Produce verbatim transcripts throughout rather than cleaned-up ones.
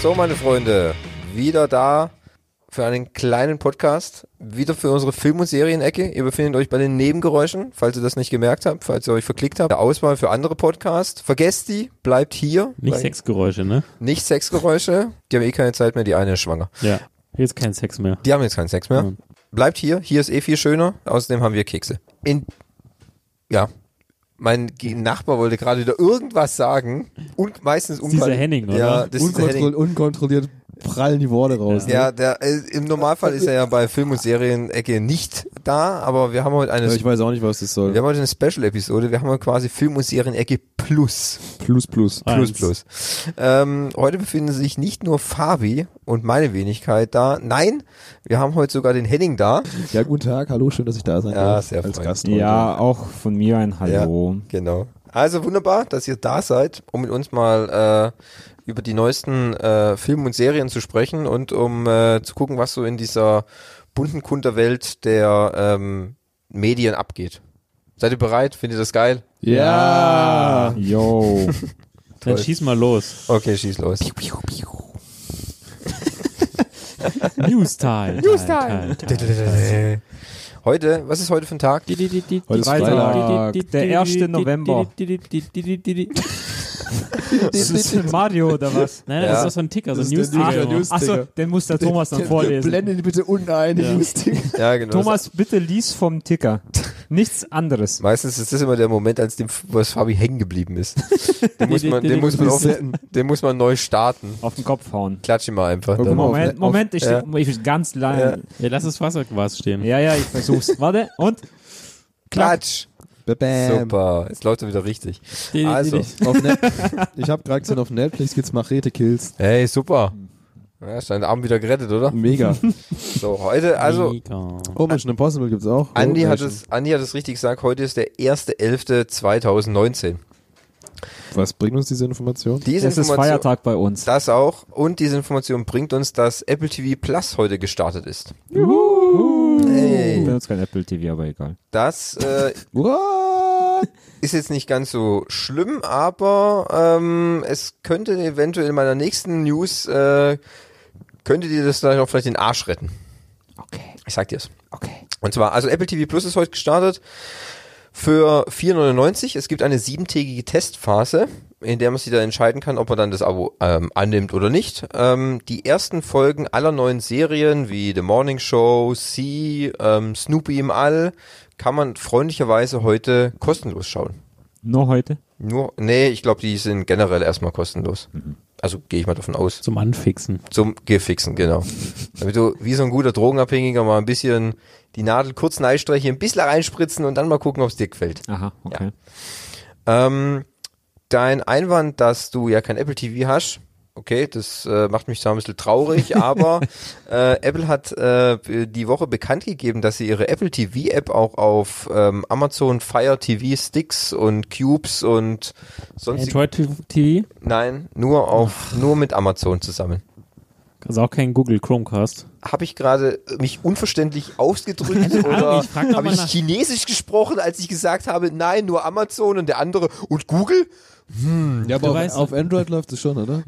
So, meine Freunde, wieder da für einen kleinen Podcast, wieder für unsere Film- und Serienecke. Ihr befindet euch bei den Nebengeräuschen, falls ihr das nicht gemerkt habt, falls ihr euch verklickt habt. Der Auswahl für andere Podcasts, vergesst die, bleibt hier. Nicht Sexgeräusche, ne? Nicht Sexgeräusche, die haben eh keine Zeit mehr, die eine ist schwanger. Ja, jetzt kein Sex mehr. Die haben jetzt keinen Sex mehr. Mhm. Bleibt hier, hier ist eh viel schöner, außerdem haben wir Kekse. In, ja, mein Ge- Nachbar wollte gerade wieder irgendwas sagen und meistens Das ist dieser Henning, oder? Ja, das ist dieser Henning. Unkontroll- unkontrolliert prallen die Worte raus. Ja, der, äh, im Normalfall ist er ja bei Film- und Serienecke nicht da, aber wir haben heute eine, Ja, ich weiß auch nicht, was das soll. wir haben heute eine Special-Episode, wir haben heute quasi Film- und Serienecke plus. Plus, plus. Plus, Eins. plus. Ähm, heute befinden sich nicht nur Fabi und meine Wenigkeit da, nein, wir haben heute sogar den Henning da. Ja, guten Tag, hallo, schön, dass ich da sein Ja, darf. sehr als freundlich. Gast heute. Ja, auch von mir ein Hallo. Genau. Also wunderbar, dass ihr da seid, um mit uns mal äh, über die neuesten äh, Filme und Serien zu sprechen und um äh, zu gucken, was so in dieser bunten Kunterwelt der ähm, Medien abgeht. Seid ihr bereit? Findet ihr das geil? Ja. Yo. Dann schieß mal los. Okay, schieß los. News-Time. News-Time. Heute, was ist heute für ein Tag? Heute ist Freitag, der erste November. Das ist Mario oder was? Nein, Ja. das ist doch so ein Ticker, so ein Das ist der News-Ticker. News- Achso, den muss der Thomas dann vorlesen. Blende die bitte unten ein, Ja. die News-Ticker. Ja, genau. Thomas, bitte lies vom Ticker. Nichts anderes. Meistens ist das immer der Moment, als dem, wo das Fabi hängen geblieben ist. Den muss man, den muss man, auf, den muss man neu starten. Auf den Kopf hauen. Klatsch ihn mal einfach. guck Dann. mal auf- Moment, Moment, ich, Ja. ich will ganz lange. Ja, lass das Wasserglas stehen. Ja, ja, ich versuch's. Warte, und? Klatsch. Bam. Super. Jetzt läuft er wieder richtig. Also. Auf Net- ich habe gerade gesehen, auf Netflix gibt's Machete Kills. Hey, super. Ja, ist dein Abend wieder gerettet, oder? Mega. So, heute, also, Mega. Oh, Mission Impossible gibt's auch. Andi oh, hat Mission. es, Andi hat es richtig gesagt, heute ist der erste elfte zweitausendneunzehn. Was bringt uns diese Information? Diese Es ist Information, Feiertag bei uns. das auch. Und diese Information bringt uns, dass Apple T V Plus heute gestartet ist. Ich Hey. benutze kein Apple T V, aber egal. Das äh, What? ist jetzt nicht ganz so schlimm, aber ähm, es könnte eventuell in meiner nächsten News, äh, könnte dir das dann auch vielleicht den Arsch retten. Okay, Ich sag dir's. okay. Und zwar, also Apple T V Plus ist heute gestartet für vier neunundneunzig. Es gibt eine siebentägige Testphase, in der man sich dann entscheiden kann, ob man dann das Abo ähm, annimmt oder nicht. Ähm, die ersten Folgen aller neuen Serien wie The Morning Show, Sie, ähm, Snoopy im All kann man freundlicherweise heute kostenlos schauen. Nur heute? Nur, nee, ich glaube, die sind generell erstmal kostenlos. Also gehe ich mal davon aus. Zum Anfixen. Zum Gefixen, genau. Damit du wie so ein guter Drogenabhängiger mal ein bisschen die Nadel kurz einstreichen, ein bisschen reinspritzen und dann mal gucken, ob es dir gefällt. Aha, okay. Ähm, dein Einwand, dass du ja kein Apple T V hast, okay, das äh, macht mich zwar ein bisschen traurig, aber äh, Apple hat äh, die Woche bekannt gegeben, dass sie ihre Apple T V App auch auf ähm, Amazon Fire T V Sticks und Cubes und sonst Android T V? nein, nur auf nur mit Amazon zusammen. Also auch kein Google Chromecast. Habe ich gerade mich unverständlich ausgedrückt Ahnung, oder ich frag doch habe mal ich nach. Chinesisch gesprochen, als ich gesagt habe, nein, nur Amazon und der andere und Google? Ja, aber Du auf, weißt- auf Android läuft es schon, oder?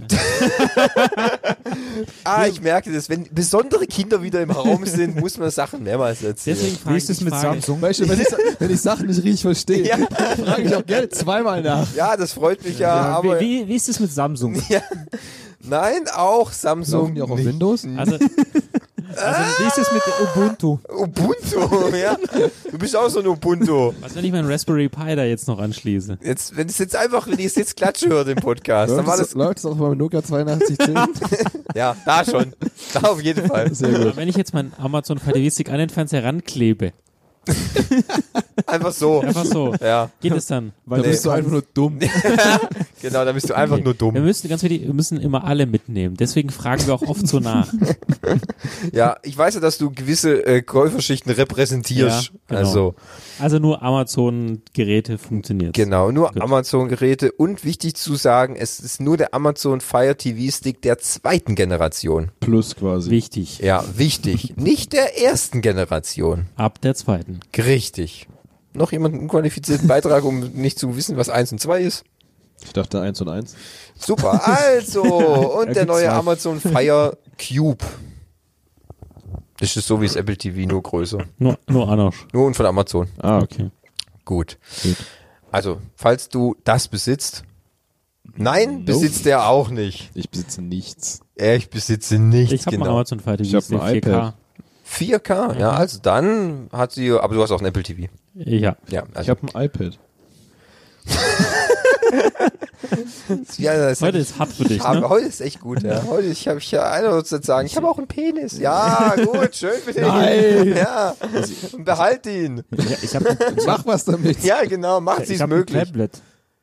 Ah, ich merke das, wenn besondere Kinder wieder im Raum sind, muss man Sachen mehrmals erzählen. Deswegen frage Wie ich ist es die mit Frage. Samsung? Weißt du, wenn ich, wenn ich Sachen nicht richtig verstehe, Ja. frage ich auch gerne zweimal nach. Ja, das freut mich ja, aber Wie, wie, wie ist es mit Samsung? ja, nein, auch Samsung. Laufen die auch auf nicht. Windows? Also, Also, wie ist es mit Ubuntu? Ubuntu, ja. Du bist auch so ein Ubuntu. was, wenn ich meinen Raspberry Pi da jetzt noch anschließe? Jetzt, wenn es jetzt einfach, wenn ich es jetzt klatsche höre, den Podcast, dann Läuft war es das, läuft es auch beim Nokia zweiundachtzig zehn? ja, da schon. Da auf jeden Fall. Sehr gut. Aber wenn ich jetzt meinen Amazon Fire T V Stick an den Fernseher ranklebe, Einfach so. einfach so, Ja, geht es dann? Weil Nee. du bist du einfach nur dumm. genau, da bist du einfach Nee. nur Wir dumm. müssen ganz wichtig, wir müssen immer alle mitnehmen. Deswegen fragen wir auch oft so nach. Ja, ich weiß ja, dass du gewisse äh, Käuferschichten repräsentierst. Ja, genau. Also, Also nur Amazon-Geräte funktioniert. genau, nur Gut. Amazon-Geräte und wichtig zu sagen, es ist nur der Amazon Fire T V Stick der zweiten Generation. Plus quasi. Wichtig. Ja, wichtig. Nicht der ersten Generation. Ab der zweiten. Richtig. Noch jemand einen unqualifizierten Beitrag, um nicht zu wissen, was eins und zwei ist? Ich dachte eins und eins. Super, also, und Da der gibt's neue zwei. Amazon Fire Cube. Das ist so wie das Apple T V, nur größer. Nur, nur anders. Nur und von Amazon. Ah, okay. Okay. Gut. Gut. Also, falls du das besitzt, nein, Nope. besitzt er auch nicht. Ich besitze nichts. Ich besitze nichts, Ich habe genau. einen Amazon Fire T V, Ich hab ist der ein vier K. iPad. vier K, ja, also dann hat sie, aber du hast auch ein Apple T V. Ja. Ja, Ich also, habe ein iPad. ja, das Heute ist hart für dich, aber ne? heute ist echt gut, ja. Heute ich habe ich ja einer zu sagen, ich habe auch einen Penis. Ja, gut, schön für dich. Nein. Ja, und behalt ihn. Ja, ich habe Mach was damit. Ja, genau, macht sie ich es hab ein möglich. Tablet.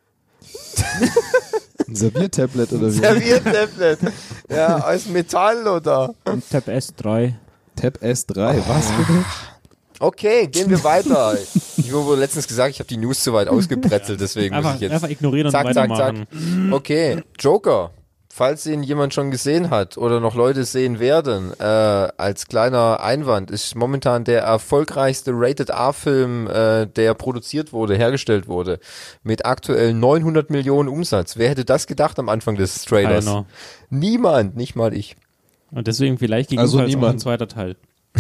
Ein Serviertablet oder wie? Serviertablet. Ja, aus Metall oder? Ein Tab S drei. Tab S drei. Was bitte? Okay, gehen wir weiter. Ich wurde letztens gesagt, ich habe die News zu weit ausgebrezelt, deswegen muss Einfach, ich jetzt. einfach ignorieren und Zack, zack, weitermachen. zack. Okay, Joker. Falls ihn jemand schon gesehen hat oder noch Leute sehen werden, äh, als kleiner Einwand, ist momentan der erfolgreichste Rated-R-Film, äh, der produziert wurde, hergestellt wurde, mit aktuell neunhundert Millionen Umsatz. Wer hätte das gedacht am Anfang des Trailers? Keiner. Niemand, nicht mal ich. Und deswegen vielleicht Also gegebenenfalls auch niemand. ein zweiter Teil.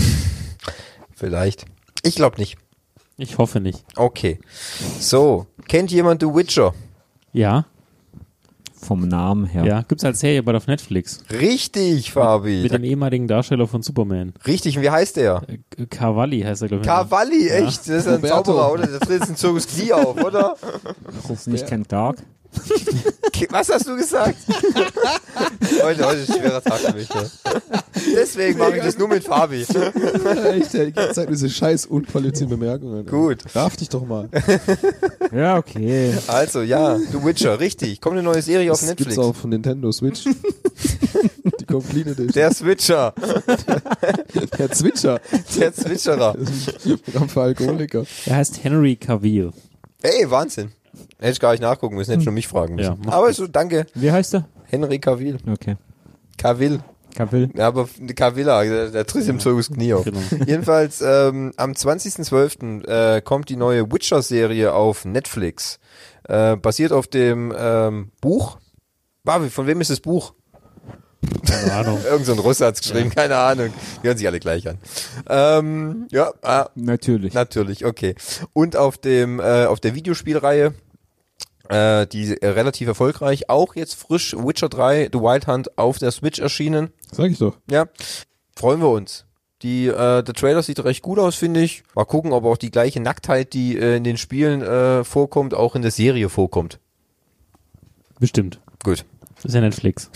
Vielleicht. Ich glaube nicht. Ich hoffe nicht. Okay. So, kennt jemand The Witcher? Ja, Vom Namen her. ja. Gibt's als Serie bald auf Netflix. Richtig, Fabi. Mit dem ehemaligen Darsteller von Superman. Richtig, und wie heißt der? Äh, Cavalli heißt er, glaube ich. Cavalli, echt? Das ist ein Roberto. Zauberer, oder? Der tritt jetzt ein Zirkus Knie auf, oder? Ist das nicht Ken Dark? Was hast du gesagt? heute, heute ist ein schwerer Tag für mich. Ne? Deswegen mache ich das nur mit Fabi. Echt, die ganze Zeit diese scheiß unqualifizierten Bemerkungen. Gut. Raff dich doch mal. Ja, okay. Also, ja, The Witcher, richtig. Kommt eine neue Serie auf Das Netflix. gibt's auch von Nintendo Switch. Die Complete Edition. Der Switcher. Der Zwitscher. Der Zwitscherer. Das ist ein Programm für Alkoholiker. Er heißt Henry Cavill. Ey, Wahnsinn. Hätte ich gar nicht nachgucken müssen, hätte ich nur mich fragen müssen. Ja, mach aber so, danke. Wie heißt er? Henry Cavill. Okay. Cavill. Cavill. Ja, aber Cavilla, der, der tritt im Zirkus Knie auf. Genau. Jedenfalls, ähm, am zwanzigsten zwölften Äh, kommt die neue Witcher-Serie auf Netflix. Äh, basiert auf dem ähm, Buch. Babi, von wem ist das Buch? Keine Ahnung. Irgend so ein Russe hat's geschrieben, keine Ahnung. Die hören sich alle gleich an. Ähm, ja, ah, Natürlich. natürlich, okay. Und auf dem, äh, auf der Videospielreihe, äh, die äh, relativ erfolgreich, auch jetzt frisch Witcher drei, The Wild Hunt auf der Switch erschienen. Sag ich doch. Ja, freuen wir uns. Die, äh, der Trailer sieht recht gut aus, finde ich. Mal gucken, ob auch die gleiche Nacktheit, die äh, in den Spielen äh, vorkommt, auch in der Serie vorkommt. Bestimmt. Gut. Das ist ja Netflix.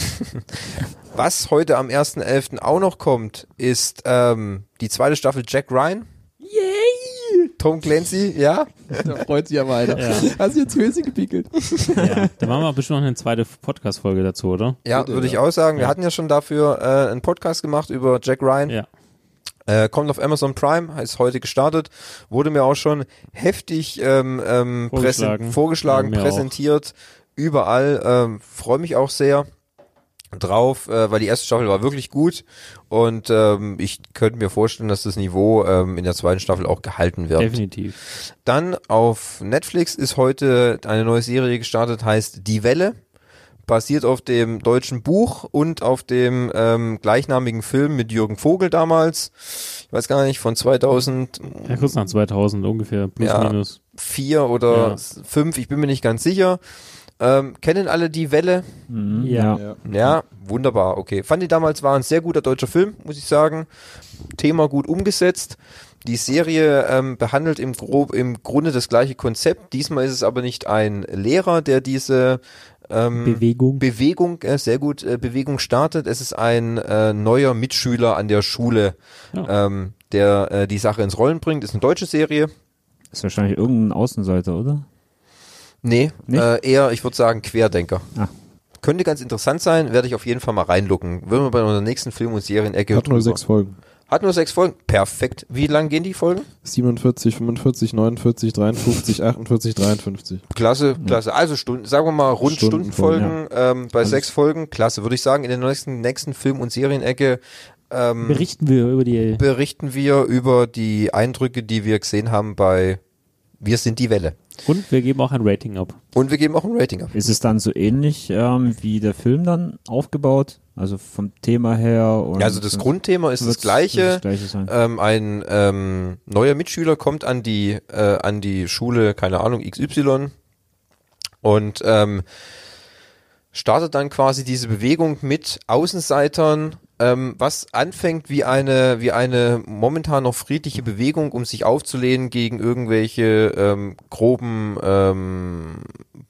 Was heute am ersten elften auch noch kommt, ist ähm, die zweite Staffel Jack Ryan. Yay! Tom Clancy, ja? Da freut sich aber einer. Ja. Hast du jetzt Höschen gepickelt? Ja. Da machen wir bestimmt noch eine zweite Podcast-Folge dazu, oder? Ja, Bitte, würde ich ja. auch sagen. Wir Ja. hatten ja schon dafür äh, einen Podcast gemacht über Jack Ryan. Ja. Äh, kommt auf Amazon Prime, ist heute gestartet, wurde mir auch schon heftig ähm, ähm, Vorgeschlagen. präsen vorgeschlagen, Ja, mir präsentiert, überall. Ähm, freue mich auch sehr drauf, äh, weil die erste Staffel war wirklich gut und ähm, ich könnte mir vorstellen, dass das Niveau ähm, in der zweiten Staffel auch gehalten wird. Definitiv. Dann auf Netflix ist heute eine neue Serie gestartet, heißt Die Welle. Basiert auf dem deutschen Buch und auf dem ähm, gleichnamigen Film mit Jürgen Vogel damals. Ich weiß gar nicht, von zweitausendvier Ja, kurz nach zweitausend ungefähr, plus Ja. minus. oder Ja. fünf, ich bin mir nicht ganz sicher. Ähm, kennen alle Die Welle? Mhm. Ja. Ja. Ja, wunderbar, okay. Fand ich damals war ein sehr guter deutscher Film, muss ich sagen. Thema gut umgesetzt. Die Serie ähm, behandelt im, Grob, im Grunde das gleiche Konzept. Diesmal ist es aber nicht ein Lehrer, der diese ähm, Bewegung. Bewegung, äh, sehr gut, äh, Bewegung startet. Es ist ein äh, neuer Mitschüler an der Schule, Ja. ähm, der äh, die Sache ins Rollen bringt. Ist eine deutsche Serie. Ist wahrscheinlich irgendein Außenseiter, oder? Nee, Nicht? äh, eher, ich würde sagen, Querdenker. Ah. Könnte ganz interessant sein, werde ich auf jeden Fall mal reinlucken. Würden wir bei unserer nächsten Film- und Serienecke Hat nur drüber- sechs Folgen. Hat nur sechs Folgen. Perfekt. Wie lang gehen die Folgen? siebenundvierzig, fünfundvierzig, neunundvierzig, dreiundfünfzig, achtundvierzig, dreiundfünfzig. Klasse, klasse. Also Stunden, sagen wir mal rund Stundenfolgen, Stundenfolgen ähm, bei Alles. sechs Folgen. Klasse, würde ich sagen. In der nächsten, nächsten Film- und Serienecke ähm, Berichten wir über die. berichten wir über die Eindrücke, die wir gesehen haben bei Wir sind die Welle. Und wir geben auch ein Rating ab. Und wir geben auch ein Rating ab. Ist es dann so ähnlich ähm, wie der Film dann aufgebaut? Also vom Thema her? Und Ja, also das Grundthema ist das wird's- gleiche. wird das gleiche sein. Ähm, ein ähm, neuer Mitschüler kommt an die äh, an die Schule, keine Ahnung, X Y und ähm, startet dann quasi diese Bewegung mit Außenseitern, ähm, was anfängt wie eine wie eine momentan noch friedliche Bewegung, um sich aufzulehnen gegen irgendwelche ähm, groben ähm,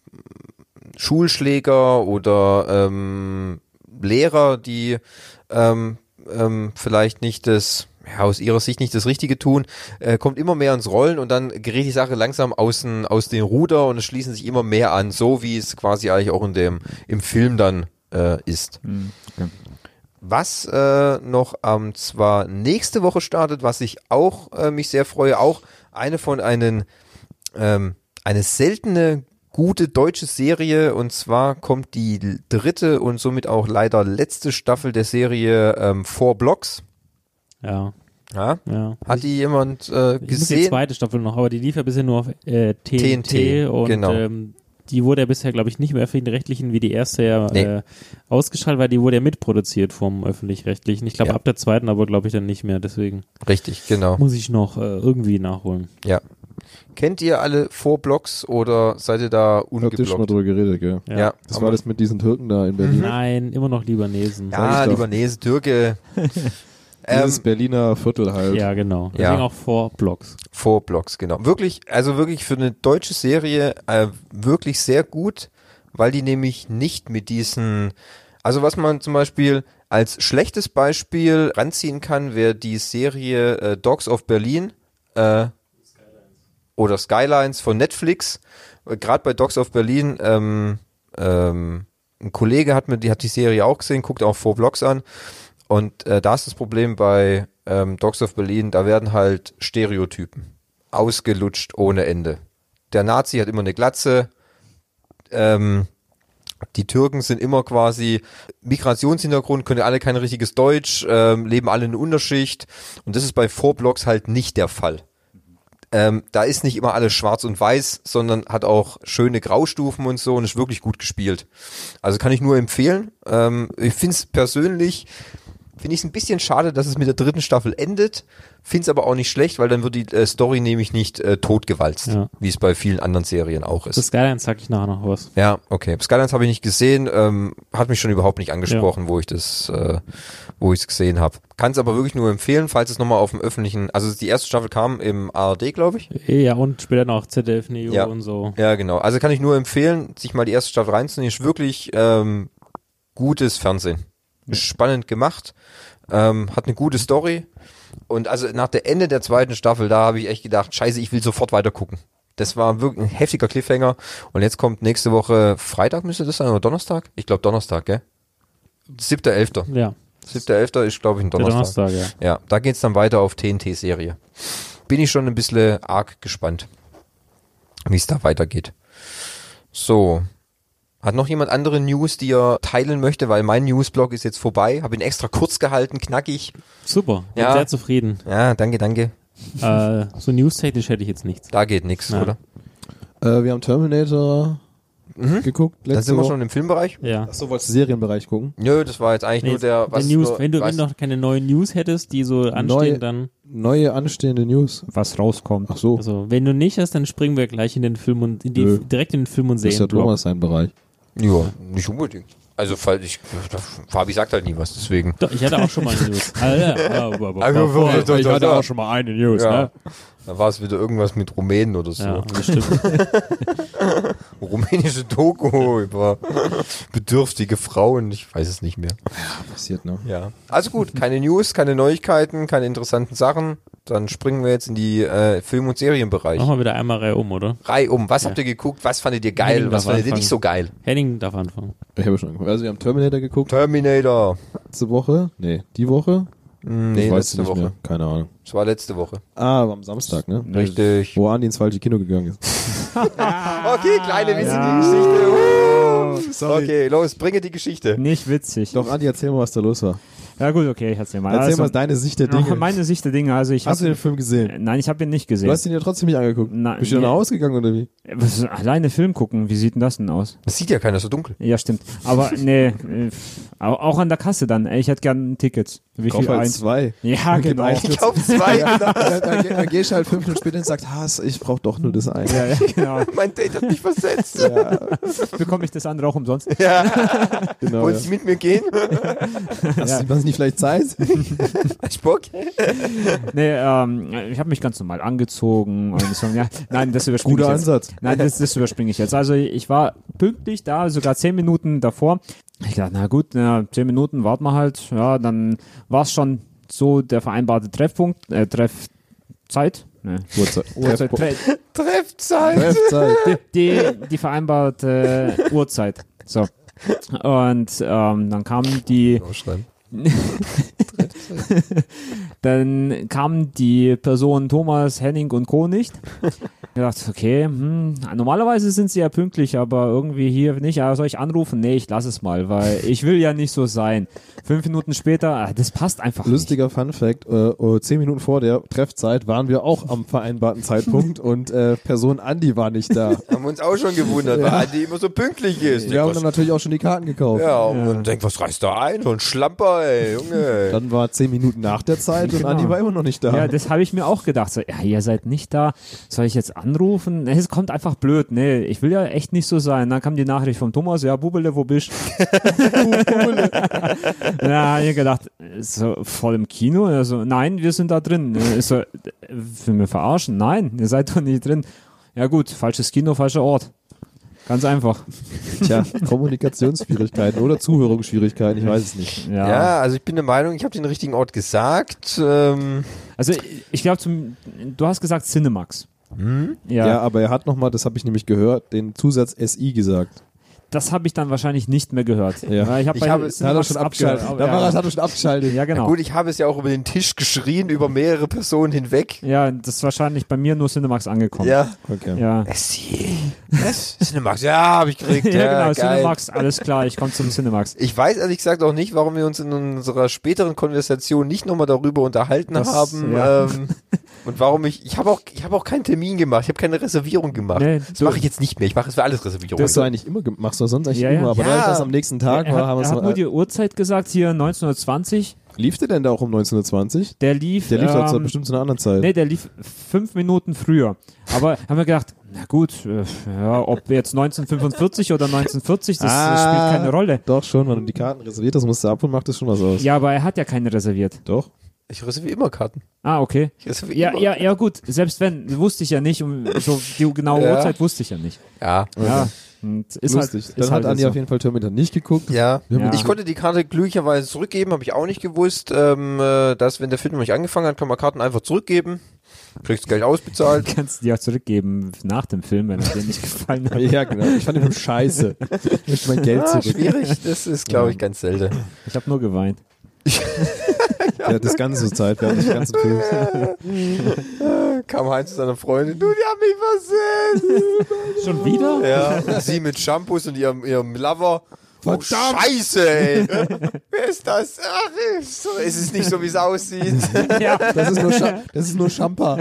Schulschläger oder ähm, Lehrer, die ähm, ähm, vielleicht nicht das, ja, aus ihrer Sicht nicht das Richtige tun, äh, kommt immer mehr ins Rollen und dann gerät die Sache langsam aus den, aus den Ruder und es schließen sich immer mehr an, so wie es quasi eigentlich auch in dem im Film dann äh, ist. Hm, okay. Was äh, noch ähm, zwar nächste Woche startet, was ich auch äh, mich sehr freue, auch eine von einen ähm, eine seltene gute deutsche Serie, und zwar kommt die dritte und somit auch leider letzte Staffel der Serie ähm, Four Blocks. Ja, Ja? ja. Hat die jemand äh, Ich muss die gesehen? zweite Staffel noch, aber die lief ja bisher nur auf äh, T N T, T N T, und genau. ähm, die wurde ja bisher, glaube ich, nicht im öffentlich-rechtlichen wie die erste ja Nee. äh, ausgestrahlt, weil die wurde ja mitproduziert vom öffentlich-rechtlichen. Ich glaube, Ja. ab der zweiten aber, glaube ich, dann nicht mehr. Deswegen Richtig, genau. muss ich noch äh, irgendwie nachholen. Ja. Kennt ihr alle Four Blocks oder seid ihr da Habt ihr schon mal ungeblockt? drüber geredet, gell? Ja. Ja, Das war das mit diesen Türken da in Berlin. Nein, immer noch Libanesen. Sag ja, ich doch. Libanese, Türke. ähm, Dieses Berliner Viertel halt. Ja, genau. Ja. Deswegen auch Four Blocks. Four Blocks, genau. Wirklich, also wirklich für eine deutsche Serie äh, wirklich sehr gut, weil die nämlich nicht mit diesen, also was man zum Beispiel als schlechtes Beispiel ranziehen kann, wäre die Serie äh, Dogs of Berlin äh, oder Skylines von Netflix. Gerade bei Dogs of Berlin, ähm, ähm, ein Kollege hat mir, die hat die Serie auch gesehen, guckt auch Four Blocks an. Und äh, da ist das Problem bei ähm, Dogs of Berlin, da werden halt Stereotypen ausgelutscht ohne Ende. Der Nazi hat immer eine Glatze, ähm, die Türken sind immer quasi Migrationshintergrund, können alle kein richtiges Deutsch, ähm, leben alle in der Unterschicht und das ist bei Four Blocks halt nicht der Fall. Ähm, da ist nicht immer alles schwarz und weiß, sondern hat auch schöne Graustufen und so und ist wirklich gut gespielt. Also kann ich nur empfehlen. Ähm, ich finde es persönlich, finde ich es ein bisschen schade, dass es mit der dritten Staffel endet. Finde es aber auch nicht schlecht, weil dann wird die äh, Story nämlich nicht äh, totgewalzt, Ja. wie es bei vielen anderen Serien auch ist. Das Skylines sag ich nachher noch was. Ja, okay. Skylines habe ich nicht gesehen, ähm, hat mich schon überhaupt nicht angesprochen, wo ich das, äh, wo ich es gesehen habe. Kann es aber wirklich nur empfehlen, falls es nochmal auf dem öffentlichen, also die erste Staffel kam im A R D, glaube ich. Ja, und später noch Z D F Neo Ja. und so. Ja, genau. Also kann ich nur empfehlen, sich mal die erste Staffel reinzunehmen. Ist wirklich ähm, gutes Fernsehen. Ist spannend gemacht, ähm, hat eine gute Story. Und also nach der Ende der zweiten Staffel, da habe ich echt gedacht, scheiße, ich will sofort weiter gucken. Das war wirklich ein heftiger Cliffhanger. Und jetzt kommt nächste Woche, Freitag müsste das sein, oder Donnerstag? Ich glaube Donnerstag, gell? siebter elfter Ja, siebter elfter ist, glaube ich, ein der Donnerstag. Donnerstag, ja. Ja, da geht's dann weiter auf T N T-Serie. Bin ich schon ein bisschen arg gespannt, wie es da weitergeht. So. Hat noch jemand andere News, die er teilen möchte? Weil mein Newsblog ist jetzt vorbei. Habe ihn extra kurz gehalten, knackig. Super, bin Ja. sehr zufrieden. Ja, danke, danke. äh, so newstechnisch hätte ich jetzt nichts. Da geht nichts, Nein. oder? Äh, wir haben Terminator geguckt. Dann Letzte sind wir Woche. schon im Filmbereich. Ja. Achso, wolltest du Serienbereich gucken? Nö, das war jetzt eigentlich Nee, nur der, was der News, nur, wenn du was, wenn noch keine neuen News hättest, die so anstehen, Neue- dann, Neue anstehende News. Was rauskommt. Ach so, also wenn du nicht hast, dann springen wir gleich in den Film und in die, Nö. direkt in den Film und das ist ja Serienblock. Thomas sein Bereich. ja, nicht unbedingt. Also, falls ich, Fabi sagt halt nie was, deswegen. Doch, ich hatte auch schon mal eine News. Ah, ja, aber, aber, Also, aber, so- so- so- so. schon mal eine News, Ja. Da war es wieder irgendwas mit Rumänen oder so. ja, bestimmt. Rumänische Doku über bedürftige Frauen, ich weiß es nicht mehr. Passiert, ne? Ja. Also gut, keine News, keine Neuigkeiten, keine interessanten Sachen. Dann springen wir jetzt in die äh, Film- und Serienbereich. Machen wir wieder einmal Reihe um, oder? Reihe um. Was Ja. habt ihr geguckt? Was fandet ihr geil? Henning Was darf fandet ihr anfangen. nicht so geil? Henning darf anfangen. Ich habe schon angeguckt. Also wir haben Terminator geguckt. Terminator. Letzte Woche? Nee, die Woche? Hm, ich nee, weiß letzte nicht Woche. mehr. Keine Ahnung. Das war letzte Woche. Ah, war am Samstag, ne? Richtig. Wo Andi ins falsche Kino gegangen ist. Okay, kleine witzige Ja. Geschichte. Uh. Sorry. Okay, los, bringe die Geschichte. Nicht witzig. Doch, Andi, erzähl mal, was da los war. Ja gut, okay, ich erzähl mal. Erzähl also, mal deine Sicht der Dinge. Meine Sicht der Dinge, also ich Hast du hab, den Film gesehen? Nein, ich habe ihn nicht gesehen. Du hast ihn ja trotzdem nicht angeguckt. Nein, Bist du dann nee. ausgegangen oder wie? Was, alleine Film gucken, wie sieht denn das denn aus? Das sieht ja keiner, so dunkel. Ja, stimmt. Aber nee, äh, auch auch an der Kasse dann. Ey, ich hätte gern Tickets. Wie Kauf viel? halt Eins? zwei. Ja, Mit dem genau. Eintritt. Ich kauf zwei. Ja, dann, dann, geh- dann gehst du halt fünf Minuten später und sagst, Hass, ich brauch doch nur das eine. Ja, ja, genau. Mein Date hat mich versetzt. Ja, Bekomme ich das andere auch umsonst? Ja. genau. Wollen Ja. Sie mit mir gehen? Hast Ja. du was nicht vielleicht Zeit? Hast du Bock? Nee, ähm, ich habe mich ganz normal angezogen und so, ja, nein, das überspringe ich Guter jetzt. Ansatz. Nein, das, das überspringe ich jetzt. Also ich war pünktlich da, sogar zehn Minuten davor. Ich dachte, na gut, na, zehn Minuten warten wir halt. Ja, dann war es schon so der vereinbarte Treffpunkt, äh, Treffzeit. Nee. Uhrzeit. Uhrzeit, Tre Treffzeit. Treffzeit. die, die vereinbarte Uhrzeit. So. Und ähm, dann kamen die Ausschreiben. Dann kamen die Personen Thomas, Henning und Co. nicht. Ich dachte, okay, hm, normalerweise sind sie ja pünktlich, aber irgendwie hier nicht. Ja, soll ich anrufen? Nee, ich lass es mal, weil ich will ja nicht so sein. Fünf Minuten später, ah, das passt einfach Lustiger Fun Fact, äh, oh, zehn Minuten vor der Treffzeit waren wir auch am vereinbarten Zeitpunkt und äh, Person Andi war nicht da. Haben wir uns auch schon gewundert, weil Andi immer so pünktlich ist. Wir haben dann natürlich auch schon die Karten gekauft. ja, und man denkt, was reißt da ein? So ein Schlamper, ey, Junge. Dann war zehn Minuten nach der Zeit und Genau. Andi war immer noch nicht da. nicht. Ja, das habe ich mir auch gedacht. So, ja, ihr seid nicht da. Soll ich jetzt anrufen? Nee, es kommt einfach blöd. Nee, ich will ja echt nicht so sein. Dann kam die Nachricht von Thomas, ja, Bubele, wo bist du? Ja, hab ich gedacht, so voll im Kino? Also, nein, wir sind da drin. Ich so, will mir verarschen? Nein, ihr seid doch nicht drin. Ja gut, falsches Kino, falscher Ort. Ganz einfach. Tja, Kommunikationsschwierigkeiten oder Zuhörungsschwierigkeiten, ich weiß es nicht. Ja. Ja, also ich bin der Meinung, ich habe den richtigen Ort gesagt. Ähm, Also ich glaube, zum, du hast gesagt Cinemax. Ja, Ja, aber er hat nochmal, das habe ich nämlich gehört, den Zusatz S I gesagt. das habe ich dann wahrscheinlich nicht mehr gehört. Ja. Weil Ich, hab Ich bei habe es- Da hat er Cinemax schon abge- abgeschaltet. ab- Da war er, ja, hat er schon abgeschaltet. ja, genau. Gut, ich habe es ja auch über den Tisch geschrien, über mehrere Personen hinweg. Ja, das ist wahrscheinlich bei mir nur Cinemax angekommen. Ja. Okay. Ja, Sie. Was? Cinemax, ja, habe ich gekriegt. ja, Ja, genau, geil. Cinemax, alles klar, ich komme zum Cinemax. Ich weiß ehrlich gesagt auch nicht, warum wir uns in unserer späteren Konversation nicht nochmal darüber unterhalten Das- haben. ja. Ähm, und warum ich, ich habe auch, ich habe auch keinen Termin gemacht, ich habe keine Reservierung gemacht. Nee, das du- mache ich jetzt nicht mehr, ich mache es für alles Reservierung. Das hast du eigentlich immer gemacht, machst du sonst eigentlich Ja, ja. immer, aber Ja. da das am nächsten Tag er war, hat, haben wir er es hat noch, nur die Uhrzeit gesagt, hier neunzehnhundertzwanzig. lief der denn da auch um neunzehnhundertzwanzig? Der lief, Der lief doch ähm, bestimmt zu einer anderen Zeit. nee, der lief fünf Minuten früher. Aber haben wir gedacht, na gut, äh, ja, ob jetzt neunzehnhundertfünfundvierzig oder neunzehnhundertvierzig, das, das Ah. spielt keine Rolle. Doch schon, wenn du die Karten reserviert hast, musst du ab und macht das schon was aus. Ja, aber er hat ja keine reserviert. Doch. Ich reserviere immer Karten. Ah, okay. Ich reserviere Ja, immer. ja, ja, gut. Selbst wenn, wusste ich ja nicht, um so die genaue Ja. Uhrzeit wusste ich ja nicht. Ja. Ja. Und ist Lustig. halt, Dann ist hat halt Andi so. auf jeden Fall Terminator nicht geguckt. Ja. Ja. Ich konnte die Karte glücklicherweise zurückgeben, habe ich auch nicht gewusst, ähm, äh, dass wenn der Film noch nicht angefangen hat, kann man Karten einfach zurückgeben. Kriegst Geld ausbezahlt. Kannst du die auch zurückgeben nach dem Film, wenn er dir nicht gefallen hat. Ja, genau. Ich fand den Film scheiße. Ich möchte mein Geld Ah, zurück. schwierig, das ist, glaube ich, ganz selten. Ich habe nur geweint. Ja, das ganze Zeit, während des ganzen Films. Kam Heinz zu seiner Freundin, du, die haben mich versetzt. Schon wieder? Ja, sie mit Shampoos und ihrem, ihrem Lover. Oh, Verdammt. Scheiße, ey. Wer ist das? Ach, ist, so- es ist nicht so, wie es aussieht. Ja. Das ist nur, Scha das ist nur Champa.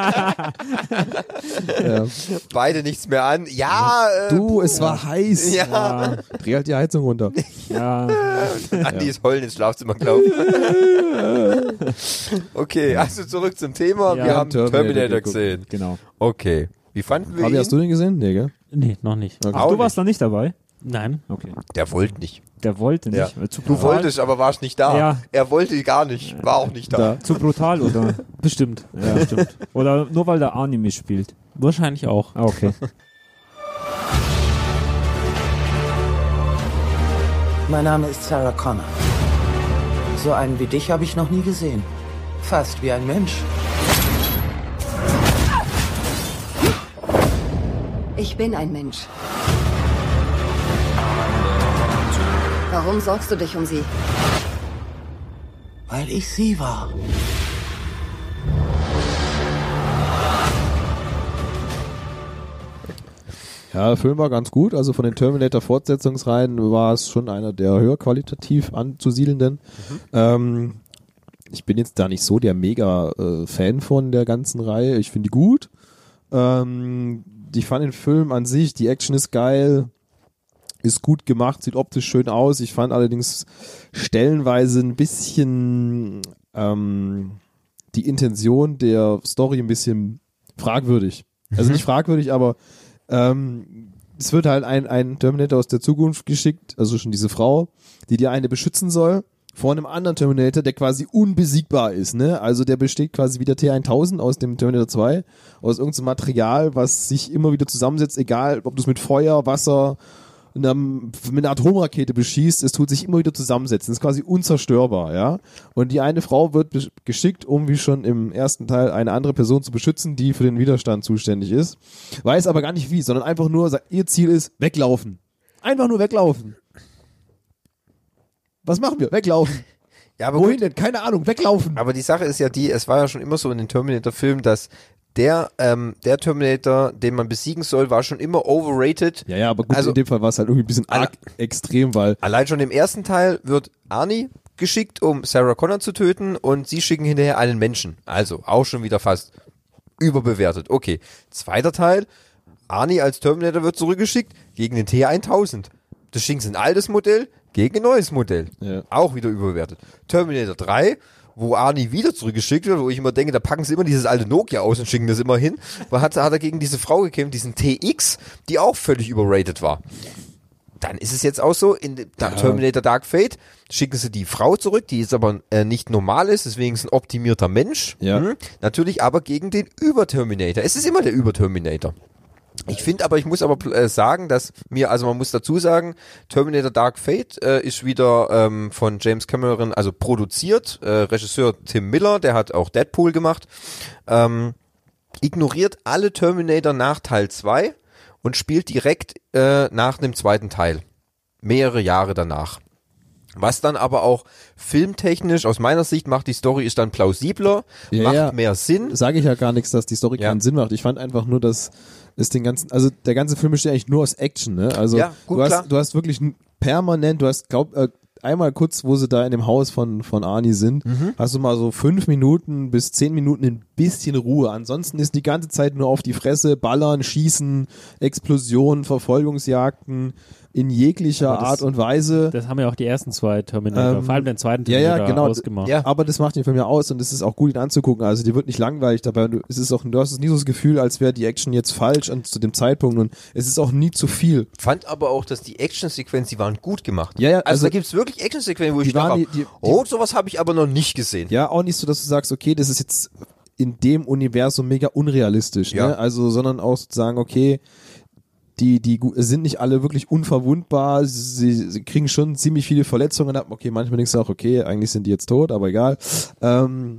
Ja. Beide nichts mehr an. Ja, äh, Du, es war heiß. Ja. Ja, Dreh halt die Heizung runter. ja. Andi ist heulen ins Schlafzimmer gelaufen. Okay, also zurück zum Thema. Ja, wir haben Terminator Terminator geguckt. gesehen. Genau. Okay. Wie fanden wir Fabi, ihn? hast du den gesehen? Nee, gell? Nee, noch nicht. Okay. Ach, du warst da nicht dabei? Nein. Okay. Der wollte nicht. Der wollte nicht. Ja. Zu Du brutal? wolltest, aber warst nicht da. Ja. Er wollte gar nicht, war auch nicht da. Da. Zu brutal, oder? Bestimmt. Ja, bestimmt. Oder nur weil der Arnie mitspielt? Wahrscheinlich auch. Ah, okay. Mein Name ist Sarah Connor. So einen wie dich habe ich noch nie gesehen. Fast wie ein Mensch. Ich bin ein Mensch. Warum sorgst du dich um sie? Weil ich sie war. Ja, der Film war ganz gut. Also von den Terminator-Fortsetzungsreihen war es schon einer der höher qualitativ anzusiedelnden. Mhm. Ähm, ich bin jetzt da nicht so der Mega-Fan äh, von der ganzen Reihe. Ich finde die gut. Ähm, ich fand den Film an sich, die Action ist geil, ist gut gemacht, sieht optisch schön aus. Ich fand allerdings stellenweise ein bisschen ähm, die Intention der Story ein bisschen fragwürdig. Also nicht fragwürdig, aber ähm, es wird halt ein, ein Terminator aus der Zukunft geschickt, also schon diese Frau, die die eine beschützen soll, vor einem anderen Terminator, der quasi unbesiegbar ist, ne? Also der besteht quasi wie der T tausend aus dem Terminator zwei, aus irgendeinem Material, was sich immer wieder zusammensetzt, egal ob du es mit Feuer, Wasser, einer, mit einer Atomrakete beschießt, es tut sich immer wieder zusammensetzen. Es ist quasi unzerstörbar, ja. Und die eine Frau wird besch- geschickt, um wie schon im ersten Teil eine andere Person zu beschützen, die für den Widerstand zuständig ist. Weiß aber gar nicht wie, sondern einfach nur, sagt, ihr Ziel ist weglaufen. Einfach nur weglaufen. Was machen wir? Weglaufen. Ja, aber Wohin gut, denn? Keine Ahnung. Weglaufen. aber die Sache ist ja die, es war ja schon immer so in den Terminator-Filmen, dass der, ähm, der Terminator, den man besiegen soll, war schon immer overrated. Ja, ja, aber gut, Also- in dem Fall war es halt irgendwie ein bisschen arg extrem, weil Allein schon im ersten Teil wird Arnie geschickt, um Sarah Connor zu töten, und sie schicken hinterher einen Menschen. Also auch schon wieder fast überbewertet. Okay. Zweiter Teil, Arnie als Terminator wird zurückgeschickt gegen den T tausend. Das schicken sie ein altes Modell gegen ein neues Modell. Ja. Auch wieder überbewertet. Terminator drei, wo Arnie wieder zurückgeschickt wird, wo ich immer denke, da packen sie immer dieses alte Nokia aus und schicken das immer hin. Weil hat, hat er gegen diese Frau gekämpft, diesen T X, die auch völlig überrated war. Dann ist es jetzt auch so, in ja. Terminator Dark Fate schicken sie die Frau zurück, die jetzt aber äh, nicht normal ist, deswegen ist ein optimierter Mensch. Ja. Hm, natürlich aber gegen den Überterminator. Es ist immer der Überterminator. Ich finde aber, ich muss aber äh, sagen, dass mir, also man muss dazu sagen, Terminator Dark Fate äh, ist wieder ähm, von James Cameron, also produziert, äh, Regisseur Tim Miller, der hat auch Deadpool gemacht, ähm, ignoriert alle Terminator nach Teil zwei und spielt direkt äh, nach dem zweiten Teil, mehrere Jahre danach. Was dann aber auch filmtechnisch, aus meiner Sicht, macht die Story ist dann plausibler, Ja, macht ja. mehr Sinn. sage ich ja gar nichts, dass die Story Ja. keinen Sinn macht. Ich fand einfach nur, dass es den ganzen, also der ganze Film besteht eigentlich nur aus Action, ne? Also Ja, gut, du hast, klar. du hast wirklich n- permanent, du hast glaub, äh, einmal kurz, wo sie da in dem Haus von von Arnie sind, Mhm. hast du mal so fünf Minuten bis zehn Minuten ein bisschen Ruhe. Ansonsten ist die ganze Zeit nur auf die Fresse, ballern, schießen, Explosionen, Verfolgungsjagden in jeglicher Aber das- Art und Weise. Das haben ja auch die ersten zwei Terminator, Ähm, vor allem den zweiten ja, ja, Terminator genau. ausgemacht. Ja. Aber das macht den Film ja aus und es ist auch gut, ihn anzugucken. Also die wird nicht langweilig dabei. Und du, es ist auch, du hast nie so das Gefühl, als wäre die Action jetzt falsch und zu dem Zeitpunkt. Und es ist auch nie zu viel. Fand aber auch, dass die Actionsequenzen, die waren gut gemacht. Ja, ja, also, also da gibt's wirklich Actionsequenzen, wo die ich dachte, waren die- die- die- oh, sowas habe ich aber noch nicht gesehen. Ja, auch nicht so, dass du sagst, okay, das ist jetzt in dem Universum mega unrealistisch. Ja. Ne? Also, sondern auch sozusagen, okay, die, die gu- sind nicht alle wirklich unverwundbar. Sie, sie kriegen schon ziemlich viele Verletzungen ab. Okay, manchmal denkst du auch, okay, eigentlich sind die jetzt tot, aber egal. Ähm,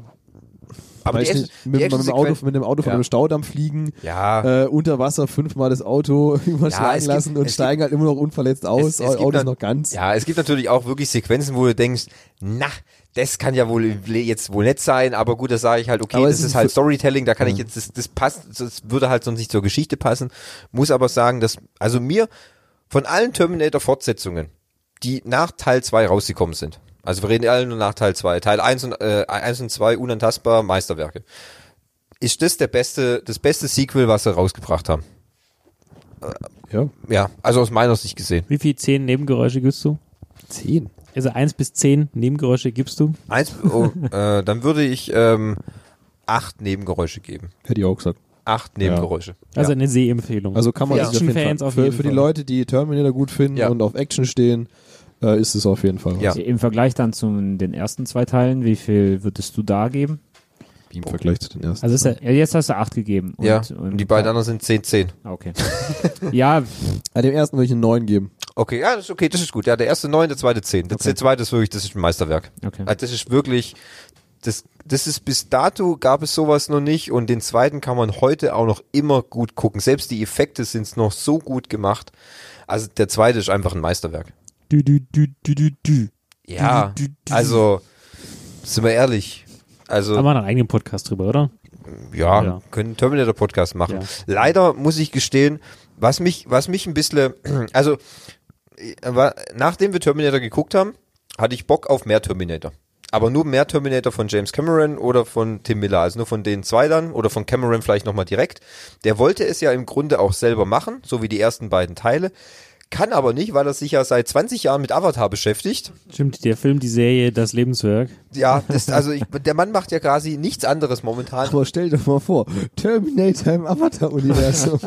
aber die, weiß Action, nicht, die mit, mit, dem Auto, Actionsequenzen- mit dem Auto von Ja. einem Staudamm fliegen, ja, äh, unter Wasser fünfmal das Auto überschlagen es gibt- lassen und es steigen halt immer noch unverletzt aus. Es- es gibt Auto ist dann- noch ganz. ja, es gibt natürlich auch wirklich Sequenzen, wo du denkst, na, das kann ja wohl jetzt wohl nicht sein, aber gut, das sage ich halt, okay, Aber das es ist ist halt für- Storytelling, da kann ich Ja. jetzt, das, das passt, das würde halt sonst nicht zur Geschichte passen, muss aber sagen, dass, also mir, von allen Terminator-Fortsetzungen, die nach Teil zwei rausgekommen sind, also wir reden alle nur nach Teil zwei, Teil eins und, äh, eins und zwei, unantastbar, Meisterwerke, ist das der beste, das beste Sequel, was sie rausgebracht haben. Ja, Ja, also aus meiner Sicht gesehen. Wie viel zehn Nebengeräusche gibst du? zehn. Also eins bis zehn Nebengeräusche gibst du? Eins, oh, äh, dann würde ich ähm, acht Nebengeräusche geben. Hätte ich auch gesagt. Acht Nebengeräusche. Also ja. eine Sehempfehlung. Also kann man Für sich auf jeden Action-Fans Fall, auf für, jeden für die Fall. Leute, die Terminator gut finden Ja. und auf Action stehen, äh, ist es auf jeden Fall was. Ja. Im Vergleich dann zu den ersten zwei Teilen, wie viel würdest du da geben? Im Vergleich zu den ersten. Also ist ja, ja, jetzt hast du acht gegeben. Und, ja. Und die beiden anderen sind zehn, zehn. Okay. ja, Bei dem ersten würde ich einen neun geben. Okay, ja, das ist okay, das ist gut. Ja, der erste neun, der zweite zehn. Der Okay. zweite ist wirklich, das ist ein Meisterwerk. okay. Also das ist wirklich, das, das ist bis dato gab es sowas noch nicht und den zweiten kann man heute auch noch immer gut gucken. Selbst die Effekte sind noch so gut gemacht. Also der zweite ist einfach ein Meisterwerk. Du, du, du, du, du, du. Ja, Du, du, du. also sind wir ehrlich. Also Haben wir einen eigenen Podcast drüber, oder? ja, Ja. können einen Terminator-Podcast machen. Ja. Leider muss ich gestehen, was mich, was mich ein bisschen, also äh, nachdem wir Terminator geguckt haben, hatte ich Bock auf mehr Terminator. Aber nur mehr Terminator von James Cameron oder von Tim Miller, also nur von den zwei dann oder von Cameron vielleicht nochmal direkt. Der wollte es ja im Grunde auch selber machen, so wie die ersten beiden Teile. Kann aber nicht, weil er sich ja seit zwanzig Jahren mit Avatar beschäftigt. Stimmt, der Film, die Serie, das Lebenswerk. Ja, das, also ich, der Mann macht ja quasi nichts anderes momentan. Aber stell dir mal vor, Terminator im Avatar-Universum.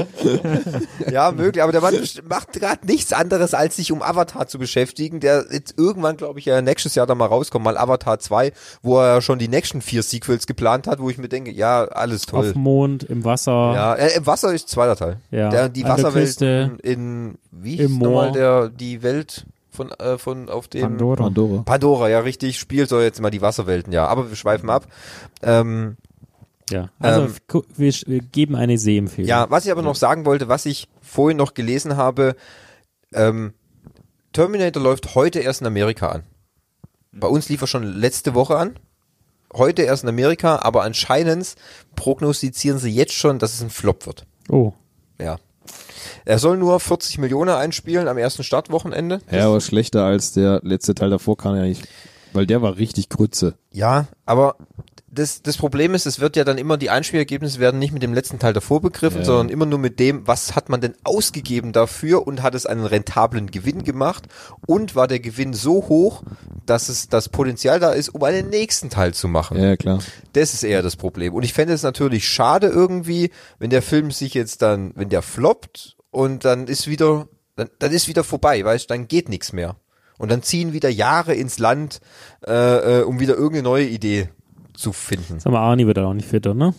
Ja, möglich, aber der Mann macht gerade nichts anderes, als sich um Avatar zu beschäftigen, der jetzt irgendwann, glaube ich, ja nächstes Jahr da mal rauskommt, mal Avatar zwei, wo er ja schon die nächsten vier Sequels geplant hat, wo ich mir denke, ja, alles toll. Auf dem Mond, im Wasser. Ja, äh, im Wasser ist zweiter Teil. Ja, Der, die an der Wasserwelt Küste, in, wie im hieß nochmal Moor. der, die Welt von, äh, von, auf dem Pandora. Pandora. Pandora, ja, richtig, spielt so jetzt mal die Wasserwelten, ja, aber wir schweifen ab. Ähm, Ja, also Ähm, gu- wir, sch- wir geben eine Sehempfehlung. ja, was ich aber noch sagen wollte, was ich vorhin noch gelesen habe, ähm, Terminator läuft heute erst in Amerika an. Bei uns lief er schon letzte Woche an. Heute erst in Amerika, aber anscheinend prognostizieren sie jetzt schon, dass es ein Flop wird. Oh, Ja. Er soll nur vierzig Millionen einspielen am ersten Startwochenende. Ja, aber schlechter als der letzte Teil davor kann er ja nicht, weil der war richtig Grütze. Ja, aber das, das Problem ist, es wird ja dann immer, die Einspielergebnisse werden nicht mit dem letzten Teil davor begriffen, Ja. sondern immer nur mit dem, was hat man denn ausgegeben dafür und hat es einen rentablen Gewinn gemacht und war der Gewinn so hoch, dass es das Potenzial da ist, um einen nächsten Teil zu machen. Ja, klar. Das ist eher das Problem. Und ich fände es natürlich schade irgendwie, wenn der Film sich jetzt dann, wenn der floppt und dann ist wieder, dann, dann ist wieder vorbei, weißt du, dann geht nichts mehr. Und dann ziehen wieder Jahre ins Land, äh, äh, um wieder irgendeine neue Idee zu finden. sag mal, Arnie wird auch nicht fitter, ne?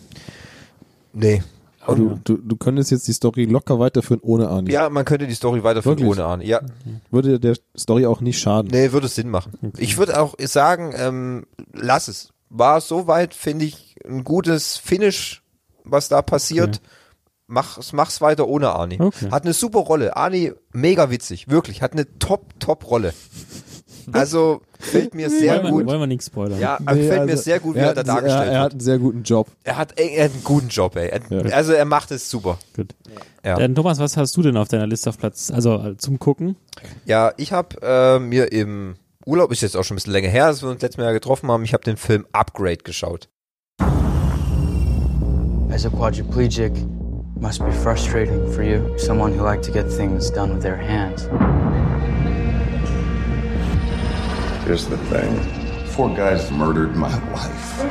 Nee. Aber du, du, du könntest jetzt die Story locker weiterführen ohne Arnie. Ja, man könnte die Story weiterführen Wirklich? ohne Arne. Ja, Würde der Story auch nicht schaden. nee, würde Sinn machen. Ich würde auch sagen, ähm, lass es. War soweit, finde ich, ein gutes Finish, was da passiert. Okay. Mach, mach's weiter ohne Arnie. Okay. Hat eine super Rolle. Arnie, mega witzig. Wirklich. Hat eine top, top Rolle. Also, fällt mir sehr wollen, wir, gut. wollen wir nichts spoilern. Ja, Nee, gefällt mir also, sehr gut, wie er er hat, da dargestellt er, er hat wird. einen sehr guten Job. Er hat, er hat einen guten Job, ey. Er, Ja. Also, er macht es super. Gut. Ja. Dann Thomas, was hast du denn auf deiner Liste auf Platz, also äh, zum Gucken? Ja, ich habe äh, mir im Urlaub, ist jetzt auch schon ein bisschen länger her, als wir uns letztes Jahr getroffen haben, ich habe den Film Upgrade geschaut. As a quadriplegic, must be frustrating for you, someone who liked to get things done with their hands. Here's the thing. Four guys murdered my wife.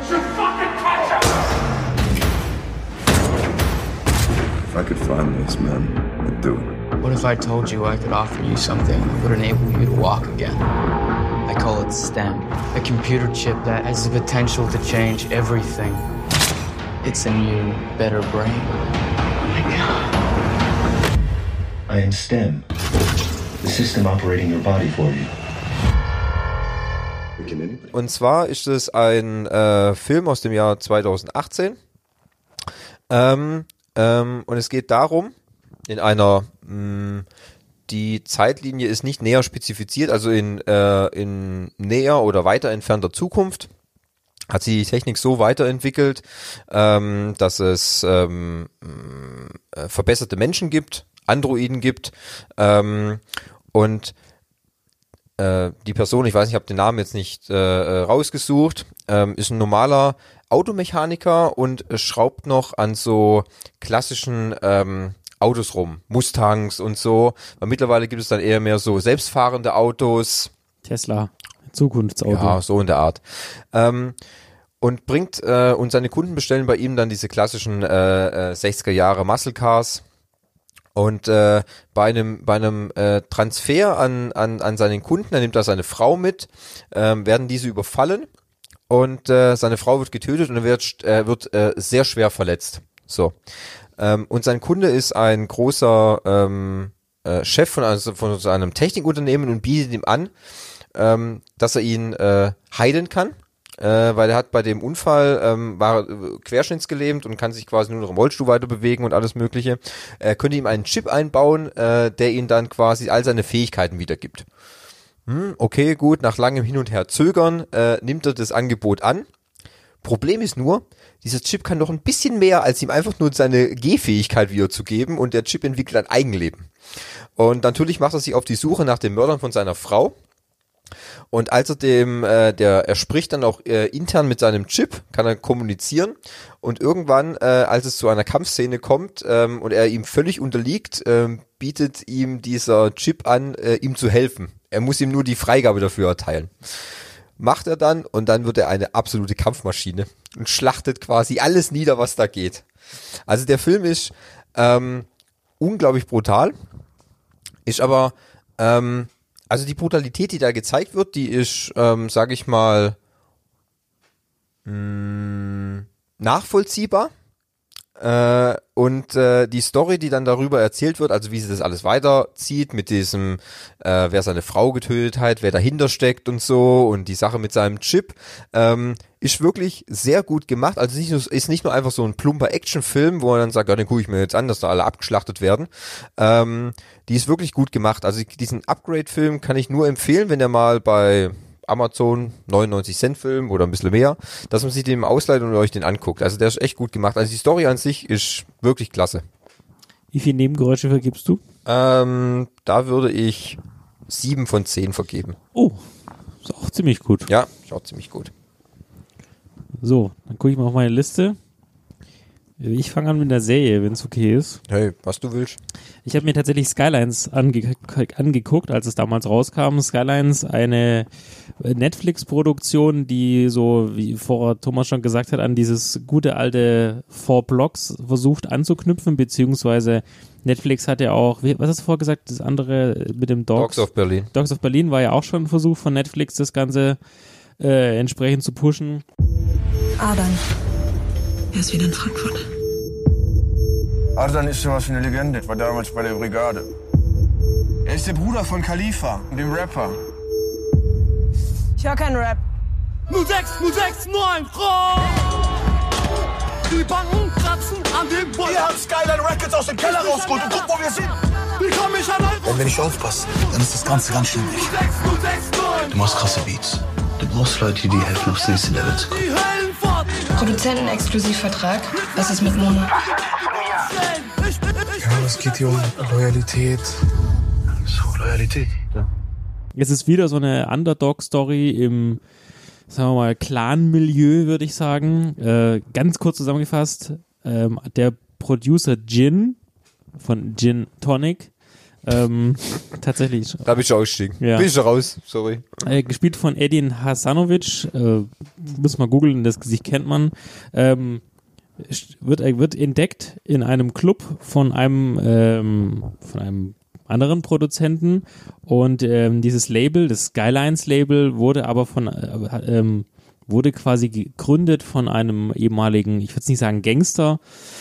If I could find those men, I'd do it. What if I told you I could offer you something that would enable you to walk again? I call it STEM, a computer chip that has the potential to change everything. It's a new, better brain. I am STEM, the system operating your body for you. Und zwar ist es ein äh, Film aus dem Jahr zweitausendachtzehn. Ähm, ähm, und es geht darum, in einer, mh, die Zeitlinie ist nicht näher spezifiziert, also in, äh, in näher oder weiter entfernter Zukunft hat sich die Technik so weiterentwickelt, ähm, dass es ähm, äh, verbesserte Menschen gibt, Androiden gibt ähm, und äh, die Person, ich weiß nicht, ich habe den Namen jetzt nicht äh, rausgesucht, ähm, ist ein normaler Automechaniker und äh, schraubt noch an so klassischen ähm, Autos rum, Mustangs und so, weil mittlerweile gibt es dann eher mehr so selbstfahrende Autos, Tesla, Zukunftsauto. ja, so in der Art. Ähm, und bringt, äh, und seine Kunden bestellen bei ihm dann diese klassischen äh, äh, sechziger Jahre Muscle Cars. Und äh, bei einem bei einem äh, Transfer an an an seinen Kunden, er nimmt da seine Frau mit, ähm, werden diese überfallen und äh, seine Frau wird getötet und er wird äh, wird äh, sehr schwer verletzt. So. Ähm, und sein Kunde ist ein großer ähm, äh, Chef von also von so einem Technikunternehmen und bietet ihm an, ähm, dass er ihn äh, heilen kann. Äh, weil er hat bei dem Unfall, ähm, war äh, querschnittsgelähmt und kann sich quasi nur noch im Rollstuhl weiter bewegen und alles mögliche. Er könnte ihm einen Chip einbauen, äh, der ihm dann quasi all seine Fähigkeiten wiedergibt. Hm, okay, gut, nach langem Hin und Her zögern, äh, nimmt er das Angebot an. Problem ist nur, dieser Chip kann doch ein bisschen mehr, als ihm einfach nur seine Gehfähigkeit wiederzugeben und der Chip entwickelt ein Eigenleben. Und natürlich macht er sich auf die Suche nach den Mördern von seiner Frau. Und als er dem, äh, der, er spricht dann auch äh, intern mit seinem Chip, kann er kommunizieren und irgendwann, äh, als es zu einer Kampfszene kommt ähm, und er ihm völlig unterliegt, ähm, bietet ihm dieser Chip an, äh, ihm zu helfen. Er muss ihm nur die Freigabe dafür erteilen. Macht er dann und dann wird er eine absolute Kampfmaschine und schlachtet quasi alles nieder, was da geht. Also der Film ist ähm, unglaublich brutal, ist aber ähm, also die Brutalität, die da gezeigt wird, die ist, ähm, sag ich mal, mh, nachvollziehbar. Äh, und äh, die Story, die dann darüber erzählt wird, also wie sie das alles weiterzieht, mit diesem, äh, wer seine Frau getötet hat, wer dahinter steckt und so und die Sache mit seinem Chip, ähm, ist wirklich sehr gut gemacht. Also nicht nur, ist nicht nur einfach so ein plumper Actionfilm, wo man dann sagt, ja, den gucke ich mir jetzt an, dass da alle abgeschlachtet werden. Ähm, die ist wirklich gut gemacht. Also diesen Upgrade-Film kann ich nur empfehlen, wenn der mal bei Amazon neunundneunzig Cent Film oder ein bisschen mehr, dass man sich den ausleiht und euch den anguckt. Also der ist echt gut gemacht. Also die Story an sich ist wirklich klasse. Wie viele Nebengeräusche vergibst du? Ähm, da würde ich sieben von zehn vergeben. Oh, ist auch ziemlich gut. Ja, ist auch ziemlich gut. So, dann gucke ich mal auf meine Liste. Ich fange an mit der Serie, wenn es okay ist. Hey, was du willst. Ich habe mir tatsächlich Skylines ange angeguckt, als es damals rauskam. Skylines, eine Netflix-Produktion, die so, wie vorher Thomas schon gesagt hat, an dieses gute alte Four Blocks versucht anzuknüpfen, beziehungsweise Netflix hat ja auch, wie, was hast du vorher gesagt, das andere mit dem Dogs? Dogs of Berlin. Dogs of Berlin war ja auch schon ein Versuch von Netflix, das Ganze äh, entsprechend zu pushen. Adern. Er ist wieder in Frankfurt. Ardan ist sowas wie eine Legende, war damals bei der Brigade. Er ist der Bruder von Khalifa, dem Rapper. Ich höre keinen Rap. null sechs, null sechs, neun, die Banken kratzen an dem Boden. Wir haben Skyline Records aus dem Keller rausgeholt und guck, wo wir sind. Wie komm ich an Und wenn ich aufpasse, dann ist das Ganze ganz schlimm. Du machst krasse Beats. Du brauchst Leute, die dir helfen, aufs nächste Level zu kommen. Produzenten-Exklusivvertrag. Was ist mit Mona? Ja, es geht hier um Loyalität. So, Loyalität. Ja. Es ist wieder so eine Underdog-Story im, sagen wir mal, Clan-Milieu, würde ich sagen. Äh, ganz kurz zusammengefasst, ähm, der Producer Gin von Gin Tonic, ähm, tatsächlich. Da bin ich ausgestiegen. Ja. Bin ich schon raus, sorry. Äh, gespielt von Edin Hasanovic, äh, muss mal googeln, das Gesicht kennt man. Ähm, wird, wird entdeckt in einem Club von einem, ähm, von einem anderen Produzenten und ähm, dieses Label, das Skylines Label, wurde aber von, äh, ähm, wurde quasi gegründet von einem ehemaligen, ich würde es nicht sagen Gangster,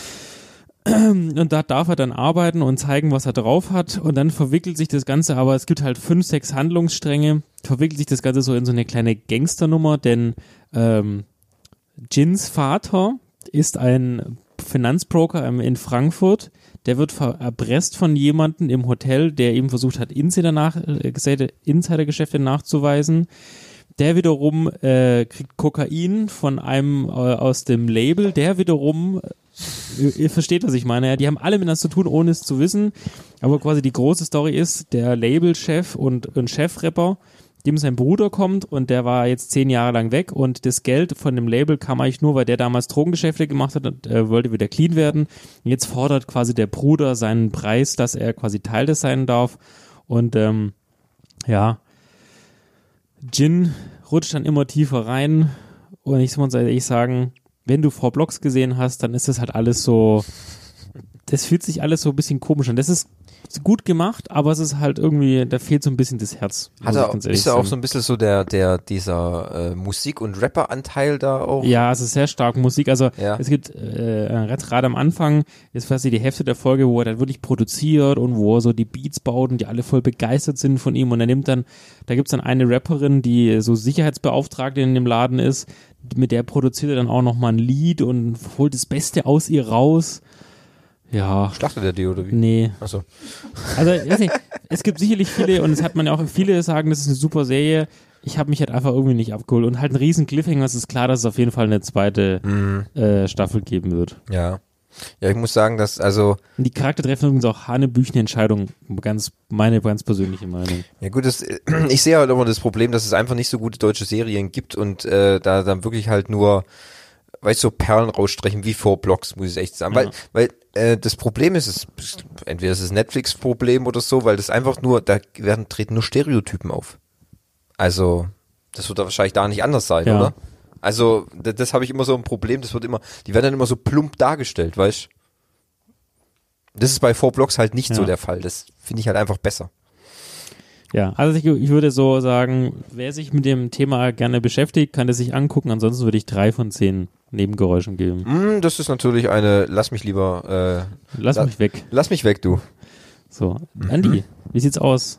und da darf er dann arbeiten und zeigen, was er drauf hat und dann verwickelt sich das Ganze, aber es gibt halt fünf, sechs Handlungsstränge, verwickelt sich das Ganze so in so eine kleine Gangsternummer, denn ähm, Gins Vater ist ein Finanzbroker in Frankfurt, der wird erpresst von jemandem im Hotel, der ihm versucht hat, Insider nach, Insidergeschäfte nachzuweisen. Der wiederum äh, kriegt Kokain von einem äh, aus dem Label, der wiederum, ihr, ihr versteht, was ich meine, ja, die haben alle miteinander zu tun, ohne es zu wissen, aber quasi die große Story ist, der Labelchef und, und Chefrapper, dem sein Bruder kommt und der war jetzt zehn Jahre lang weg und das Geld von dem Label kam eigentlich nur, weil der damals Drogengeschäfte gemacht hat und äh, wollte wieder clean werden. Und jetzt fordert quasi der Bruder seinen Preis, dass er quasi Teil des sein darf und ähm, ja, Gin rutscht dann immer tiefer rein und ich muss ehrlich sagen, wenn du Four Blocks gesehen hast, dann ist das halt alles so, das fühlt sich alles so ein bisschen komisch an. Das ist gut gemacht, aber es ist halt irgendwie, da fehlt so ein bisschen das Herz. Hat er, ist da auch so ein bisschen so der, der, dieser äh, Musik- und Rapper-Anteil da auch? Ja, es ist sehr stark Musik. Also ja. Es gibt äh, gerade am Anfang, ist fast die Hälfte der Folge, wo er dann wirklich produziert und wo er so die Beats baut und die alle voll begeistert sind von ihm und er nimmt dann, da gibt's dann eine Rapperin, die so Sicherheitsbeauftragte in dem Laden ist, mit der produziert er dann auch nochmal ein Lied und holt das Beste aus ihr raus. Ja. Schlachtet er die oder wie? Nee. Achso. Also, ich weiß nicht, es gibt sicherlich viele, und es hat man ja auch, viele sagen, das ist eine super Serie. Ich habe mich halt einfach irgendwie nicht abgeholt. Und halt ein riesen Cliffhanger, es ist klar, dass es auf jeden Fall eine zweite Mhm. äh, Staffel geben wird. Ja. Ja, ich muss sagen, dass, also. Und die Charakter treffen übrigens auch hanebüchene Entscheidungen. Ganz, meine ganz persönliche Meinung. Ja gut, das, ich sehe halt immer das Problem, dass es einfach nicht so gute deutsche Serien gibt und äh, da dann wirklich halt nur, weißt du, so Perlen rausstrechen wie vor Blocks, muss ich echt sagen. Ja. Weil, weil äh, das Problem ist, es, entweder ist es Netflix-Problem oder so, weil das einfach nur, da werden treten nur Stereotypen auf. Also, das wird da wahrscheinlich da nicht anders sein, Ja. oder? Also, das, das habe ich immer so ein Problem, das wird immer, die werden dann immer so plump dargestellt, weißt du? Das ist bei Four Blocks halt nicht Ja. so der Fall. Das finde ich halt einfach besser. Ja, also ich, ich würde so sagen, wer sich mit dem Thema gerne beschäftigt, kann es sich angucken. Ansonsten würde ich drei von zehn Nebengeräuschen geben. Mm, das ist natürlich eine, lass mich lieber, äh, Lass la- mich weg. Lass mich weg, du. So, Andi, wie sieht's aus?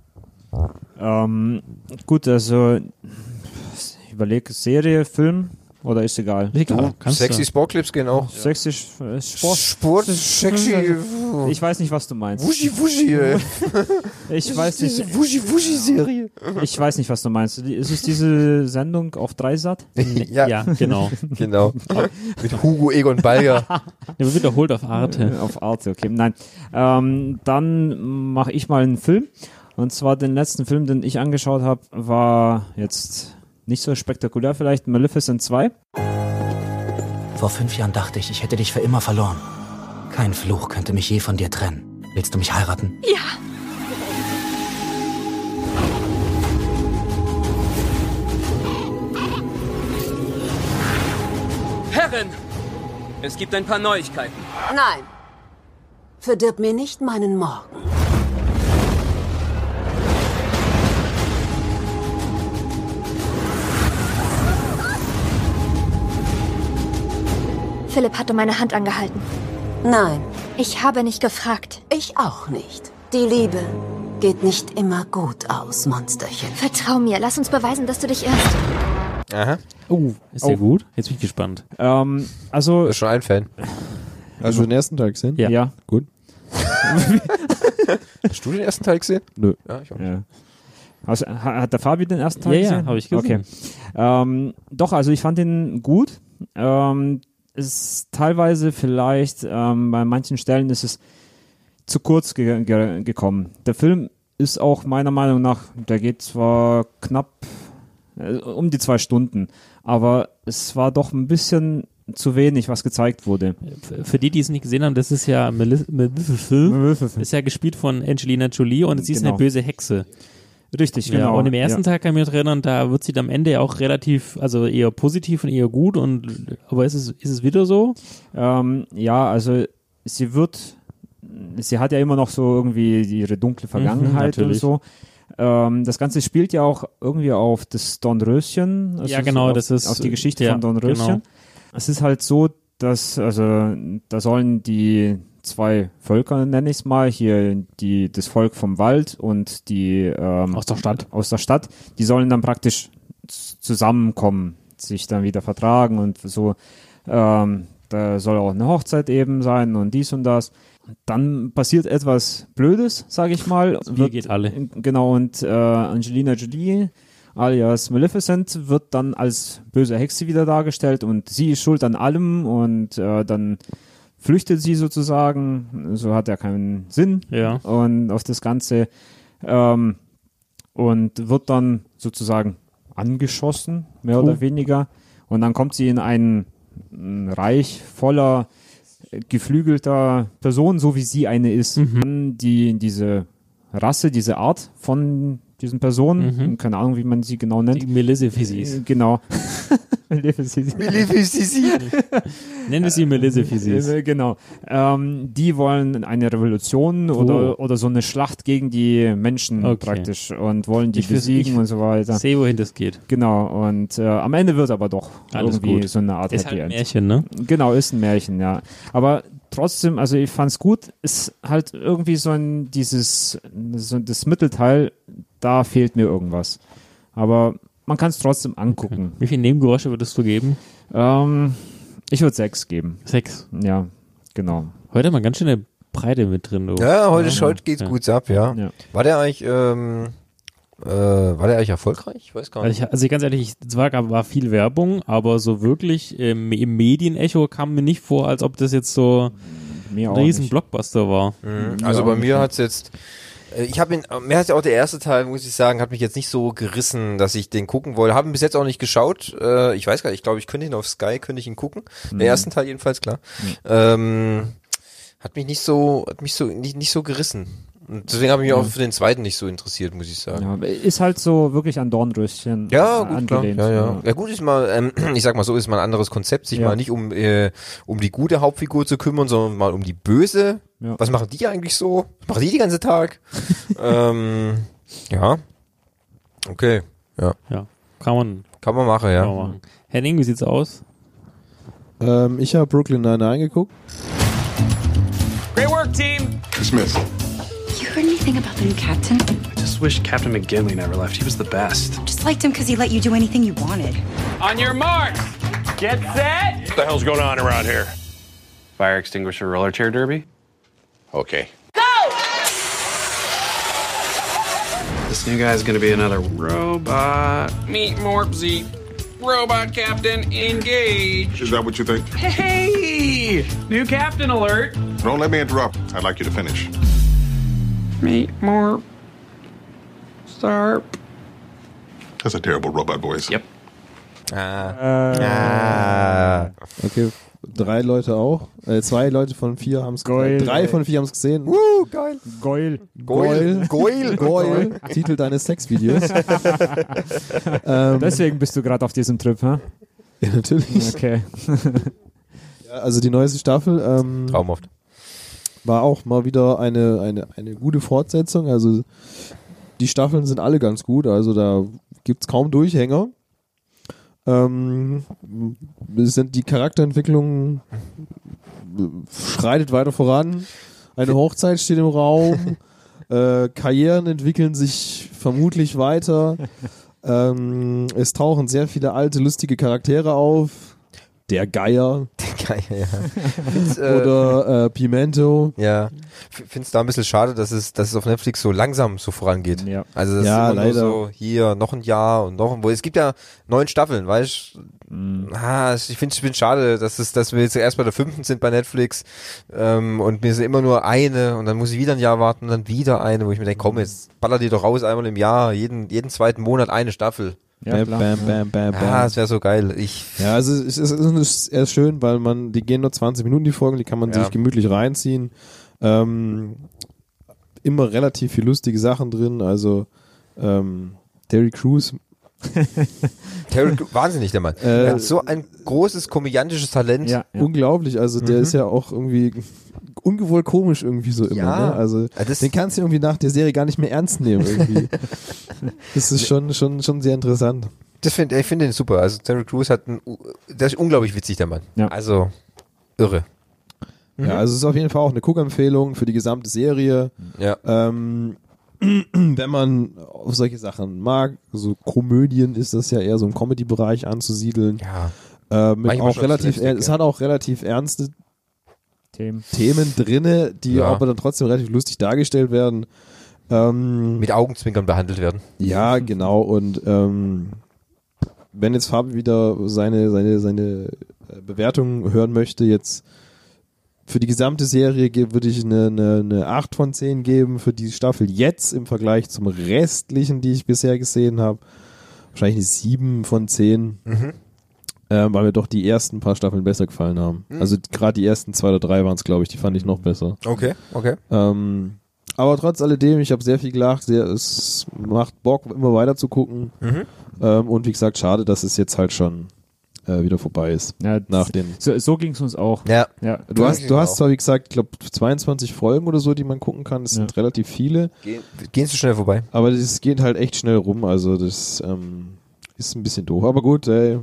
Ähm, gut, also ich überlege, Serie, Film oder ist egal? Egal, kannst Sexy du. Sportclips gehen auch. Sexy äh, Sport. Sport, sexy. Ich weiß nicht, was du meinst. Wuschi Wuschi, ey. Ich weiß nicht. Diese Wuschi Wuschi Serie. Ich weiß nicht, was du meinst. Ist es diese Sendung auf Dreisat? Ja, Ja, genau. genau. Mit Hugo Egon Balger. Der wird wiederholt auf Arte. Auf Arte, okay. Nein. Ähm, dann mache ich mal einen Film. Und zwar den letzten Film, den ich angeschaut habe, war jetzt nicht so spektakulär vielleicht, Maleficent zwei. Vor fünf Jahren dachte ich, ich hätte dich für immer verloren. Kein Fluch könnte mich je von dir trennen. Willst du mich heiraten? Ja. Herrin, es gibt ein paar Neuigkeiten. Nein. Verdirb mir nicht meinen Morgen. Philipp hat um meine Hand angehalten. Nein, Ich habe nicht gefragt. ich auch nicht. Die Liebe geht nicht immer gut aus, Monsterchen. Vertrau mir, lass uns beweisen, dass du dich irrst. Aha. Oh, ist der Oh. gut? Jetzt bin ich gespannt. Ähm, also, Das ist schon ein Fan. Hast du den ersten Teil gesehen? Ja. ja. Gut. Hast du den ersten Teil gesehen? Nö. Ja, ich auch. Ja. Hast, ha- hat der Fabi den ersten Teil Ja, ja, gesehen? habe ich gesehen. Okay. Ähm, doch, also ich fand den gut. Ähm, es ist teilweise vielleicht, ähm, bei manchen Stellen ist es zu kurz ge ge gekommen. Der Film ist auch meiner Meinung nach, der geht zwar knapp äh, um die zwei Stunden, aber es war doch ein bisschen zu wenig, was gezeigt wurde. F- Für die, die es nicht gesehen haben, das ist ja Meli- Maleficent, ist ja gespielt von Angelina Jolie und sie ist Genau. eine böse Hexe. Richtig, Ja, genau. und im ersten ja. Teil kann ich mich erinnern, da wird sie am Ende auch relativ, also eher positiv und eher gut und aber ist es, ist es wieder so? Ähm, ja, also sie wird, sie hat ja immer noch so irgendwie ihre dunkle Vergangenheit und natürlich. so. Ähm, das Ganze spielt ja auch irgendwie auf das Dornröschen. Also Ja, genau, auf, das ist- auf die Geschichte ja, von Dornröschen. genau. Es ist halt so, dass, also da sollen die zwei Völker, nenne ich es mal, hier die, das Volk vom Wald und die ähm, Aus der Stadt. aus der Stadt, die sollen dann praktisch z- zusammenkommen, sich dann wieder vertragen und so. Ähm, da soll auch eine Hochzeit eben sein und dies und das. Dann passiert etwas Blödes, sage ich mal. Das Bier geht alle. Genau, und äh, Angelina Jolie alias Maleficent wird dann als böse Hexe wieder dargestellt und sie ist schuld an allem und äh, dann flüchtet sie sozusagen, so hat ja keinen Sinn Ja. und auf das Ganze ähm, und wird dann sozusagen angeschossen, mehr oder Oh. weniger, und dann kommt sie in ein, ein Reich voller äh, geflügelter Personen, so wie sie eine ist, Mhm. die diese Rasse, diese Art von diesen Personen, Mhm. keine Ahnung, wie man sie genau nennt. Die Maleficent. Äh, Genau. Maleficent. Nennen wir sie Maleficent. Äh, Genau. Ähm, die wollen eine Revolution oder, oder so eine Schlacht gegen die Menschen Okay. praktisch und wollen die Ich- besiegen ich und so weiter. Sehe, wohin das geht. Genau. Und äh, am Ende wird aber doch Alles irgendwie gut. so eine Art Ist Happy halt ein End. Märchen, ne? Genau, ist ein Märchen, ja. Aber trotzdem, also ich fand's gut, ist halt irgendwie so ein, dieses, so das Mittelteil, da fehlt mir irgendwas. Aber man kann es trotzdem angucken. Wie viele Nebengeräusche würdest du geben? Ähm, ich würde sechs geben. Sechs. Ja, genau. Heute mal ganz schöne Breite mit drin. Du. Ja, heute, ja, heute geht's ja. gut ab, ja. Ja. War der eigentlich, ähm, äh, war der eigentlich erfolgreich? Ich weiß gar Also, nicht. ich, also ganz ehrlich, es war, war viel Werbung, aber so wirklich ähm, im Medienecho kam mir nicht vor, als ob das jetzt so Mir ein auch riesen nicht. Blockbuster war. Mhm. Also bei mir hat's jetzt, äh, ich habe ihn, mir hat ja auch der erste Teil, muss ich sagen, hat mich jetzt nicht so gerissen, dass ich den gucken wollte. Habe ihn bis jetzt auch nicht geschaut. Äh, ich weiß gar nicht, ich glaube, ich könnte ihn auf Sky, könnte ich ihn gucken. Mhm. Den ersten Teil jedenfalls, klar. Mhm. Ähm, hat mich nicht so, hat mich so nicht, nicht so gerissen. Und deswegen habe ich mich Ja. auch für den zweiten nicht so interessiert, muss ich sagen. Ja, ist halt so wirklich an Dornröschen Ja, äh, gut, klar. angelehnt. Ja, ja. Ja, gut ist mal, ähm, ich sag mal so, ist mal ein anderes Konzept, sich Ja. mal nicht um äh, um die gute Hauptfigur zu kümmern, sondern mal um die böse. Ja. Was machen die eigentlich so? Was machen die den ganzen Tag? ähm, ja. Okay. Ja. Ja, kann man, Kann man machen, ja. kann man machen. Henning, wie sieht's aus? Ähm, ich habe Brooklyn Nine-Nine geguckt. Great work, team! Dismissed. You heard anything about the new captain? I just wish Captain McGinley never left. He was the best. Just liked him because he let you do anything you wanted. On your marks! Get set! What the hell's going on around here? Fire extinguisher roller chair derby? Okay. Go! This new guy's gonna be another robot. Meet Morpsey. Robot Captain, engage! Is that what you think? Hey! New Captain alert! Don't let me interrupt. I'd like you to finish. Meet more... Starp. That's a terrible robot voice. Yep. Ah. Äh, Ah. Okay, drei Leute auch. Äh, zwei Leute von vier haben es Geil. gesehen. Drei von vier haben es gesehen. Uh, geil. Geil. Goil. Goil. Goil. Titel deines Sexvideos. ähm, Deswegen bist du gerade auf diesem Trip, hä? ja, natürlich. Okay. Ja, also die neueste Staffel ähm, Traumhaft. war auch mal wieder eine, eine, eine gute Fortsetzung. Also die Staffeln sind alle ganz gut. Also da gibt's kaum Durchhänger. Ähm, es sind die Charakterentwicklung schreitet weiter voran. Eine Hochzeit steht im Raum. Äh, Karrieren entwickeln sich vermutlich weiter. Ähm, es tauchen sehr viele alte, lustige Charaktere auf. Der Geier. Geil, ja. Find's, äh, Oder äh, Pimento. Ja. Find's da ein bisschen schade, dass es, dass es auf Netflix so langsam so vorangeht. Ja. Also das Ja, ist immer nur leider. so hier noch ein Jahr und noch ein, wo es gibt ja neun Staffeln, weißt du? Mhm. Ah, ich finde ich find schade, dass es, dass wir jetzt erst bei der fünften sind bei Netflix ähm, und mir ist immer nur eine und dann muss ich wieder ein Jahr warten und dann wieder eine, wo ich mir denke, komm, jetzt baller die doch raus einmal im Jahr, jeden, jeden zweiten Monat eine Staffel. Ja, bam, klar. bam, bam, bam, bam. Ah, das wäre so geil. Ich Ja, also es ist, es ist eher schön, weil man, die gehen nur zwanzig Minuten die Folgen, die kann man Ja. sich gemütlich reinziehen. Ähm, immer relativ viel lustige Sachen drin, also ähm, Terry Crews. Terry, wahnsinnig der Mann. Äh, er hat so ein großes komödiantisches Talent. Ja, ja. Unglaublich, also der Mhm. ist ja auch irgendwie ungewollt komisch irgendwie so immer. Ja. Ne? Also Ja, das- den kannst du irgendwie nach der Serie gar nicht mehr ernst nehmen irgendwie. Das ist schon, schon, schon sehr interessant. Das find, ich finde den super. Also Terry Crews hat ein, der ist unglaublich witzig, der Mann. Ja. Also irre. Ja, also es ist auf jeden Fall auch eine Guckempfehlung für die gesamte Serie. Ja. Ähm, wenn man auf solche Sachen mag, so Komödien ist das ja eher so im Comedy-Bereich anzusiedeln. Ja. Äh, mit Manchmal auch schon relativ, Slapstick, es ja. hat auch relativ ernste Themen. Themen drinne, die Ja. aber dann trotzdem relativ lustig dargestellt werden. Ähm, Mit Augenzwinkern behandelt werden. ja, genau. Und ähm, wenn jetzt Fabi wieder seine, seine, seine äh, Bewertung hören möchte, jetzt für die gesamte Serie ge- würde ich eine, eine, eine acht von zehn geben, für die Staffel jetzt im Vergleich zum restlichen, die ich bisher gesehen habe. Wahrscheinlich eine sieben von zehn, Mhm. ähm, weil mir doch die ersten paar Staffeln besser gefallen haben. Mhm. Also gerade die ersten zwei oder drei waren es, glaube ich, die fand ich noch besser. Okay, okay. Ähm, aber trotz alledem, ich habe sehr viel gelacht, sehr, es macht Bock, immer weiter zu gucken. Mhm. Ähm, und wie gesagt, schade, dass es jetzt halt schon äh, wieder vorbei ist. Ja, Nach den. so so ging es uns auch. Ja. Ja. Du hast, du hast zwar, wie gesagt, ich glaube, zweiundzwanzig Folgen oder so, die man gucken kann. Das sind relativ viele. Gehen, gehen zu schnell vorbei. Aber das geht halt echt schnell rum. Also das ähm, ist ein bisschen doof. Aber gut, ey,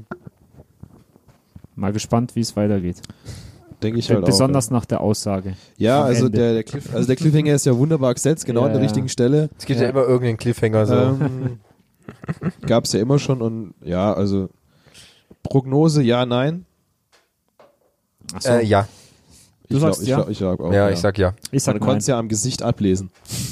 Mal gespannt, wie es weitergeht. denke ich halt Besonders auch. nach der Aussage. Ja, am also Ende. der, der, Cliff, also der Cliffhanger ist ja wunderbar gesetzt, genau Ja, an der ja. richtigen Stelle. Es gibt ja, immer irgendeinen Cliffhanger. So. Ähm, gab's ja immer schon und ja, also Prognose, ja, nein. Ach so. Äh, ja. Du ich sagst glaub, ja? Ich, glaub, ich sag auch, Ja, ich sag ja. Ich sag Man konnte es ja am Gesicht ablesen.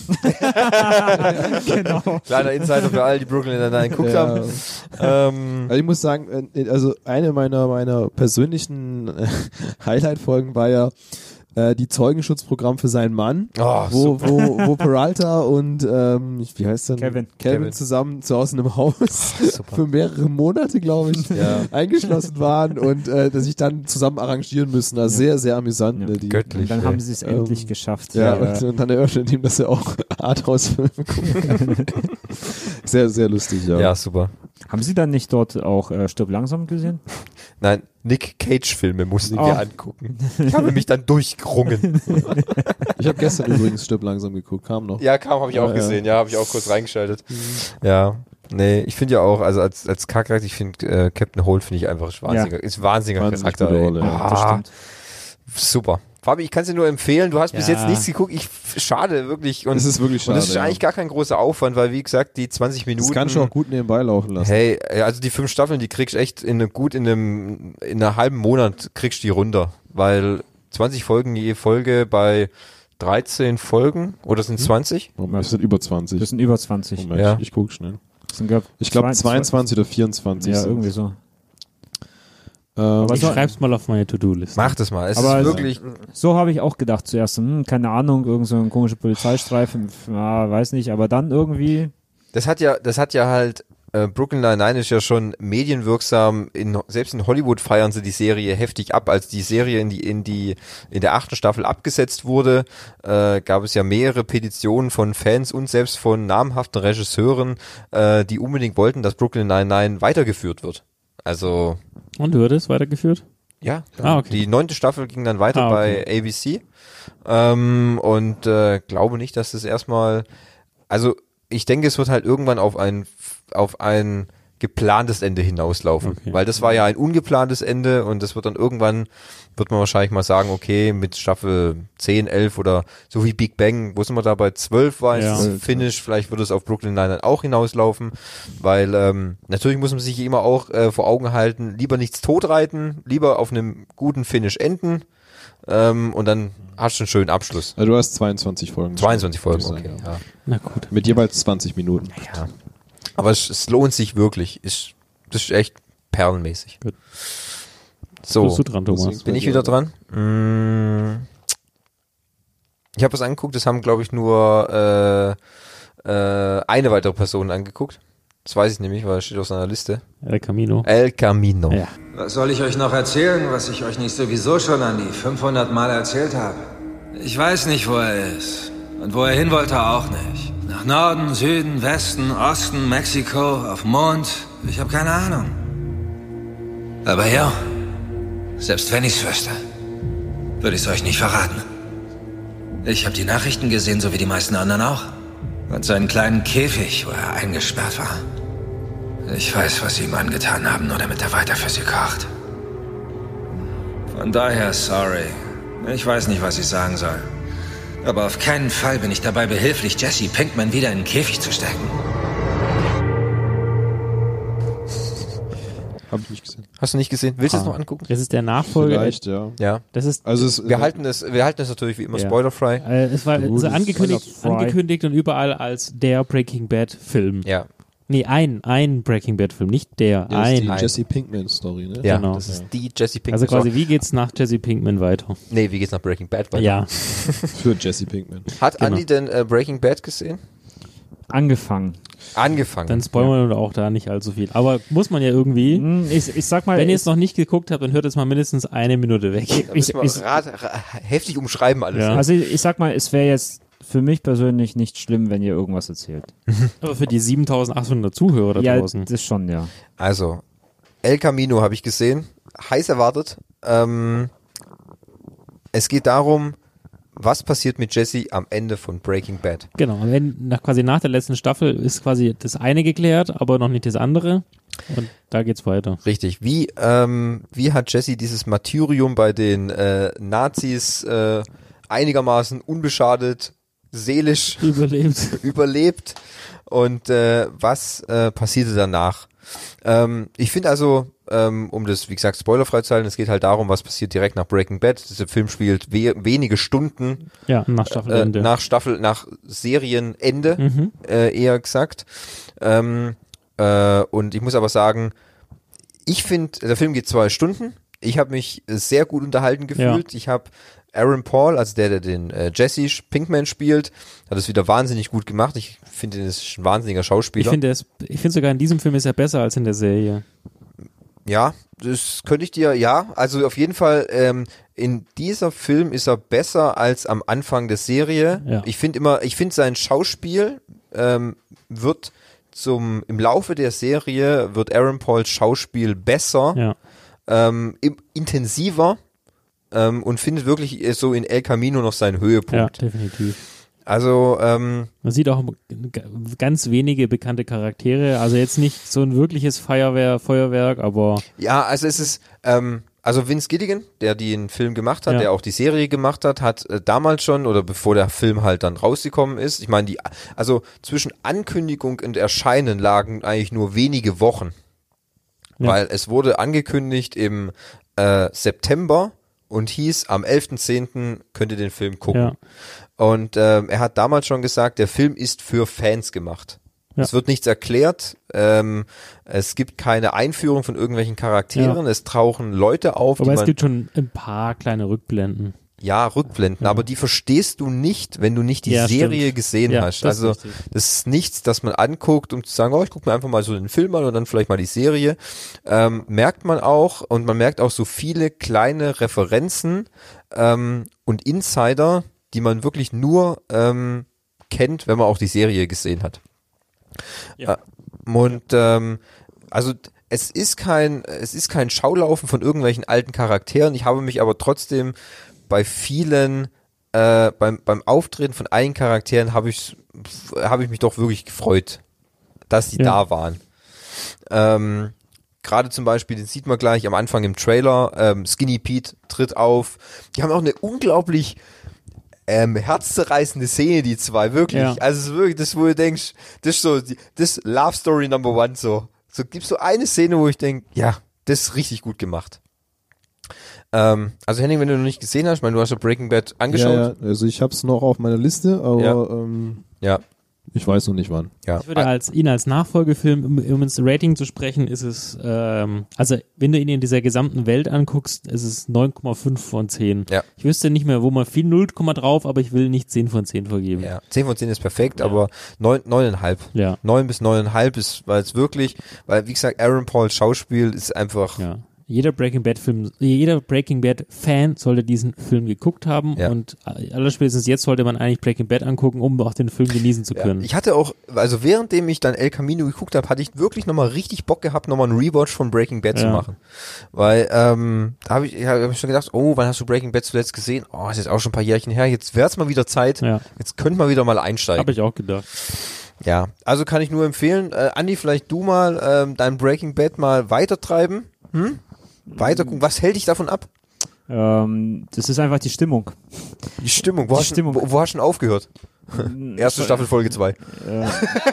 Genau. Kleiner Insider für alle, die Brooklyn Nine-Nine geguckt Ja. haben. Ähm, Also ich muss sagen, äh, also eine meiner meiner persönlichen äh, Highlight-Folgen war ja äh, die Zeugenschutzprogramm für seinen Mann, Oh, wo, super. wo, wo Peralta und ähm, wie heißt denn? Kevin. Kevin, Kevin. zusammen zu Hause in einem Haus super. für mehrere Monate, glaube ich, Ja. eingeschlossen waren und äh, dass sich dann zusammen arrangieren müssen. Also sehr, sehr amüsant. Ja. Ne, die, Göttlich. Und dann ey. haben sie es Ähm, endlich geschafft. Ja, Ja, und, und dann eröffnet ihm, dass er auch Arthouse-Filme gucken kann. Sehr, sehr lustig, ja. Ja, super. Haben Sie dann nicht dort auch äh, Stirb langsam gesehen? Nein, Nick Cage-Filme mussten Oh. wir angucken. Ich habe mich dann durchgerungen. Ich habe gestern übrigens Stirb langsam geguckt, kam noch. Ja, kaum habe ich auch Ja, gesehen. Ja, habe ich auch kurz reingeschaltet. Ja. Nee, ich finde ja auch, also als, als Charakter, ich finde äh, Captain Holt finde ich einfach wahnsinniger, ist wahnsinniger Wahnsinnig Charakter. gute ey. Rolle, ja, ah, das stimmt. Super. Fabi, ich kann es dir nur empfehlen. Du hast bis Ja. jetzt nichts geguckt. Ich, schade, wirklich. Und, Es ist wirklich und das schade, ist ja. eigentlich gar kein großer Aufwand, weil wie gesagt, die zwanzig Minuten. Das kannst du auch gut nebenbei laufen lassen. Hey, also die fünf Staffeln, die kriegst du echt in eine, gut in einem, in einer halben Monat kriegst du die runter. Weil zwanzig Folgen je Folge bei dreizehn Folgen oder sind es zwanzig? Moment, das sind über zwanzig. Das sind über zwanzig. Moment, Ja. ich, ich guck schnell. Das sind, glaub, Ich glaube zwei- zweiundzwanzig oder vierundzwanzig. Ja, sind. irgendwie so. Ähm, Ich so- schreib's mal auf meine To-Do-Liste. Mach das mal. Es Aber ist es- wirklich. So habe ich auch gedacht zuerst. Hm, keine Ahnung, irgend so ein komischer Polizeistreifen, ja, weiß nicht, aber dann irgendwie. Das hat ja, das hat ja halt, äh, Brooklyn Nine-Nine ist ja schon medienwirksam, in, selbst in Hollywood feiern sie die Serie heftig ab. Als die Serie in die, in die, in der achten Staffel abgesetzt wurde, äh, gab es ja mehrere Petitionen von Fans und selbst von namhaften Regisseuren, äh, die unbedingt wollten, dass Brooklyn Nine-Nine weitergeführt wird. Also, Und wird es weitergeführt? ja, Ah, okay. die neunte Staffel ging dann weiter Ah, okay. bei A B C ähm, und äh, glaube nicht, dass das erstmal, also ich denke, es wird halt irgendwann auf ein auf ein geplantes Ende hinauslaufen, Okay. weil das war ja ein ungeplantes Ende und das wird dann irgendwann, wird man wahrscheinlich mal sagen, okay, mit Staffel zehn, elf oder so wie Big Bang, wo sind wir da bei zwölf war jetzt Ja. das Finish, vielleicht wird es auf Brooklyn Nine-Nine auch hinauslaufen, weil ähm, natürlich muss man sich immer auch äh, vor Augen halten, lieber nichts totreiten, lieber auf einem guten Finish enden ähm, und dann hast du einen schönen Abschluss. also du hast zweiundzwanzig Folgen. zweiundzwanzig Folgen, Würde ich okay. sagen, Ja. Na gut. Mit jeweils zwanzig Minuten. Ja. Aber es, es lohnt sich wirklich. Ist, das ist echt perlenmäßig. Gut. So, Bist du dran, Thomas? bin ich wieder dran? Mm. Ich habe was angeguckt, das haben, glaube ich, nur äh, äh, eine weitere Person angeguckt. Das weiß ich nämlich, weil es steht auf seiner Liste. El Camino. El Camino. Ja. Was soll ich euch noch erzählen, was ich euch nicht sowieso schon an die fünfhundert Mal erzählt habe? Ich weiß nicht, wo er ist. Und wo er hin wollte, auch nicht. Nach Norden, Süden, Westen, Osten, Mexiko, auf Mond. Ich habe keine Ahnung. Aber ja, selbst wenn ich's wüsste, würde ich's euch nicht verraten. Ich habe die Nachrichten gesehen, so wie die meisten anderen auch. Und seinen kleinen Käfig, wo er eingesperrt war. Ich weiß, was sie ihm angetan haben, nur damit er weiter für sie kocht. Von daher, sorry. Ich weiß nicht, was ich sagen soll. Aber auf keinen Fall bin ich dabei behilflich, Jesse Pinkman wieder in den Käfig zu stecken. Habe ich nicht gesehen. Hast du nicht gesehen? Willst du es Ah. noch angucken? Das ist der Nachfolger. Vielleicht, ja. Ja. Das ist, Also es, Wir halten es, wir halten es natürlich wie immer Ja. spoilerfrei. äh, es war Gut, so es ist angekündigt, spoilerfrei. angekündigt und überall als der Breaking Bad Film. Ja. Nee, ein, ein Breaking Bad Film, nicht der, ja, das ist ein. die ein. Jesse Pinkman Story, ne? Ja, Genau. das ist die Jesse Pinkman. Also quasi, wie geht's nach Jesse Pinkman weiter? Nee, wie geht's nach Breaking Bad weiter? Ja. Für Jesse Pinkman. Hat Genau. Andi denn äh, Breaking Bad gesehen? Angefangen. Angefangen. Dann spoilern wir auch da nicht allzu viel. Aber muss man ja irgendwie. Hm, Ich, ich sag mal, Wenn ihr ich, es noch nicht geguckt habt, dann hört es mal mindestens eine Minute weg. Da müssen wir ich- rat, ra, heftig umschreiben alles. Ja. Ne? also ich, ich sag mal, es wäre jetzt für mich persönlich nicht schlimm, wenn ihr irgendwas erzählt. Aber für die siebentausendachthundert Zuhörer da Ja, draußen. das schon, ja. Also, El Camino habe ich gesehen. Heiß erwartet. Ähm, es geht darum, was passiert mit Jesse am Ende von Breaking Bad. Genau, und wenn nach, quasi nach der letzten Staffel ist quasi das eine geklärt, aber noch nicht das andere. Und da geht's weiter. Richtig. Wie, ähm, wie hat Jesse dieses Martyrium bei den äh, Nazis äh, einigermaßen unbeschadet, seelisch Überlebt. überlebt und äh, was äh, passierte danach? Ähm, ich finde also, ähm, um das, wie gesagt, spoilerfrei zu halten, es geht halt darum, was passiert direkt nach Breaking Bad. Dieser Film spielt we- wenige Stunden ja, nach Staffelende. Äh, nach Staffel, nach Serienende, Mhm. äh, eher gesagt. Ähm, äh, und ich muss aber sagen, ich finde, der Film geht zwei Stunden. Ich habe mich sehr gut unterhalten gefühlt. Ja. Ich habe Aaron Paul, also der, der den äh, Jesse Pinkman spielt, hat es wieder wahnsinnig gut gemacht. Ich finde, er ist ein wahnsinniger Schauspieler. Ich finde es, ich finde sogar in diesem Film ist er besser als in der Serie. Ja, das könnte ich dir, ja, also auf jeden Fall, ähm, in dieser Film ist er besser als am Anfang der Serie. Ja. Ich finde immer, ich finde sein Schauspiel ähm, wird zum, im Laufe der Serie wird Aaron Pauls Schauspiel besser, Ja. ähm, im, intensiver ähm, und findet wirklich so in El Camino noch seinen Ja, Höhepunkt. definitiv. Also, ähm, Man sieht auch g- ganz wenige bekannte Charaktere, also jetzt nicht so ein wirkliches Feuerwehr, Feuerwerk, aber ja, also es ist, ähm, also Vince Gilligan, der den Film gemacht hat, Ja. der auch die Serie gemacht hat, hat äh, damals schon oder bevor der Film halt dann rausgekommen ist, ich meine, die, also zwischen Ankündigung und Erscheinen lagen eigentlich nur wenige Wochen, Ja. weil es wurde angekündigt im äh, September und hieß, am elften zehnten könnt ihr den Film gucken. Ja. Und ähm, er hat damals schon gesagt, der Film ist für Fans gemacht. Ja. Es wird nichts erklärt, ähm, es gibt keine Einführung von irgendwelchen Charakteren, Ja. es tauchen Leute auf, aber die es man, gibt schon ein paar kleine Rückblenden. ja, Rückblenden, Ja. aber die verstehst du nicht, wenn du nicht die Ja, Serie stimmt. gesehen Ja, hast. das ist Also richtig. das ist nichts, das man anguckt, um zu sagen, oh, ich gucke mir einfach mal so den Film an und dann vielleicht mal die Serie. Ähm, merkt man auch und man merkt auch so viele kleine Referenzen ähm, und Insider, die man wirklich nur ähm, kennt, wenn man auch die Serie gesehen hat. Ja. Äh, und ähm, also es ist kein, es ist kein Schaulaufen von irgendwelchen alten Charakteren. Ich habe mich aber trotzdem bei vielen, äh, beim, beim Auftreten von einigen Charakteren habe ich, habe ich mich doch wirklich gefreut, dass die Ja. da waren. Ähm, Gerade zum Beispiel, den sieht man gleich am Anfang im Trailer, ähm, Skinny Pete tritt auf. Die haben auch eine unglaublich ähm, herzzerreißende Szene, die zwei, wirklich. Ja. Also es ist wirklich das, wo du denkst, das ist so, die- das Love Story Number One, so. So gibt's so eine Szene, wo ich denke, ja, das ist richtig gut gemacht. Ähm, also Henning, wenn du noch nicht gesehen hast, ich meine, du hast ja Breaking Bad angeschaut. Ja, ja, also ich hab's noch auf meiner Liste, aber Ja. ähm, Ja. ich weiß noch nicht wann. Ja. Ich würde als, ihn als Nachfolgefilm, um, um ins Rating zu sprechen, ist es, ähm, also wenn du ihn in dieser gesamten Welt anguckst, ist es neun Komma fünf von zehn. Ja. Ich wüsste nicht mehr, wo man viel null drauf, aber ich will nicht zehn von zehn vergeben. Ja, zehn von zehn ist perfekt, aber neun, neuneinhalb. Ja. neun bis neuneinhalb ist, weil es wirklich, weil wie gesagt, Aaron Pauls Schauspiel ist einfach, Ja. Jeder Breaking Bad Film, jeder Breaking Bad Fan sollte diesen Film geguckt haben Ja. und allerspätestens jetzt sollte man eigentlich Breaking Bad angucken, um auch den Film genießen zu ja. können. Ich hatte auch, also währenddem ich dann El Camino geguckt habe, hatte ich wirklich nochmal richtig Bock gehabt, nochmal einen Rewatch von Breaking Bad zu Ja. machen. Weil, ähm, da habe ich, ja, hab ich schon gedacht, oh, wann hast du Breaking Bad zuletzt gesehen? Oh, ist jetzt auch schon ein paar Jährchen her, jetzt wär's mal wieder Zeit, Ja. jetzt könnte man wieder mal einsteigen. Habe ich auch gedacht. Ja, also kann ich nur empfehlen, äh, Andi, vielleicht du mal ähm, dein Breaking Bad mal weitertreiben, hm? Weiter gucken, was hält dich davon ab? Ähm, das ist einfach die Stimmung. Die Stimmung, wo, Die hast, du- Stimmung. Wo, wo hast du denn aufgehört? Erste Staffel, Folge zwei. Äh,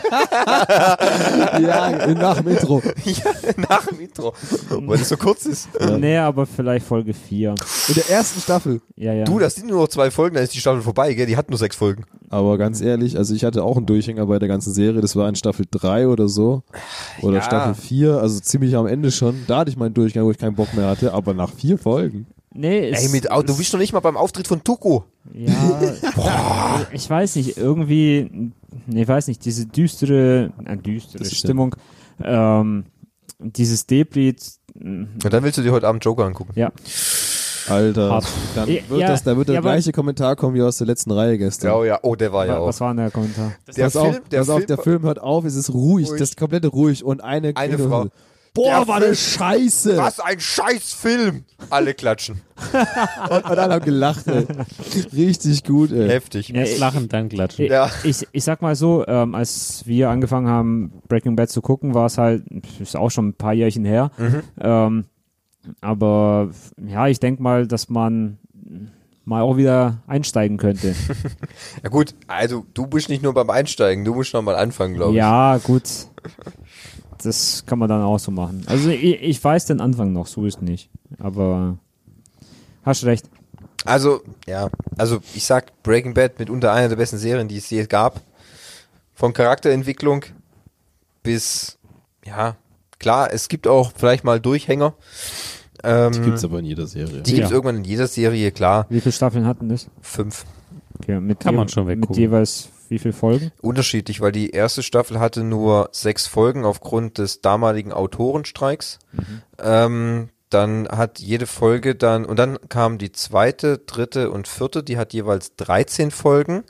Ja, nach dem Intro. Ja, nach dem Intro. Weil das so kurz ist. Nee, aber vielleicht Folge vier. In der ersten Staffel. Ja, ja. Du, das sind nur noch zwei Folgen, dann ist die Staffel vorbei, gell? Die hat nur sechs Folgen. Aber ganz ehrlich, also ich hatte auch einen Durchhänger bei der ganzen Serie, das war in Staffel drei oder so. Oder Ja. Staffel vier, also ziemlich am Ende schon. Da hatte ich meinen Durchgang, wo ich keinen Bock mehr hatte, aber nach vier Folgen. Nee, es, Ey, mit, Au- du bist noch nicht mal beim Auftritt von Tuko. Ja, ich weiß nicht, irgendwie, nee, ich weiß nicht, diese düstere, äh, düstere Das stimmt. Stimmung, ähm, dieses Debris, mh, Und dann willst du dir heute Abend Joker angucken. ja. Alter, Hart. dann Ja, wird ja, das, da wird der ja, aber- gleiche Kommentar kommen wie aus der letzten Reihe gestern. Ja, oh ja, oh, der war ja Wa- auch. Was war denn der Kommentar? Der pass Film- auf, der pass auf, Film- der Film hört auf, es ist ruhig, Ruhig. das ist komplett ruhig und eine, Eine Frau. Boah, Der war eine Film- Scheiße! Was ein scheiß Film! Alle klatschen. Und, und alle haben gelacht, ey. Richtig gut, ey. Heftig. Ja, Erst ich- lachen, dann klatschen. Ja. Ich, ich sag mal so, ähm, als wir angefangen haben, Breaking Bad zu gucken, war es halt, ist auch schon ein paar Jährchen her. Mhm. Ähm, aber ja, ich denke mal, dass man mal auch wieder einsteigen könnte. Ja gut, also du bist nicht nur beim Einsteigen, du musst noch mal anfangen, glaube ich. Ja, gut. das kann man dann auch so machen. Also ich, ich weiß den Anfang noch, so ist nicht. Aber hast recht. Also, ja, also ich sag Breaking Bad mitunter einer der besten Serien, die es je gab. Von Charakterentwicklung bis, ja, klar, es gibt auch vielleicht mal Durchhänger. Ähm, Die gibt's aber in jeder Serie. Die gibt's Ja. irgendwann in jeder Serie, klar. Wie viele Staffeln hatten das? Fünf. Okay, mit Kann je- man schon Mit weggucken. jeweils wie viele Folgen? Unterschiedlich, weil die erste Staffel hatte nur sechs Folgen aufgrund des damaligen Autorenstreiks. Ähm, dann hat jede Folge dann, und dann kam die zweite, dritte und vierte, die hat jeweils dreizehn Folgen.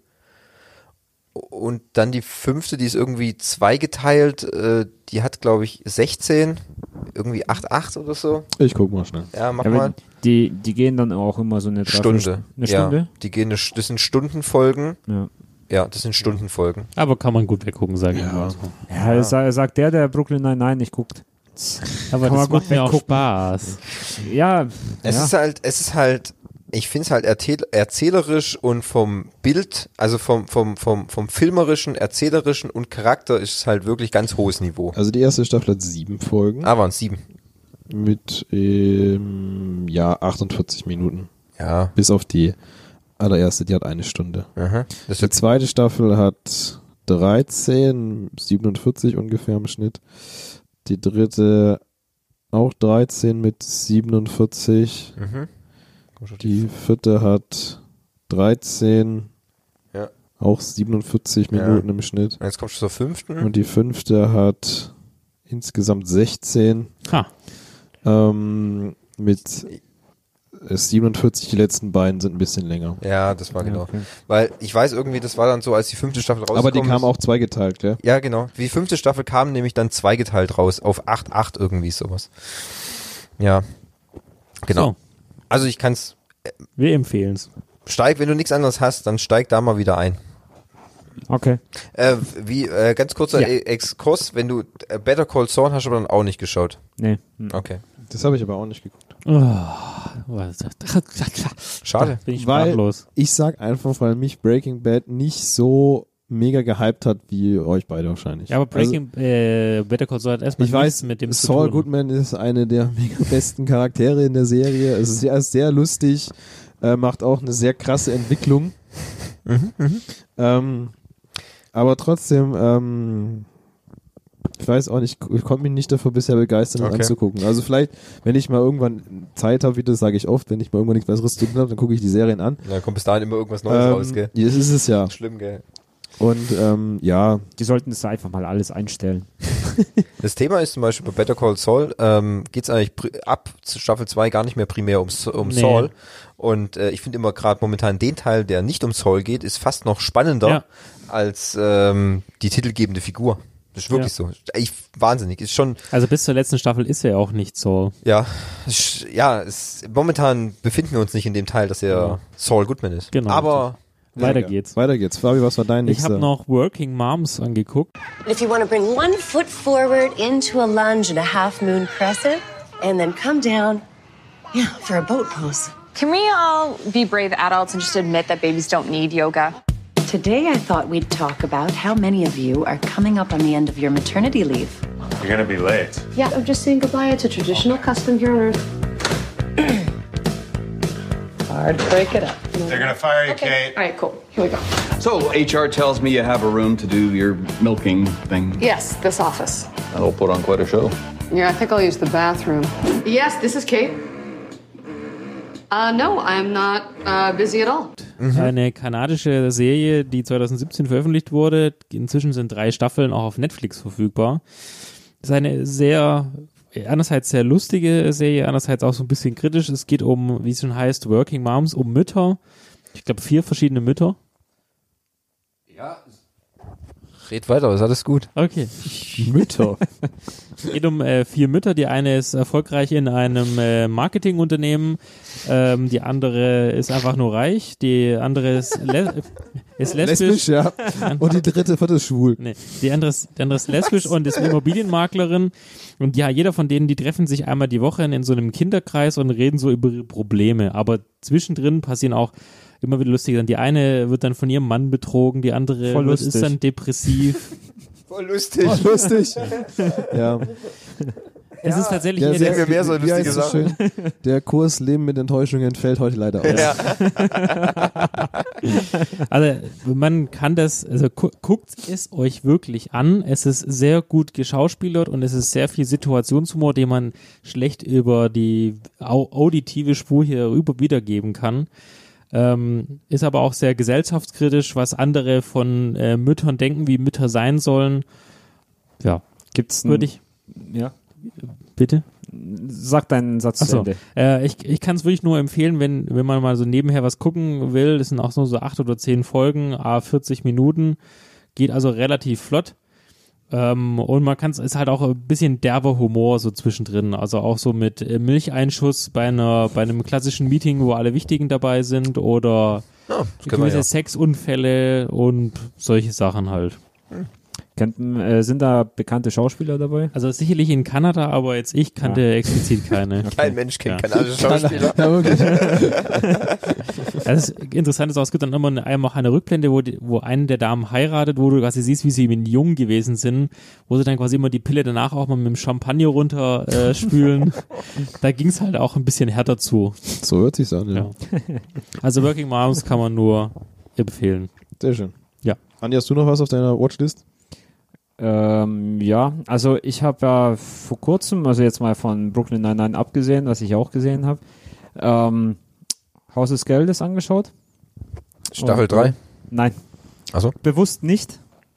Und dann die fünfte, die ist irgendwie zweigeteilt, äh, die hat, glaube ich, sechzehn, irgendwie acht, acht oder so. Ich guck mal schnell. Ja, mach Ja, aber mal. die, die gehen dann auch immer so eine Stunde. Dreiviertel- Eine Stunde? Ja, die gehen, eine, das sind Stundenfolgen. Ja. Ja, das sind Stundenfolgen. Aber kann man gut weggucken, sage ich mal. Ja, das sa- sagt der, der Brooklyn Nine-Nine nicht guckt. Aber Kann das man macht mir auch weggucken. Spaß. Ja, Es ja. ist halt, es ist halt, ich finde es halt erzähl erzählerisch und vom Bild, also vom, vom, vom, vom filmerischen, erzählerischen und Charakter ist es halt wirklich ganz hohes Niveau. Also die erste Staffel hat sieben Folgen. Ah, waren es sieben. Mit, ähm, ja, achtundvierzig Minuten. Ja. Bis auf die allererste, die hat eine Stunde. Aha. Das Die ist zweite Staffel hat dreizehn, siebenundvierzig ungefähr im Schnitt. Die dritte auch dreizehn mit siebenundvierzig. Mhm. Die vierte hat dreizehn, Ja. auch siebenundvierzig Ja. Minuten im Schnitt. Und jetzt kommst du zur fünften. Und die fünfte hat insgesamt sechzehn. Ha. Ähm, mit äh, siebenundvierzig, die letzten beiden sind ein bisschen länger. Ja, das war Ja, genau. okay. Weil ich weiß irgendwie, das war dann so, als die fünfte Staffel rausgekommen Aber die kam ist. auch zweigeteilt, gell? Ja, genau. Die fünfte Staffel kam nämlich dann zweigeteilt raus, auf acht acht irgendwie sowas. Ja. Genau. So. Also ich kann's, Wir empfehlen es. steig, wenn du nichts anderes hast, dann steig da mal wieder ein. Okay. Äh, wie, äh, ganz kurzer Ja. E- Exkurs, wenn du äh, Better Call Saul hast, aber dann auch nicht geschaut. Nee. Hm. Okay. Das habe ich aber auch nicht geguckt. Oh, Schade. Bin ich Weil sprachlos. ich sag einfach, weil mich Breaking Bad nicht so mega gehypt hat wie euch beide wahrscheinlich. Ja, aber Breaking, äh, Better Call Saul hat also, erstmal ich nichts weiß, mit dem zu Saul tun. Goodman ist eine der mega besten Charaktere in der Serie. Es ist sehr, sehr lustig, äh, macht auch eine sehr krasse Entwicklung. Mhm, mhm. Ähm, aber trotzdem, ähm, ich weiß auch nicht, ich konnte mich nicht dafür bisher begeistern, das Okay. anzugucken. Also vielleicht, wenn ich mal irgendwann Zeit habe, wie das sage ich oft, wenn ich mal irgendwann nichts Besseres zu tun habe, dann gucke ich die Serien an. Da kommt bis dahin immer irgendwas Neues Ähm, raus, gell? ja, das ist es ja. Schlimm, gell? Und ähm, ja, Die sollten das einfach mal alles einstellen. Das Thema ist zum Beispiel bei Better Call Saul, ähm, geht's eigentlich pri- ab zu Staffel zwei gar nicht mehr primär um, S- um Nee. Saul. Und äh, ich finde immer gerade momentan den Teil, der nicht um Saul geht, ist fast noch spannender Ja. als ähm, die titelgebende Figur. Das ist wirklich so. Ich, wahnsinnig. Ist schon, Also bis zur letzten Staffel ist er auch nicht so. ja, ist, ja, es, momentan befinden wir uns nicht in dem Teil, dass er Ja. Saul Goodman ist. Genau. Aber Weiter ja, geht's. Weiter geht's. Fabi, was war dein Ich nächster? habe noch Working Moms angeguckt. If you want to bring one foot forward into a lunge and a half moon crescent, and then come down, yeah, for a boat pose. Can we all be brave adults and just admit that babies don't need yoga? Today I thought we'd talk about how many of you are coming up on the end of your maternity leave. You're gonna be late. Yeah, I'm just saying goodbye. It's a traditional custom here on Earth. Hard to break it up. They're gonna fire you, Kate. All right, cool. Here we go. So, H R tells me you have a room to do your milking thing. Yes, this office. That'll put on quite a show. Yeah, I think I'll use the bathroom. Yes, this is Kate. Uh, no, I'm not uh, busy at all. Eine kanadische Serie, die zwanzig siebzehn veröffentlicht wurde. Inzwischen sind drei Staffeln auch auf Netflix verfügbar. Das ist eine sehr, einerseits sehr lustige Serie, andererseits auch so ein bisschen kritisch. Es geht um, wie es schon heißt, Working Moms, um Mütter. Ich glaube, vier verschiedene Mütter. ja, red weiter, ist alles gut. Okay. Mütter. Es geht um äh, vier Mütter. Die eine ist erfolgreich in einem äh, Marketingunternehmen. Ähm, die andere ist einfach nur reich. Die andere ist, le ist lesbisch. Lesbisch, ja. Und die dritte, vierte ist schwul. Nee, die andere ist, die andere ist lesbisch und ist Immobilienmaklerin. Und ja, jeder von denen, die treffen sich einmal die Woche in so einem Kinderkreis und reden so über ihre Probleme. Aber zwischendrin passieren auch immer wieder lustige Sachen. Die eine wird dann von ihrem Mann betrogen, die andere Voll wird, lustig. ist dann depressiv. Voll lustig. Voll lustig. Ja. Es ist tatsächlich Der, eher der, mir mehr so wie lustige heißt es Sachen. schön? Der Kurs Leben mit Enttäuschungen fällt heute leider aus. Ja. Also man kann das, also gu guckt es euch wirklich an. Es ist sehr gut geschauspielert und es ist sehr viel Situationshumor, den man schlecht über die au auditive Spur hier rüber wiedergeben kann. Ähm, ist aber auch sehr gesellschaftskritisch, was andere von äh, Müttern denken, wie Mütter sein sollen. Ja, gibt's würde ich. Ja. Bitte? Sag deinen Satz zu Achso. Ende. Äh, ich ich kann es wirklich nur empfehlen, wenn wenn man mal so nebenher was gucken will. Das sind auch so, so acht oder zehn Folgen, à vierzig Minuten. Geht also relativ flott. Ähm, und man kann es, ist halt auch ein bisschen derber Humor so zwischendrin. Also auch so mit äh, Milcheinschuss bei einer bei einem klassischen Meeting, wo alle Wichtigen dabei sind oder Ja, gewisse ja. Sexunfälle und solche Sachen halt. Hm. Kennt, äh, sind da bekannte Schauspieler dabei? Also sicherlich in Kanada, aber jetzt ich kannte Ja. explizit keine. Kein Mensch kennt Ja. kanadische Schauspieler. Ja, wirklich. Das ist interessant, ist auch, es gibt dann immer eine, einmal auch eine Rückblende, wo, die, wo eine der Damen heiratet, wo du quasi siehst, wie sie mit jung gewesen sind, wo sie dann quasi immer die Pille danach auch mal mit dem Champagner runter äh, spülen. Da ging es halt auch ein bisschen härter zu. So hört sich's an, ja. Ja. Also Working Moms kann man nur empfehlen. Sehr schön. Ja. Andi, hast du noch was auf deiner Watchlist? Ähm, ja, also ich habe ja vor kurzem, also jetzt mal von Brooklyn Nine-Nine abgesehen, was ich auch gesehen habe, ähm, Haus des Geldes angeschaut. Staffel Und, drei? äh, Nein. Achso. Bewusst nicht.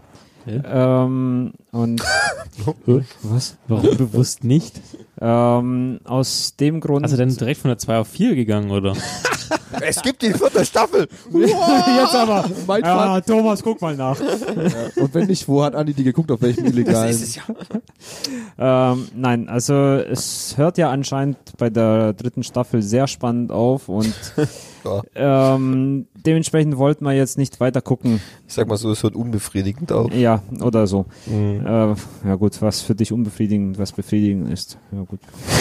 Ähm, und was? Warum bewusst nicht? Ähm, aus dem Grund. Also dann direkt von der zwei auf vier gegangen, oder? Es gibt die vierte Staffel. Jetzt aber. Mein Ja, Thomas, guck mal nach. Ja. Und wenn nicht, wo hat Andi die geguckt, auf welchem illegalen? Das ist es ja. Ähm, nein, also es hört ja anscheinend bei der dritten Staffel sehr spannend auf und Ja. ähm, dementsprechend wollten wir jetzt nicht weiter gucken. Ich sag mal so, es hört unbefriedigend auf. Ja, oder so. Mhm. Äh, ja gut, was für dich unbefriedigend, was befriedigend ist. Ja gut.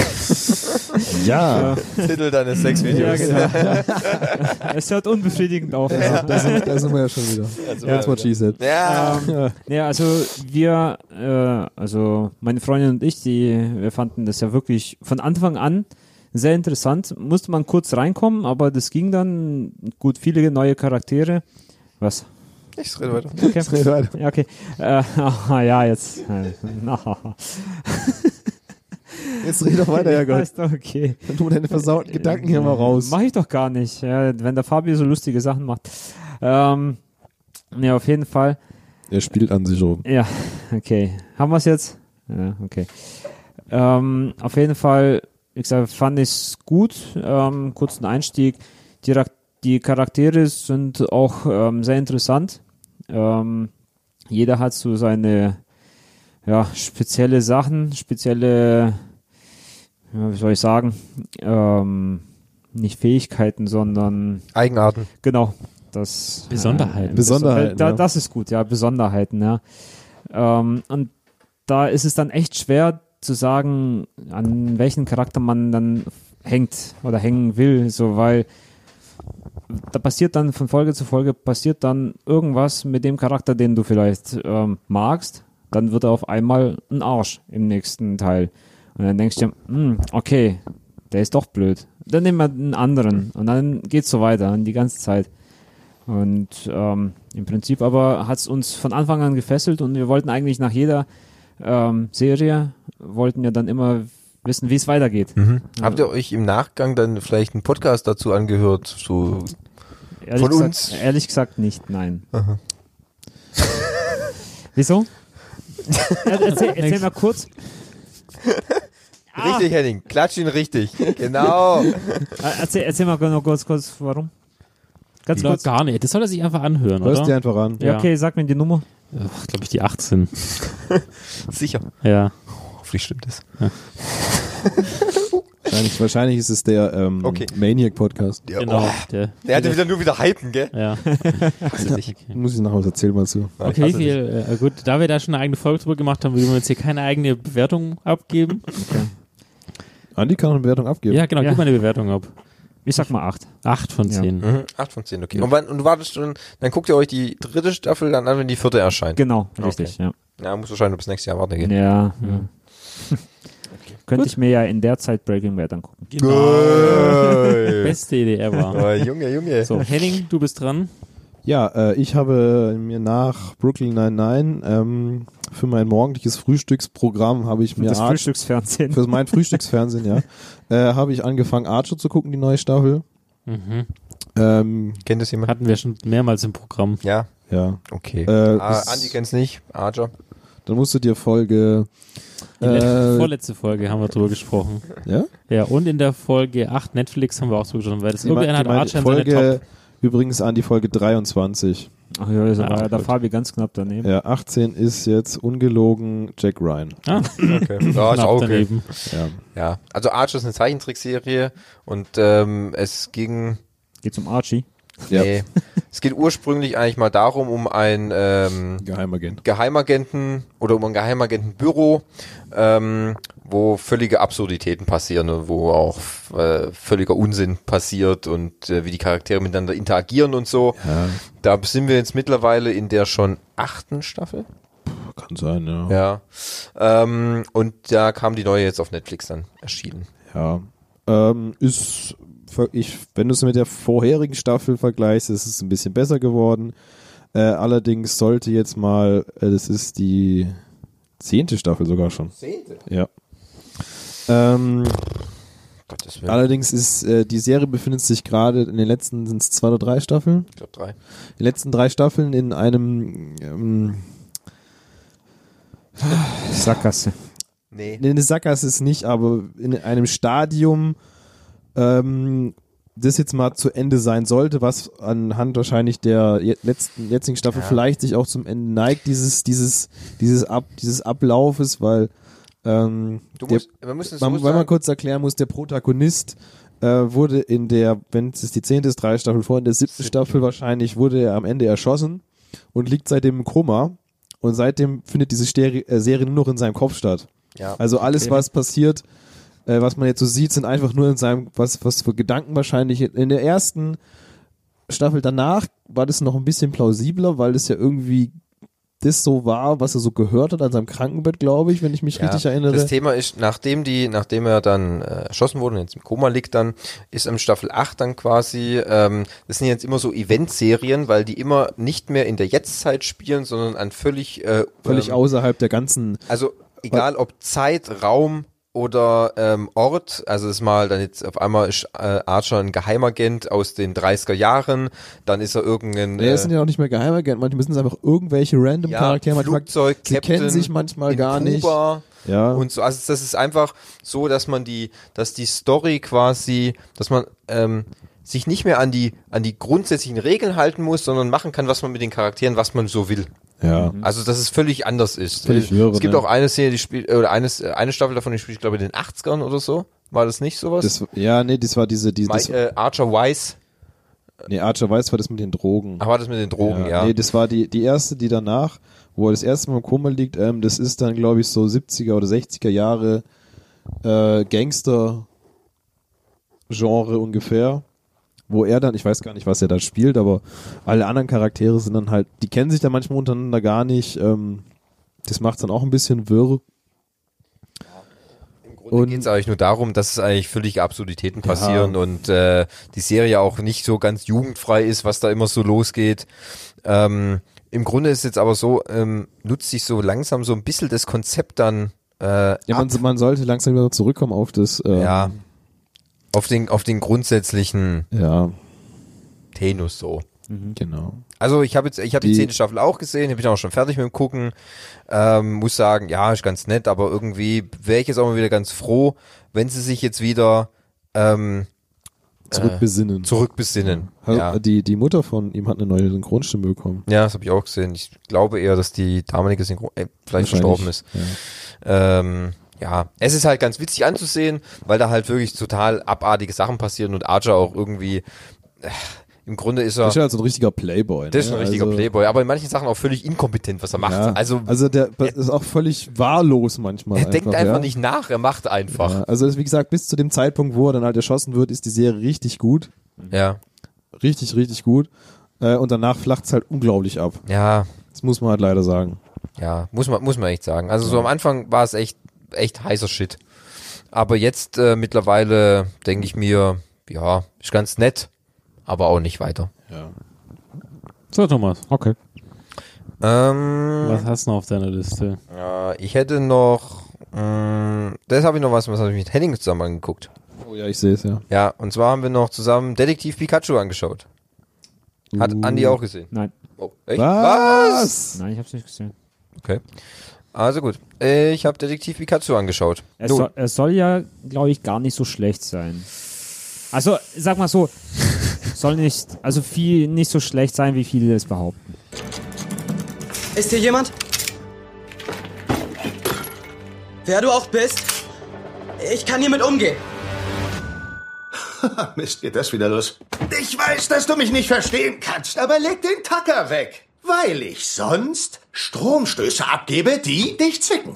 Ja. Titel deines Sexvideos. Ja, genau. Es hört unbefriedigend auf. Ja. Da, sind, da sind wir ja schon wieder. Also, That's what she said. Ja. Ähm, ja, also wir, äh, also meine Freundin und ich, die, wir fanden das ja wirklich von Anfang an sehr interessant. Musste man kurz reinkommen, aber das ging dann. Gut, viele neue Charaktere. Was? Ich rede weiter. Okay. Ich rede weiter. Ja, okay. Äh, ah, ja, jetzt. Äh, Jetzt red doch weiter, ja Gott. Ist doch okay. Dann tu deine versauten Gedanken hier mal raus. Mach ich doch gar nicht, ja, wenn der Fabio so lustige Sachen macht. Ähm, ja, auf jeden Fall. Er spielt an sich rum. Ja, okay. Haben wir es jetzt? Ja, okay. Ähm, auf jeden Fall, wie gesagt, fand ich es gut. Ähm, kurzen Einstieg. Die, die Charaktere sind auch ähm, sehr interessant. Ähm, jeder hat so seine ja, spezielle Sachen, spezielle, ja, wie soll ich sagen, ähm, nicht Fähigkeiten, sondern Eigenarten. Genau. Das, Besonderheiten. Äh, Besonderheiten, da, ja. Das ist gut, ja, Besonderheiten, ja. Ähm, und da ist es dann echt schwer zu sagen, an welchen Charakter man dann hängt oder hängen will, so, weil da passiert dann von Folge zu Folge passiert dann irgendwas mit dem Charakter, den du vielleicht ähm, magst, dann wird er auf einmal ein Arsch im nächsten Teil. Und dann denkst du dir, hm, okay, der ist doch blöd. Dann nehmen wir einen anderen und dann geht's so weiter und die ganze Zeit. Und ähm, im Prinzip aber hat es uns von Anfang an gefesselt und wir wollten eigentlich nach jeder ähm, Serie, wollten wir dann immer wissen, wie es weitergeht. Mhm. Ja. Habt ihr euch im Nachgang dann vielleicht einen Podcast dazu angehört? So ehrlich von gesagt, uns? Ehrlich gesagt nicht, nein. Aha. Wieso? erzähl, erzähl mal kurz. Richtig, Henning. Klatsch ihn richtig. Genau. erzähl, erzähl mal noch kurz, kurz, warum? Ganz Ja, kurz. gar nicht. Das soll er sich einfach anhören, Hörst oder? dir einfach an. Ja, okay, sag mir die Nummer. Glaube ich, die achtzehn. Sicher. Ja. Hoffentlich stimmt das. Ja. Wahrscheinlich, wahrscheinlich ist es der ähm, Okay. Maniac-Podcast. Ja, Genau. oh. Der, Der hatte wieder nur wieder hypen, gell? ja. Hasse dich. Muss ich nachher was erzählen mal zu. Nein, Okay, wie hasse dich. viel, äh, gut, da wir da schon eine eigene Folge drüber gemacht haben, würden wir jetzt hier keine eigene Bewertung abgeben. Andi kann noch eine Bewertung abgeben. Ja, genau, Ja. gib mal eine Bewertung ab. Ich sag mal acht. Acht von Ja. zehn. Mhm. Acht von zehn, okay. Und, wann, und du wartest schon, dann guckt ihr euch die dritte Staffel dann an, wenn die vierte erscheint. Genau, richtig, Okay. ja. Ja, muss wahrscheinlich bis nächstes Jahr warten gehen. Ja. ja. Könnte ich mir ja in der Zeit Breaking Bad angucken. Genau. Beste Idee ever. Oh, Junge, Junge. So, Henning, du bist dran. Ja, äh, ich habe mir nach Brooklyn Nine-Nine ähm, für mein morgendliches Frühstücksprogramm habe ich mir das Arch- Frühstücksfernsehen. Für mein Frühstücksfernsehen, ja. Äh, habe ich angefangen, Archer zu gucken, die neue Staffel. Mhm. Ähm, Kennt das jemand? Hatten wir schon mehrmals im Programm. Ja. Ja. Okay. Äh, ah, Andi kennt's nicht. Archer. Dann musst du dir Folge Die äh, vorletzte Folge haben wir drüber gesprochen. Ja? Ja, und in der Folge acht Netflix haben wir auch drüber gesprochen, weil das die, me- irgendeiner die hat meine Archer in seine Folge Top. übrigens an die Folge dreiundzwanzig. Ach ja, das Ah, war ja der gut. Fabi ganz knapp daneben. Ja, achtzehn ist jetzt ungelogen Jack Ryan. Ah, Okay. Ja, ist knapp auch okay. daneben. Ja. Ja. Also Archer ist eine Zeichentrickserie und ähm, es ging. Geht's um Archie? Ja. Nee. Es geht ursprünglich eigentlich mal darum, um ein ähm, Geheimagent. Geheimagenten oder um ein Geheimagentenbüro, ähm, wo völlige Absurditäten passieren und wo auch äh, völliger Unsinn passiert und äh, wie die Charaktere miteinander interagieren und so. Ja. Da sind wir jetzt mittlerweile in der schon achten Staffel. Kann sein, ja. Ja. Ähm, und da kam die neue jetzt auf Netflix dann erschienen. Ja. Ähm, ist, ich, wenn du es mit der vorherigen Staffel vergleichst, ist es ein bisschen besser geworden. Äh, allerdings sollte jetzt mal, äh, das ist die zehnte Staffel sogar schon. Zehnte? Ja. Ähm, Gottes Willen. allerdings ist, äh, die Serie befindet sich gerade in den letzten, sind es zwei oder drei Staffeln? Ich glaube drei. Die letzten drei Staffeln in einem, ähm, Sackgasse. Nee. Nee, eine Sackgasse ist nicht, aber in einem Stadium, ähm, das jetzt mal zu Ende sein sollte, was anhand wahrscheinlich der je- letzten, jetzigen Staffel Ja. vielleicht sich auch zum Ende neigt, dieses, dieses, dieses Ab, dieses Ablaufes, weil, ähm, Du der, musst, wir müssen es so man, weil man sagen. kurz erklären muss, der Protagonist, äh, wurde in der, wenn es die zehnte ist, drei Staffel vor, in der siebten Staffel wahrscheinlich, wurde er am Ende erschossen und liegt seitdem im Koma und seitdem findet diese Steri- äh, Serie nur noch in seinem Kopf statt. Ja. Also alles, Okay. was passiert, äh, was man jetzt so sieht, sind einfach nur in seinem, was, was für Gedanken wahrscheinlich. In der ersten Staffel danach war das noch ein bisschen plausibler, weil das ja irgendwie das so war, was er so gehört hat an seinem Krankenbett, glaube ich, wenn ich mich Ja, richtig erinnere. Das Thema ist, nachdem die, nachdem er dann äh, erschossen wurde und jetzt im Koma liegt, dann ist im Staffel acht dann quasi, ähm, das sind jetzt immer so Eventserien, weil die immer nicht mehr in der Jetztzeit spielen, sondern an völlig äh, Völlig ähm, außerhalb der ganzen. also egal ob Zeit, Raum oder ähm, Ort, also ist mal dann jetzt auf einmal ist äh, Archer ein Geheimagent aus den dreißiger Jahren, dann ist er irgendein Nee, es sind ja auch nicht mehr Geheimagenten, manchmal sind es einfach irgendwelche random ja, Charaktere, manchmal Flugzeug, sie Captain kennen sich manchmal in gar nicht. Kuba Ja. und so. Also das ist einfach so, dass man die, dass die Story quasi, dass man ähm, sich nicht mehr an die an die grundsätzlichen Regeln halten muss, sondern machen kann, was man mit den Charakteren, was man so will. Ja. Also dass es völlig anders ist. Völlig es wirre, gibt ne? auch eine Szene, die spielt oder eines eine Staffel davon, die spielt, glaube ich, in den achtzigern oder so. War das nicht sowas? Das, ja, nee, das war diese, diese das, Mike, äh, Archer Weiss. nee, Archer Weiss war das mit den Drogen. Ach, war das mit den Drogen, ja. Nee, das war die, die erste, die danach, wo er das erste Mal im Koma liegt, ähm, das ist dann, glaube ich, so siebziger oder sechziger Jahre äh, Gangster-Genre ungefähr, wo er dann, ich weiß gar nicht, was er da spielt, aber alle anderen Charaktere sind dann halt, die kennen sich dann manchmal untereinander gar nicht, ähm, das macht dann auch ein bisschen wirr. Und geht es eigentlich nur darum, dass es eigentlich völlige Absurditäten passieren und äh, die Serie auch nicht so ganz jugendfrei ist, was da immer so losgeht. Ähm, Im Grunde ist es jetzt aber so, ähm, nutzt sich so langsam so ein bisschen das Konzept dann äh, Ja, man, ab. man sollte langsam wieder zurückkommen auf das, ähm, Ja, auf den, auf den grundsätzlichen ja, Tenus so. genau. Also ich habe jetzt, ich habe die Die- zehnte Staffel auch gesehen, ich bin auch schon fertig mit dem Gucken. Ähm, muss sagen, ja, ist ganz nett, aber irgendwie wäre ich jetzt auch mal wieder ganz froh, wenn sie sich jetzt wieder ähm, Zurückbesinnen. Äh, zurückbesinnen. Also, Ja. die, die Mutter von ihm hat eine neue Synchronstimme bekommen. Ja, das habe ich auch gesehen. Ich glaube eher, dass die damalige Synchron äh, vielleicht Wahrscheinlich, verstorben ist. Ja. Ähm, ja, es ist halt ganz witzig anzusehen, weil da halt wirklich total abartige Sachen passieren und Archer auch irgendwie äh, im Grunde ist er Das ist halt so ein richtiger Playboy. Das ist ne? ein richtiger also, Playboy, aber in manchen Sachen auch völlig inkompetent, was er macht. Ja, Also, also der ist auch völlig wahllos manchmal. er denkt einfach ja. nicht nach, er macht einfach. Ja, also wie gesagt, bis zu dem Zeitpunkt, wo er dann halt erschossen wird, ist die Serie richtig gut. Ja. Richtig, richtig gut. Äh, und danach flacht's halt unglaublich ab. Ja. Das muss man halt leider sagen. Ja, muss man, muss man echt sagen. Also so am Anfang war es echt, echt heißer Shit. Aber jetzt äh, mittlerweile denke ich mir, ja, ist ganz nett, aber auch nicht weiter. Ja. So, Thomas. Okay. Ähm, Was hast du noch auf deiner Liste? Ja, ich hätte noch, mh, das habe ich noch was, was habe ich mit Henning zusammen angeguckt. Oh ja, ich sehe es, ja. Ja, und zwar haben wir noch zusammen Detektiv Pikachu angeschaut. Hat Uh. Andi auch gesehen? Nein. Oh, echt? Was? Nein, ich hab's nicht gesehen. Okay. Also gut. Ich habe Detektiv Pikachu angeschaut. Es, Nun, soll, es soll ja, glaube ich, gar nicht so schlecht sein. Also, sag mal so, soll nicht, also viel, nicht so schlecht sein, wie viele es behaupten. Ist hier jemand? Wer du auch bist, ich kann hiermit umgehen. Mist, geht das wieder los? Ich weiß, dass du mich nicht verstehen kannst, aber leg den Tacker weg. Weil ich sonst Stromstöße abgebe, die dich zwicken.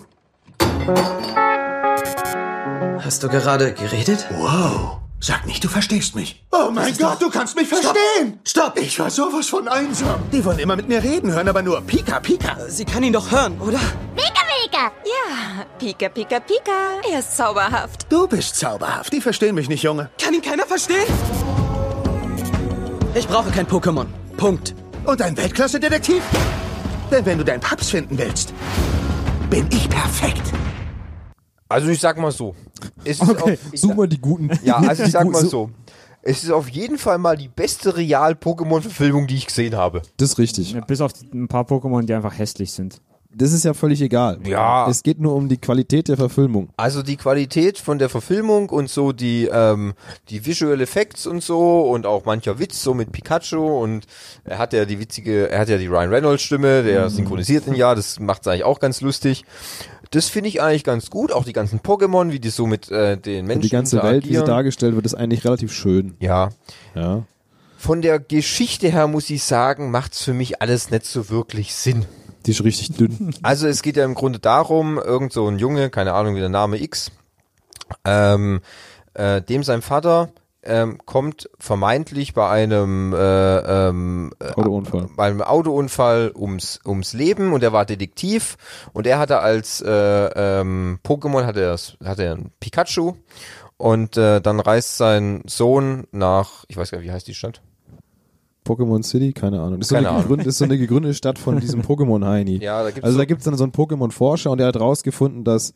Hast du gerade geredet? Wow. Sag nicht, du verstehst mich. Oh mein Gott, du kannst mich verstehen. Stopp. Stopp! Ich war sowas von einsam. Die wollen immer mit mir reden, hören aber nur Pika, Pika. Sie kann ihn doch hören, oder? Pika, Pika! Ja, Pika, Pika, Pika. Er ist zauberhaft. Du bist zauberhaft. Die verstehen mich nicht, Junge. Kann ihn keiner verstehen? Ich brauche kein Pokémon. Punkt. Und ein Weltklasse-Detektiv? Denn wenn du deinen Paps finden willst, bin ich perfekt. also ich sag mal so. Es ist Okay, auf, ich such sag, mal die guten. ja, also ich Die sag guten- mal so. Es ist auf jeden Fall mal die beste Real-Pokémon-Verfilmung, die ich gesehen habe. Das ist richtig. Ja, bis auf die, ein paar Pokémon, die einfach hässlich sind. Das ist ja völlig egal. Ja. Es geht nur um die Qualität der Verfilmung. Also die Qualität von der Verfilmung und so die ähm, die Visual Effects und so und auch mancher Witz so mit Pikachu und er hat ja die witzige, er hat ja die Ryan Reynolds Stimme, der synchronisiert ihn ja, das macht's eigentlich auch ganz lustig. Das finde ich eigentlich ganz gut, auch die ganzen Pokémon, wie die so mit äh, den Menschen Die ganze Welt, wie sie interagieren. dargestellt wird, ist eigentlich relativ schön. Ja. Ja. Von der Geschichte her muss ich sagen, macht's für mich alles nicht so wirklich Sinn. Die ist richtig dünn. Also es geht ja im Grunde darum, irgend so ein Junge, keine Ahnung wie der Name X, ähm, äh, dem sein Vater ähm, kommt vermeintlich bei einem äh, ähm, Autounfall. bei einem Autounfall ums ums Leben und er war Detektiv und er hatte als äh, ähm, Pokémon hatte er hatte er ein Pikachu und äh, dann reist sein Sohn nach, ich weiß gar nicht, wie heißt die Stadt? Pokémon City, keine Ahnung. Das ist, Keine so eine, Ahnung. gegründet, ist so eine gegründete Stadt von diesem Pokémon-Heini. Ja, da gibt's also so- da gibt es dann so einen Pokémon-Forscher und der hat rausgefunden, dass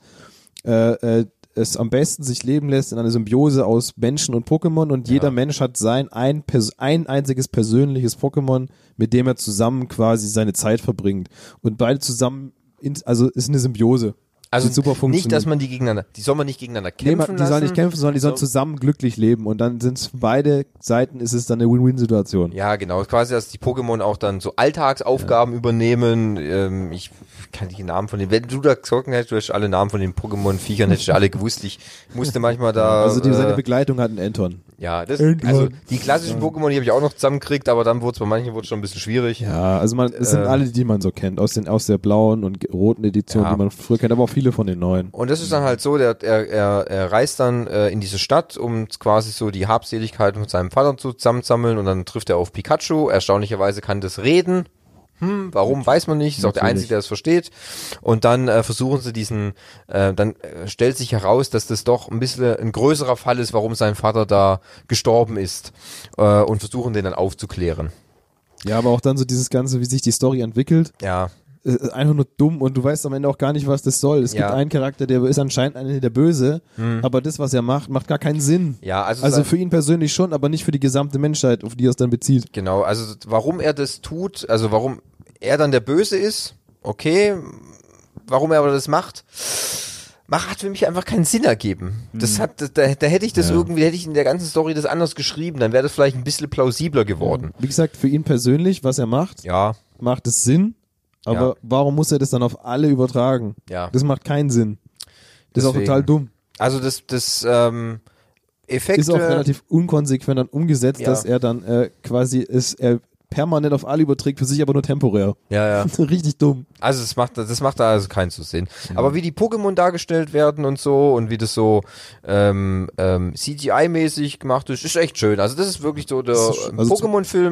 äh, äh, es am besten sich leben lässt in einer Symbiose aus Menschen und Pokémon und jeder Mensch hat sein ein, Pers- ein einziges persönliches Pokémon, mit dem er zusammen quasi seine Zeit verbringt. Und beide zusammen, in, also ist eine Symbiose. Also Die super nicht, funktioniert. dass man die gegeneinander, die soll man nicht gegeneinander Nee, kämpfen man, die lassen. sollen nicht kämpfen, sondern die sollen So- zusammen glücklich leben und dann sind es für beide Seiten ist es dann eine Win-Win-Situation. Ja, genau. Quasi, dass die Pokémon auch dann so Alltagsaufgaben übernehmen. Ähm, ich kann die Namen von den, wenn du da gezogen hättest, du hättest alle Namen von den Pokémon-Viechern, hättest du alle gewusst. Ich musste manchmal da. Also die, seine äh, Begleitung hat ein Anton. ja, das, Anton. also die klassischen Pokémon, die habe ich auch noch zusammengekriegt, aber dann wurde es bei manchen wurde schon ein bisschen schwierig. Ja, also man, es sind Ähm, alle, die man so kennt, aus den aus der blauen und roten Edition, Ja. die man früher kennt, aber auch viele von den neuen. Und das ist dann halt so, der, er, er, er reist dann äh, in diese Stadt, um quasi so die Habseligkeit mit seinem Vater zusammenzusammeln und dann trifft er auf Pikachu. Erstaunlicherweise kann das reden. Hm, warum, weiß man nicht. Ist auch der Natürlich. Einzige, der es versteht. Und dann äh, versuchen sie diesen, äh, dann äh, stellt sich heraus, dass das doch ein bisschen ein größerer Fall ist, warum sein Vater da gestorben ist. Äh, und versuchen den dann aufzuklären. Ja, aber auch dann so dieses Ganze, wie sich die Story entwickelt. Ja. Äh, einfach nur dumm und du weißt am Ende auch gar nicht, was das soll. Es Ja. gibt einen Charakter, der ist anscheinend einer der Böse, Hm. aber das, was er macht, macht gar keinen Sinn. Ja, also, Also sein- für ihn persönlich schon, aber nicht für die gesamte Menschheit, auf die er es dann bezieht. Genau, also warum er das tut, also warum er dann der Böse ist, okay, warum er aber das macht, macht hat für mich einfach keinen Sinn ergeben. Das hat, da, da hätte ich das Ja. irgendwie, hätte ich in der ganzen Story das anders geschrieben, dann wäre das vielleicht ein bisschen plausibler geworden. Wie gesagt, für ihn persönlich, was er macht, Ja, macht es Sinn, aber Ja. warum muss er das dann auf alle übertragen? Ja. Das macht keinen Sinn. Das ist auch Deswegen. total dumm. also das, das ähm, Effekte. Ist auch relativ unkonsequent dann umgesetzt, Ja. dass er dann äh, quasi es er permanent auf alle überträgt, für sich aber nur temporär. Ja, ja. Richtig dumm. Also das macht, das macht da also keinen so Sinn. Aber wie die Pokémon dargestellt werden und so und wie das so ähm, ähm, C G I-mäßig gemacht ist, ist echt schön. Also das ist wirklich so der Das ist- also Pokémon-Film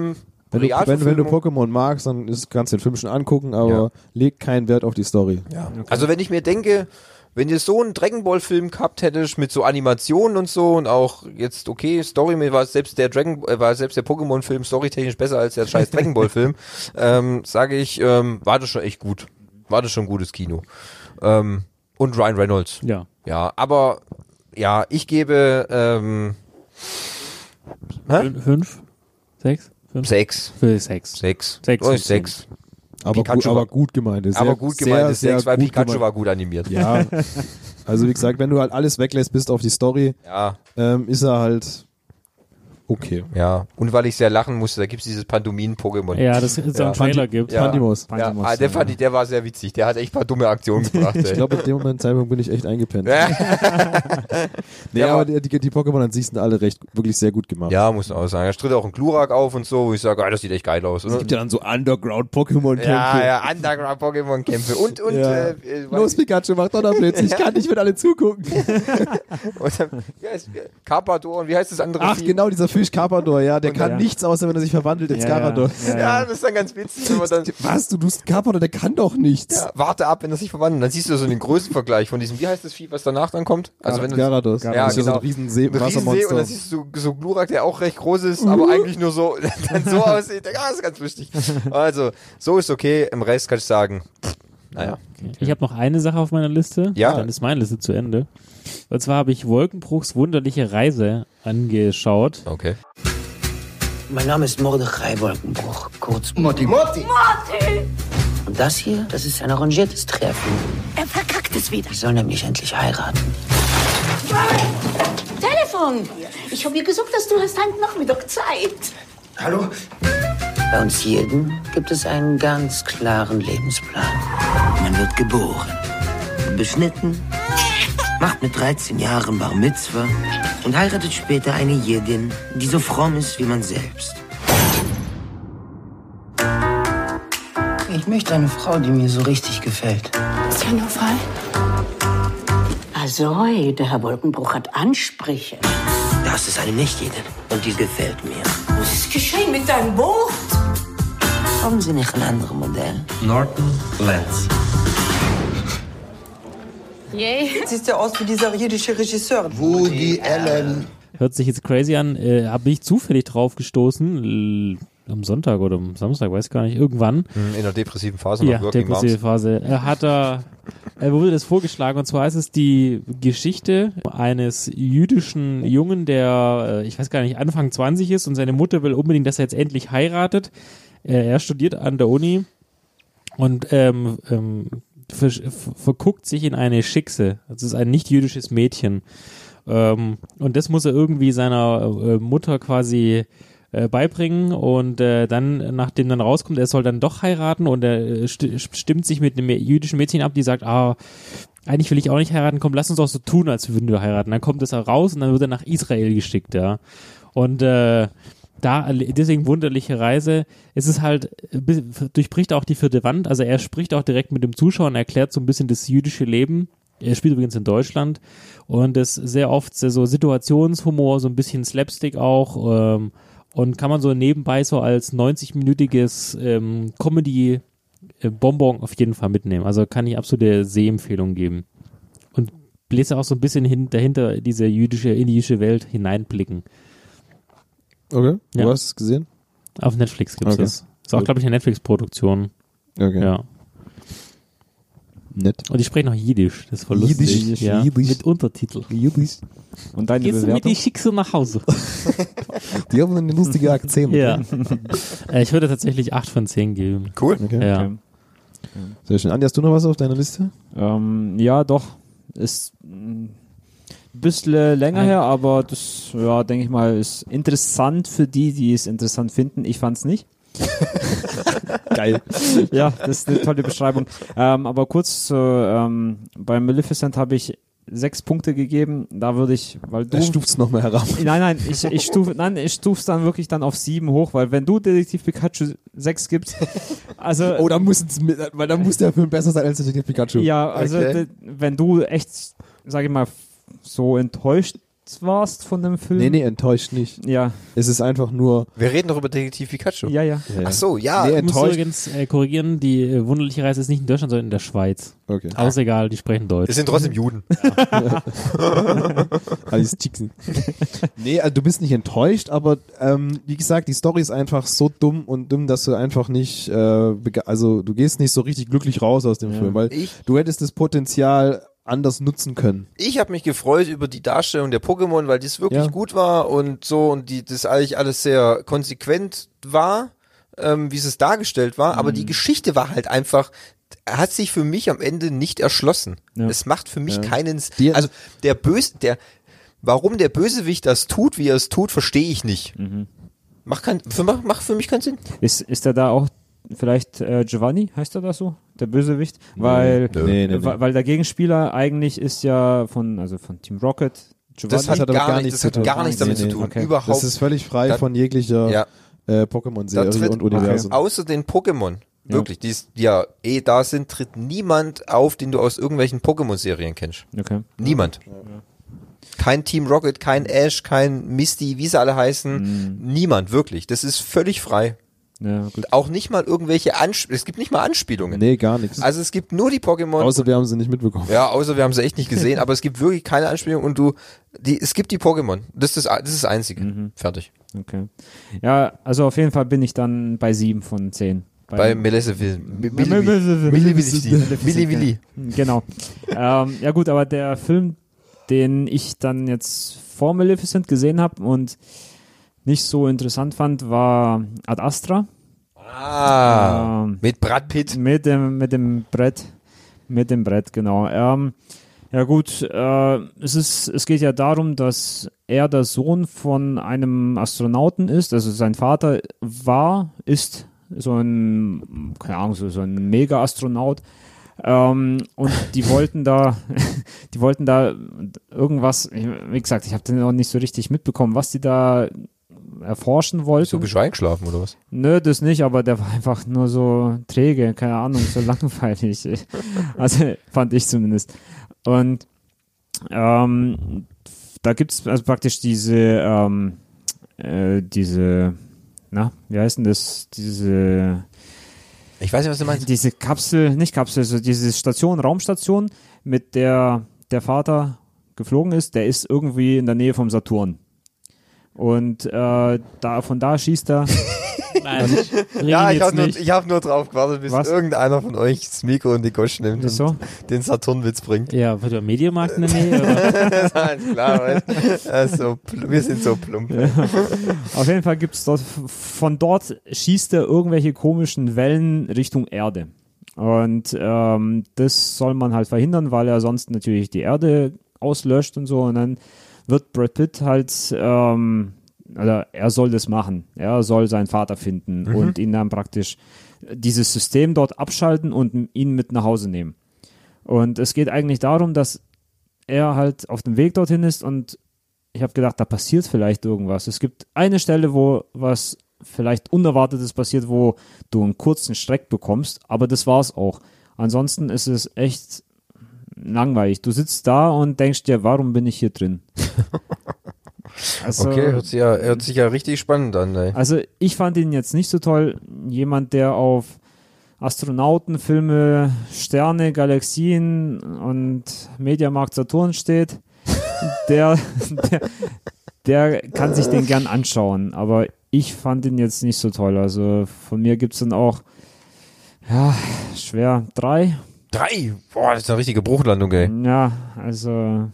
Wenn du, wenn, wenn du Pokémon magst, dann ist, kannst du den Film schon angucken, aber ja. leg keinen Wert auf die Story. Ja. Okay. Also wenn ich mir denke, wenn ihr so einen Dragon Ball Film gehabt hättest mit so Animationen und so und auch jetzt okay, Story mir war selbst der Dragon äh, war selbst der Pokémon Film storytechnisch besser als der scheiß Dragon Ball Film, ähm, sage ich, ähm, war das schon echt gut. War das schon gutes Kino. Ähm, und Ryan Reynolds. Ja. Ja, aber ja, ich gebe ähm, fünf, sechs, fünf? Sechs. Für sechs. Sechs. Sechs. Oh, sechs. Aber, gu aber gut gemeint. Sehr, aber gut gemeint ist sechs, weil gut Pikachu gemeint. war gut animiert. Ja. Also wie gesagt, wenn du halt alles weglässt, bist auf die Story, ja. ähm, ist er halt okay. Ja, und weil ich sehr lachen musste, da gibt es dieses Pantomin-Pokémon. Ja, das ist so ein Trailer gibt. Ja. Pantimos. Ja, ah, der, fand ich, der war sehr witzig, der hat echt ein paar dumme Aktionen gebracht. Ich glaube, in dem Moment Zeitpunkt bin ich echt eingepennt. nee, ja, aber die, die, die Pokémon an sich sind alle recht, wirklich sehr gut gemacht. Ja, muss man auch sagen. Da tritt auch ein Glurak auf und so, wo ich sage, ah, das sieht echt geil aus. Es gibt ja dann so Underground-Pokémon-Kämpfe. Ja, ja, Underground-Pokémon-Kämpfe. Und, und, ja. äh, Los, Pikachu, mach Donnerblitz, ich kann nicht mit alle zugucken. und dann, ja, ist, Carpador, und wie heißt das andere Ach, Vieh? genau, dieser Fisch Carpador, ja, der und kann ja. nichts, außer wenn er sich verwandelt ins ja, Carador. Ja, ja. ja, das ist dann ganz witzig. Aber dann, was, du tust Carpador, der kann doch nichts. Ja, warte ab, wenn er sich verwandelt. Dann siehst du so den Größenvergleich von diesem, wie heißt das Vieh, was danach dann kommt? Also wenn Gyarados. Ja, das ist genau. so ein Riesensee, ein Riesensee Wassermonster. und dann siehst du so, so Glurak, der auch recht groß ist, aber uh. eigentlich nur so, dann so aussieht. Ja, das ist ganz lustig. Also, so ist okay. Im Rest kann ich sagen, pff, naja. Okay. Ich habe noch eine Sache auf meiner Liste. Ja. Dann ist meine Liste zu Ende. Und zwar habe ich Wolkenbruchs wunderliche Reise angeschaut. Okay. Mein Name ist Mordechai Wolkenbruch, kurz Motti. Motti! Motti! Und das hier, das ist ein arrangiertes Treffen. Er verkackt es wieder. Ich soll nämlich endlich heiraten. Telefon! Ich habe ihr gesagt, dass du hast heute Nachmittag Zeit. Hallo? Bei uns jeden gibt es einen ganz klaren Lebensplan. Man wird geboren, beschnitten, macht mit dreizehn Jahren Bar Mitzwa und heiratet später eine Jiddin, die so fromm ist wie man selbst. Ich möchte eine Frau, die mir so richtig gefällt. Ist ja nur frei. Also, der Herr Wolkenbruch hat Ansprüche. Das ist eine Nicht-Jiddin und die gefällt mir. Was ist geschehen mit deinem Boot? Haben Sie nicht ein anderes Modell? Norton Lens. Yay. Siehst ja aus wie dieser jiddische Regisseur. Woody Allen. Hört sich jetzt crazy an. Äh, habe ich zufällig drauf gestoßen. L- am Sonntag oder am Samstag, weiß gar nicht, irgendwann. In der depressiven Phase. Ja, noch Working depressive Moms. Phase. Er hat da, er wurde das vorgeschlagen, und zwar ist es die Geschichte eines jüdischen Jungen, der, ich weiß gar nicht, Anfang zwanzig ist und seine Mutter will unbedingt, dass er jetzt endlich heiratet. Er studiert an der Uni und ähm, ähm, ver- verguckt sich in eine Schickse. Das ist ein nicht-jüdisches Mädchen. Ähm, und das muss er irgendwie seiner äh, Mutter quasi äh, beibringen und äh, dann, nachdem dann rauskommt, er soll dann doch heiraten und er äh, st- stimmt sich mit einem jüdischen Mädchen ab, die sagt, ah, eigentlich will ich auch nicht heiraten, komm, lass uns doch so tun, als würden wir heiraten. Dann kommt es raus und dann wird er nach Israel geschickt, ja. Und äh, da, deswegen wunderliche Reise. Es ist halt, durchbricht auch die vierte Wand, also er spricht auch direkt mit dem Zuschauer und erklärt so ein bisschen das jüdische Leben. Er spielt übrigens in Deutschland und das sehr oft so Situationshumor, so ein bisschen Slapstick auch ähm, und kann man so nebenbei so als neunzig-minütiges ähm, Comedy-Bonbon auf jeden Fall mitnehmen. Also kann ich absolute Sehempfehlung geben. Und bläst auch so ein bisschen hin, dahinter diese jüdische, indische Welt hineinblicken. Okay, Ja. du hast es gesehen? Auf Netflix gibt es Okay. das. Ist auch, glaube ich, eine Netflix-Produktion. Okay. Ja. Nett. Und ich spreche noch Jiddisch, das ist voll lustig. Jiddisch, ja, Jiddisch. mit Untertitel. Jiddisch. Und deine Gehst du mit Bewertung? die Schicksal nach Hause? Die haben einen lustigen Akzent. Ja. äh, ich würde tatsächlich acht von zehn geben. Cool. Okay. Ja. Okay. Sehr schön. Andi, hast du noch was auf deiner Liste? Ähm, ja, doch. Ist ein bisschen länger her, aber das, ja, denke ich mal, ist interessant für die, die es interessant finden. Ich fand's nicht. Geil. Ja, das ist eine tolle Beschreibung. Ähm, aber kurz, äh, ähm, bei Maleficent habe ich sechs Punkte gegeben. Da würde ich, weil du... Er stuft's noch mal herab. Nein, nein, ich, ich stufe, nein, ich stuf's dann wirklich dann auf sieben hoch, weil wenn du Detektiv Pikachu sechs gibst, also... Oh, dann muss es, mit- weil dann muss der Film besser sein als Detektiv Pikachu. Ja, also Okay. de, wenn du echt, sag ich mal, so enttäuscht warst von dem Film. Nee, nee, enttäuscht nicht. Ja. Es ist einfach nur... Wir reden doch über Detektiv Pikachu. Ja, ja. ja, ja. Ach so, ja. Nee, ich muss übrigens äh, korrigieren, die äh, wunderliche Reise ist nicht in Deutschland, sondern in der Schweiz. Okay. Aber ist egal, die sprechen Deutsch. Das sind trotzdem Juden. Alles Chicksen. Nee, also du bist nicht enttäuscht, aber ähm, wie gesagt, die Story ist einfach so dumm und dumm, dass du einfach nicht, äh, bege- also du gehst nicht so richtig glücklich raus aus dem Ja. Film, weil Ich- du hättest das Potenzial anders nutzen können. Ich habe mich gefreut über die Darstellung der Pokémon, weil das wirklich Ja. gut war und so und die das eigentlich alles sehr konsequent war, ähm, wie es dargestellt war, aber die Geschichte war halt einfach, hat sich für mich am Ende nicht erschlossen. Ja. Es macht für mich Ja. keinen, Die- also der Böse, der, warum der Bösewicht das tut, wie er es tut, verstehe ich nicht. Mhm. Macht kein, für, macht für mich keinen Sinn. Ist, ist er da auch vielleicht äh, Giovanni, heißt er das so? Der Bösewicht? Weil, Nee, nee, nee. weil, weil der Gegenspieler eigentlich ist ja von, also von Team Rocket. Giovanni. Das hat hat aber gar, gar nicht, nichts das hat zu tun. gar nichts damit Nee, zu nee. tun. Okay. Überhaupt. Das ist völlig frei Da- von jeglicher Ja. äh, Da Pokémon-Serie tritt- und Universum. Außer den Pokémon. Wirklich, die, ist- die ja eh da sind, tritt niemand auf, den du aus irgendwelchen Pokémon-Serien kennst. Okay. Niemand. Kein Team Rocket, kein Ash, kein Misty, wie sie alle heißen. Mhm. Niemand, wirklich. Das ist völlig frei. Ja, gut. Auch nicht mal irgendwelche Anspielungen. Es gibt nicht mal Anspielungen. Nee, gar nichts. Also es gibt nur die Pokémon. Außer wir haben sie nicht mitbekommen. Ja, außer wir haben sie echt nicht gesehen, aber es gibt wirklich keine Anspielung und du, die, es gibt die Pokémon. Das ist das, das ist das Einzige. Mhm. Fertig. Okay. Ja, also auf jeden Fall bin ich dann bei sieben von zehn. Bei Maleficent. Milli Maleficent. Willi Willi. Genau. ähm, ja gut, aber der Film, den ich dann jetzt vor Maleficent gesehen habe und nicht so interessant fand, war Ad Astra. Ah, Ähm, mit Brad Pitt. Mit dem, mit dem Brett. Mit dem Brett, genau. Ähm, ja gut, äh, es ist, es geht ja darum, dass er der Sohn von einem Astronauten ist, also sein Vater war, ist so ein, keine Ahnung, so, so ein Mega-Astronaut. Ähm, und die wollten da, die wollten da irgendwas, wie gesagt, ich habe den noch nicht so richtig mitbekommen, was die da erforschen wollten. So bist du eingeschlafen oder was? Nö, das nicht, aber der war einfach nur so träge, keine Ahnung, so langweilig. Also fand ich zumindest. Und ähm, da gibt es also praktisch diese, ähm, äh, diese, na, wie heißt denn das? Diese, ich weiß nicht, was du meinst. Diese Kapsel, nicht Kapsel, so diese Station, Raumstation, mit der der Vater geflogen ist, der ist irgendwie in der Nähe vom Saturn. Und äh, da, von da schießt er. Nein, ja, ich habe nur, nicht. ich hab nur drauf gewartet, bis Was? irgendeiner von euch das Mikro in die Gosch nimmt und so? den Saturnwitz bringt. Ja, wird der Mediamarkt in der Nähe? Oder? Das ist alles klar, weil, also, wir sind so plump. Ja. Auf jeden Fall gibt es dort, von dort schießt er irgendwelche komischen Wellen Richtung Erde. Und ähm, das soll man halt verhindern, weil er sonst natürlich die Erde auslöscht und so. Und dann wird Brad Pitt halt, ähm, also er soll das machen. Er soll seinen Vater finden Mhm. und ihn dann praktisch dieses System dort abschalten und ihn mit nach Hause nehmen. Und es geht eigentlich darum, dass er halt auf dem Weg dorthin ist und ich habe gedacht, da passiert vielleicht irgendwas. Es gibt eine Stelle, wo was vielleicht Unerwartetes passiert, wo du einen kurzen Streck bekommst, aber das war's auch. Ansonsten ist es echt langweilig. Du sitzt da und denkst dir, warum bin ich hier drin? Also, okay, hört sich, ja, hört sich ja richtig spannend an. Ey. Also ich fand ihn jetzt nicht so toll. Jemand, der auf Astronautenfilme, Sterne, Galaxien und Mediamarkt Saturn steht, der, der, der kann sich den gern anschauen. Aber ich fand ihn jetzt nicht so toll. Also von mir gibt es dann auch, ja, schwer drei. Drei? Boah, das ist eine richtige Bruchlandung, ey. Ja, also...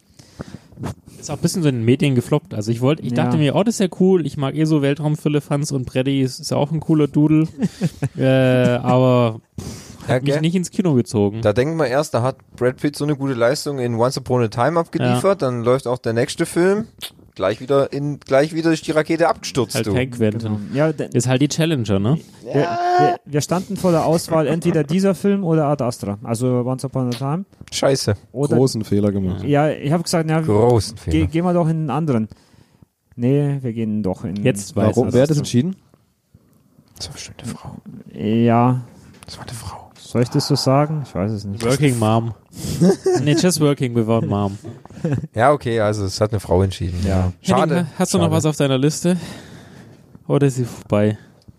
Ist auch ein bisschen so in den Medien gefloppt. Also ich wollte, ich Ja. dachte mir, oh, das ist ja cool. Ich mag eh so Weltraumfirlefanz und Freddy ist, ist ja auch ein cooler Dudel. äh, aber pff, hat Ja, mich nicht ins Kino gezogen. Da denken wir erst, da hat Brad Pitt so eine gute Leistung in Once Upon a Time abgeliefert, dann läuft auch der nächste Film, gleich wieder in, gleich wieder ist die Rakete abgestürzt. Halt du. kein Quentin. Genau. Ja, de- ist halt die Challenger, ne? Wir, wir, wir standen vor der Auswahl entweder dieser Film oder Ad Astra. Also Once Upon a Time. Scheiße. Oder, Großen Fehler gemacht. ja, ich habe gesagt, ja, Großen geh, Fehler. gehen wir doch in einen anderen. Nee, wir gehen doch in... Jetzt weiß Warum? er's. Wer hat das entschieden? Das war bestimmt eine Frau. Ja. Das war eine Frau. Soll ich das so sagen? Ich weiß es nicht. Working Mom. nee, just working without Mom. Ja, okay, also es hat eine Frau entschieden. Ja. Schade. Henning, hast du noch Schade. was auf deiner Liste? Oder ist sie vorbei?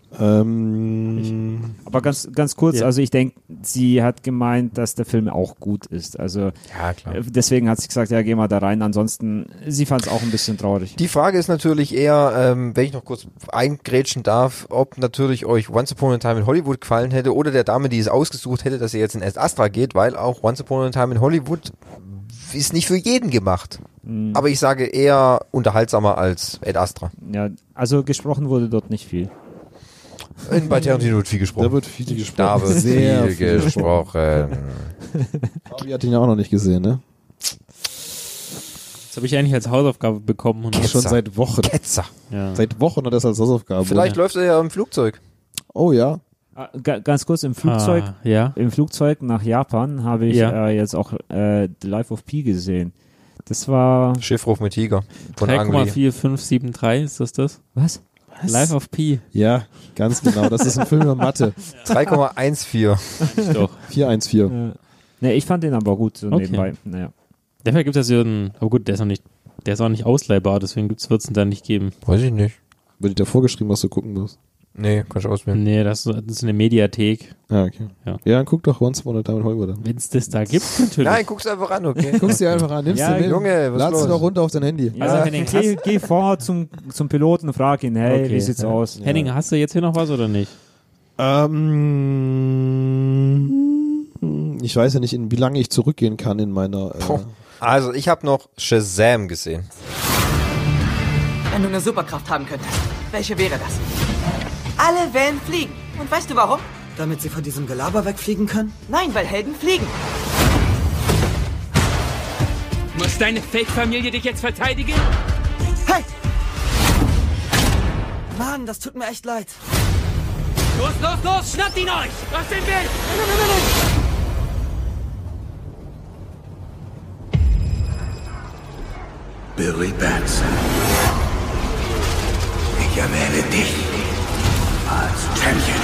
Ähm, Aber ganz, ganz kurz, Ja. also ich denke, sie hat gemeint, dass der Film auch gut ist. Also Ja, klar. äh, deswegen hat sie gesagt, ja, geh mal da rein. Ansonsten, sie fand es auch ein bisschen traurig. Die Frage ist natürlich eher, ähm, wenn ich noch kurz eingrätschen darf, ob natürlich euch Once Upon a Time in Hollywood gefallen hätte oder der Dame, die es ausgesucht hätte, dass ihr jetzt in Ad Astra geht, weil auch Once Upon a Time in Hollywood ist nicht für jeden gemacht. Mhm. Aber ich sage eher unterhaltsamer als Ad Astra. Ja, also gesprochen wurde dort nicht viel. In, bei Tarantino wird viel gesprochen. Da wird viel gesprochen. Da wird Sehr viel viel gesprochen. Fabi hat ihn ja auch noch nicht gesehen, ne? Das habe ich eigentlich als Hausaufgabe bekommen. Und Schon seit Wochen. Ketzer. Ja. Seit Wochen hat er das als Hausaufgabe. Vielleicht läuft er ja im Flugzeug. Oh ja. Ah, ga- Ganz kurz, im Flugzeug, Ah, ja. im Flugzeug nach Japan habe ich Ja. äh, jetzt auch äh, The Life of Pi gesehen. Das war... Schiffbruch mit Tiger von drei Ang Komma Lee. vier fünf sieben drei, ist das das? Was? Life of Pi. Ja, ganz genau. Das ist ein Film über Mathe. drei Komma eins vier. Doch. vier eins vier. Äh, ne, ich fand den aber gut, so Okay. nebenbei. Naja. Dafür gibt es ja einen, aber gut, der ist noch nicht, der ist auch nicht ausleihbar, deswegen wird es ihn da nicht geben. Weiß ich nicht. Wird dir da vorgeschrieben, was du gucken musst? Nee, kannst du auswählen. Nee, das, das ist eine Mediathek. Ah, okay. Ja. Ja, dann guck doch Once Upon a Time in Hollywood an. Wenn es das da gibt, natürlich. Nein, guck's einfach an, okay? Guckst dir einfach an, nimmst Ja, du mit, Junge, was ladst du los? doch runter auf dein Handy. Also Ja. Henning, geh, geh vor zum, zum Piloten und frag ihn, hey, Okay. wie sieht's Ja. aus? Henning, hast du jetzt hier noch was oder nicht? Ähm, ich weiß ja nicht, in wie lange ich zurückgehen kann in meiner... Äh, Puh. Also, ich habe noch Shazam gesehen. Wenn du eine Superkraft haben könntest, welche wäre das? Alle wählen fliegen. Und weißt du warum? Damit sie von diesem Gelaber wegfliegen können? Nein, weil Helden fliegen. Muss deine Fake-Familie dich jetzt verteidigen? Hey! Mann, das tut mir echt leid. Los, los, los! Schnappt ihn euch! Aus dem Bild! Billy Batson. Ich erwähle dich als Champion.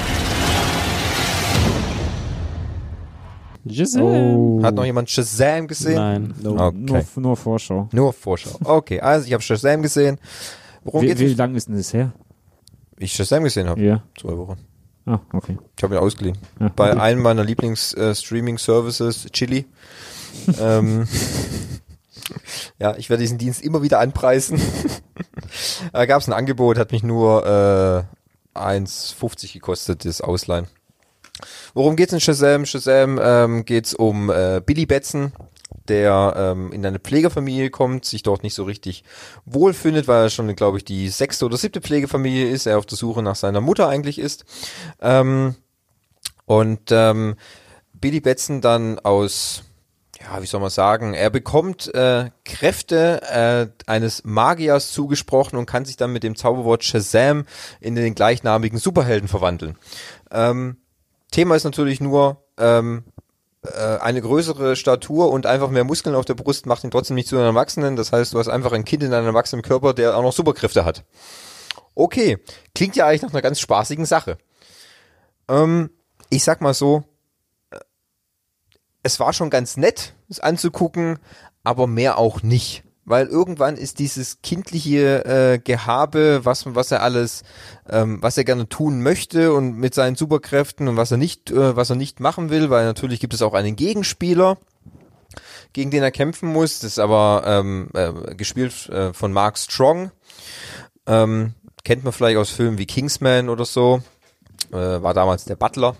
Shazam. Hat noch jemand Shazam gesehen? Nein. No, Okay. nur, nur Vorschau. Nur Vorschau. Okay, also ich habe Shazam gesehen. Worum Wie, geht's? wie lange ist denn das her? Ich Shazam gesehen habe? Ja. Zwei Wochen. Ah, okay. Ich habe ihn ausgeliehen. Ja, Bei okay. einem meiner Lieblings-Streaming-Services, Chili. ähm, ja, ich werde diesen Dienst immer wieder anpreisen. Da gab es ein Angebot, hat mich nur äh, eins fünfzig gekostet, das Ausleihen. Worum geht's in Shazam? Shazam ähm, geht's um äh, Billy Batson, der ähm, in eine Pflegefamilie kommt, sich dort nicht so richtig wohlfindet, weil er schon, glaube ich, die sechste oder siebte Pflegefamilie ist, er auf der Suche nach seiner Mutter eigentlich ist. Ähm, und ähm, Billy Batson dann aus, ja, wie soll man sagen, er bekommt äh, Kräfte äh, eines Magiers zugesprochen und kann sich dann mit dem Zauberwort Shazam in den gleichnamigen Superhelden verwandeln. Ähm, Thema ist natürlich nur, ähm, äh, eine größere Statur und einfach mehr Muskeln auf der Brust macht ihn trotzdem nicht zu einem Erwachsenen. Das heißt, du hast einfach ein Kind in einem erwachsenen Körper, der auch noch Superkräfte hat. Okay, klingt ja eigentlich nach einer ganz spaßigen Sache. Ähm, ich sag mal so, äh, es war schon ganz nett, es anzugucken, aber mehr auch nicht. Weil irgendwann ist dieses kindliche äh, Gehabe, was was er alles, ähm, was er gerne tun möchte und mit seinen Superkräften und was er nicht, äh, was er nicht machen will, weil natürlich gibt es auch einen Gegenspieler, gegen den er kämpfen muss. Das ist aber ähm, äh, gespielt äh, von Mark Strong. Ähm, kennt man vielleicht aus Filmen wie Kingsman oder so. Äh, war damals der Butler.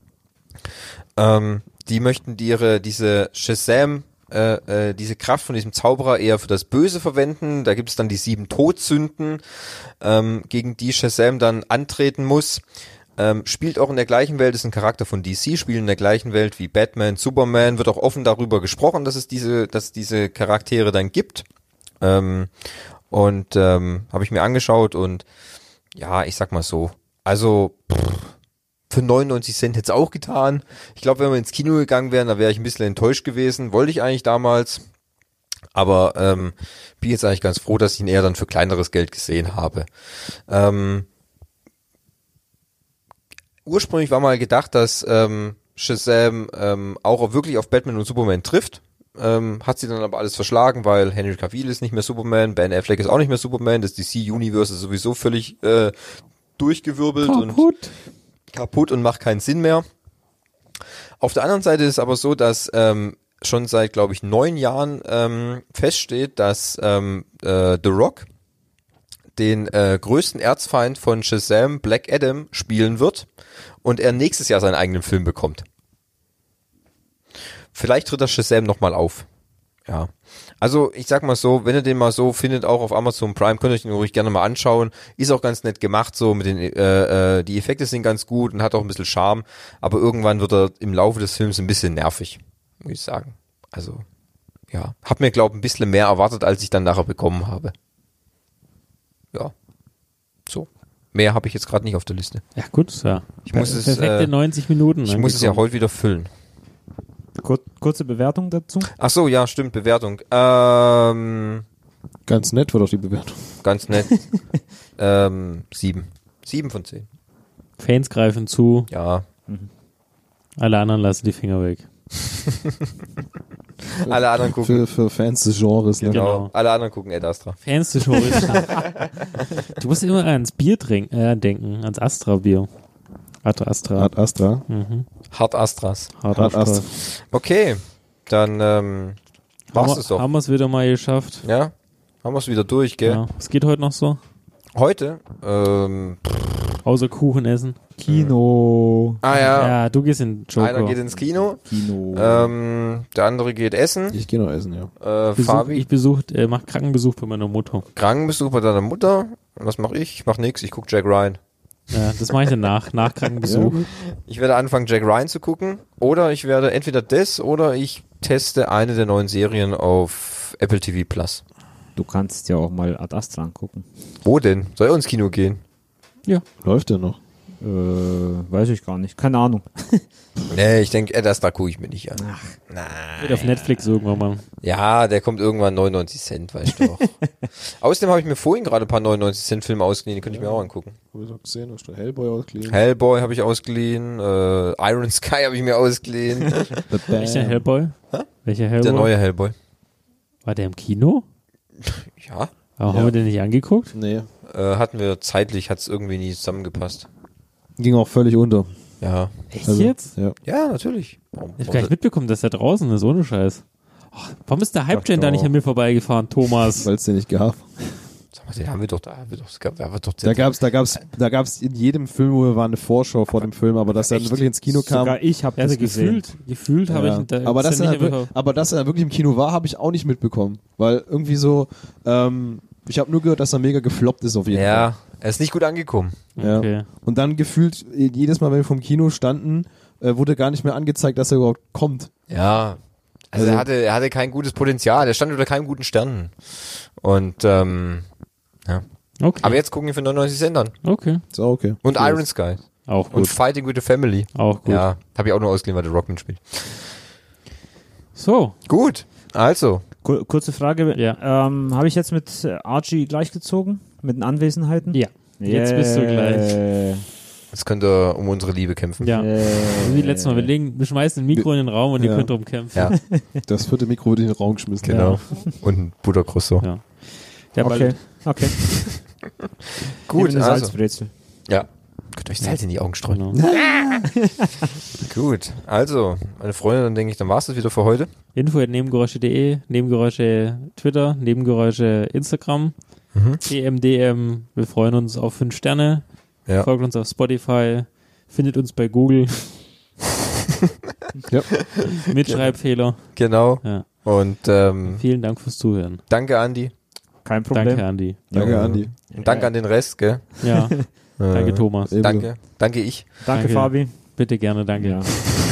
Ähm, die möchten die ihre diese Shazam Äh, äh, diese Kraft von diesem Zauberer eher für das Böse verwenden. Da gibt es dann die sieben Todsünden, ähm, gegen die Shazam dann antreten muss. Ähm, spielt auch in der gleichen Welt, ist ein Charakter von D C, spielt in der gleichen Welt wie Batman, Superman, wird auch offen darüber gesprochen, dass es diese, dass es diese Charaktere dann gibt. Ähm, und ähm, habe ich mir angeschaut und ja, ich sag mal so, also pff, für neunundneunzig Cent hätte es auch getan. Ich glaube, wenn wir ins Kino gegangen wären, da wäre ich ein bisschen enttäuscht gewesen. Wollte ich eigentlich damals. Aber ähm, bin jetzt eigentlich ganz froh, dass ich ihn eher dann für kleineres Geld gesehen habe. Ähm, ursprünglich war mal gedacht, dass ähm, Shazam ähm, auch wirklich auf Batman und Superman trifft. ähm, hat sie dann aber alles verschlagen, weil Henry Cavill ist nicht mehr Superman, Ben Affleck ist auch nicht mehr Superman, das D C-Universe ist sowieso völlig äh, durchgewirbelt Kaputt. und kaputt und macht keinen Sinn mehr. Auf der anderen Seite ist es aber so, dass ähm, schon seit, glaube ich, neun Jahren ähm, feststeht, dass ähm, äh, The Rock den äh, größten Erzfeind von Shazam, Black Adam, spielen wird und er nächstes Jahr seinen eigenen Film bekommt. Vielleicht tritt das Shazam nochmal auf. Ja. Also ich sag mal so, wenn ihr den mal so findet, auch auf Amazon Prime, könnt ihr euch den ruhig gerne mal anschauen. Ist auch ganz nett gemacht, so mit den, äh, äh, die Effekte sind ganz gut und hat auch ein bisschen Charme, aber irgendwann wird er im Laufe des Films ein bisschen nervig, muss ich sagen. Also, ja. Hab mir, glaube ich, ein bisschen mehr erwartet, als ich dann nachher bekommen habe. Ja. So. Mehr habe ich jetzt gerade nicht auf der Liste. Ja, gut, ja. Ich muss es, Perfekte äh, neunzig Minuten. Ich muss es ja heute wieder füllen. Kur kurze Bewertung dazu? Ach so, ja, stimmt, Bewertung. Ähm, ganz nett war doch die Bewertung. Ganz nett. ähm, sieben. Sieben von zehn. Fans greifen zu. Ja. Mhm. Alle anderen lassen die Finger weg. Alle anderen gucken. Für, für Fans des Genres. Ne? Genau. Alle anderen gucken Ad Astra. Fans des Genres. Du musst immer ans Bier trinken, äh, denken, ans Astra-Bier. Ad Astra. Ad Astra. Mhm. Hart Astras. Hart Hart Astra. Astra. Okay, dann ähm, war's es doch. Haben wir es wieder mal geschafft. Ja, haben wir es wieder durch, gell? Ja. Was geht heute noch so? Heute? Ähm, Außer Kuchen essen. Kino. Ah ja. Ja, du gehst in Joker. Einer geht ins Kino. Kino. Ähm, der andere geht essen. Ich gehe noch essen, ja. Äh, Besuch, Fabi. ich besuch, äh, mach Krankenbesuch bei meiner Mutter. Krankenbesuch bei deiner Mutter. Und was mache ich? Ich mach nix. Ich guck Jack Ryan. Ja, das mache ich danach, nach Krankenbesuch. Ja, Ich werde anfangen, Jack Ryan zu gucken. Oder ich werde entweder das oder ich teste eine der neuen Serien auf Apple T V Plus. Du kannst ja auch mal Ad Astra angucken. Wo denn? Soll er ins Kino gehen? Ja. Läuft der noch? Äh, weiß ich gar nicht. Keine Ahnung. Nee, ich denke, das da gucke ich mir nicht an. Ach. Nein. Wird auf Netflix irgendwann mal. Ja, der kommt irgendwann neunundneunzig Cent, weißt du doch. Außerdem habe ich mir vorhin gerade ein paar neunundneunzig Cent Filme ausgeliehen, die könnte ich mir auch angucken. Hab ich doch gesehen, hast du Hellboy ausgeliehen? Hellboy habe ich ausgeliehen, äh, Iron Sky habe ich mir ausgeliehen. Welcher Hellboy? Hä? Welcher Hellboy? Der neue Hellboy. War der im Kino? Ja. Warum Ja. haben wir den nicht angeguckt? Nee. Äh, hatten wir zeitlich, hat es irgendwie nie zusammengepasst. Ging auch völlig unter. Ja. Echt Also, jetzt? Ja. Ja, natürlich. Warum, Ich hab gar nicht mitbekommen, dass der draußen ist, ohne Scheiß. Oh, warum ist der Hype-Gen da nicht an mir vorbeigefahren, Thomas? Weil es den nicht gab. Sag mal, den haben wir doch da, haben wir doch, es gab, da war doch Da gab's, da gab's, da gab's in jedem Film, wo wir waren, eine Vorschau vor dem Film, aber dass er Echt? wirklich ins Kino kam. Sogar ich habe Also das gesehen. gefühlt, gefühlt habe Ja. ich da aber, dass ist er, nicht wir- mehr- aber dass er wirklich im Kino war, habe ich auch nicht mitbekommen. Weil irgendwie so, ähm, ich habe nur gehört, dass er mega gefloppt ist auf jeden Fall. Ja, er ist nicht gut angekommen. Ja. Okay. Und dann gefühlt, jedes Mal, wenn wir vom Kino standen, äh, wurde gar nicht mehr angezeigt, dass er überhaupt kommt. Ja. Also, Also- er hatte, er hatte kein gutes Potenzial. Er stand unter keinem guten Sternen. Und, ähm, ja. Okay. Aber jetzt gucken wir für neunundneunzig Cent an. Okay. Ist auch okay. Und Iron Sky. Auch Und gut. Fighting with the Family. Auch gut. Ja, habe ich auch nur ausgeliehen, weil der Rockman spielt. So. Gut, also. Kur kurze Frage. Ja. Ähm, habe ich jetzt mit äh, Archie gleichgezogen? Mit den Anwesenheiten? Ja. Jetzt bist du gleich. Äh, Jetzt könnt ihr um unsere Liebe kämpfen. Ja. Äh, Wie letztes Mal. Wir, legen, wir schmeißen ein Mikro in den Raum und Ja. ihr könnt drum kämpfen. Ja, Das vierte Mikro wird in den Raum geschmissen. genau. Und ein Buttercroissant. Ja. Der okay. Ball- Okay. Gut, Nehmen wir eine also. Salzbrezel. Ja. Könnt euch Salz in die Augen streuen. Genau. Gut, also, meine Freunde, dann denke ich, dann war es das wieder für heute. Info at nebengeräusche punkt de, Nebengeräusche Twitter, Nebengeräusche Instagram, Mhm. D M D M. Wir freuen uns auf fünf Sterne. Ja. Folgt uns auf Spotify. Findet uns bei Google. Ja. Mit Schreibfehler. Genau. Ja. Und ähm, Vielen Dank fürs Zuhören. danke, Andi. Kein Problem. Danke, Andi. Danke, Ja. Andi. Und danke an den Rest, gell? Ja. Äh, Danke, Thomas. Ebenso. Danke. Danke ich. Danke, Danke. Fabi. Bitte gerne, danke. Ja.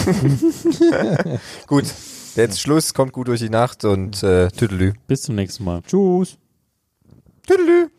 Gut, jetzt Schluss, kommt gut durch die Nacht und äh, Tüdelü. Bis zum nächsten Mal. Tschüss. Tüdelü.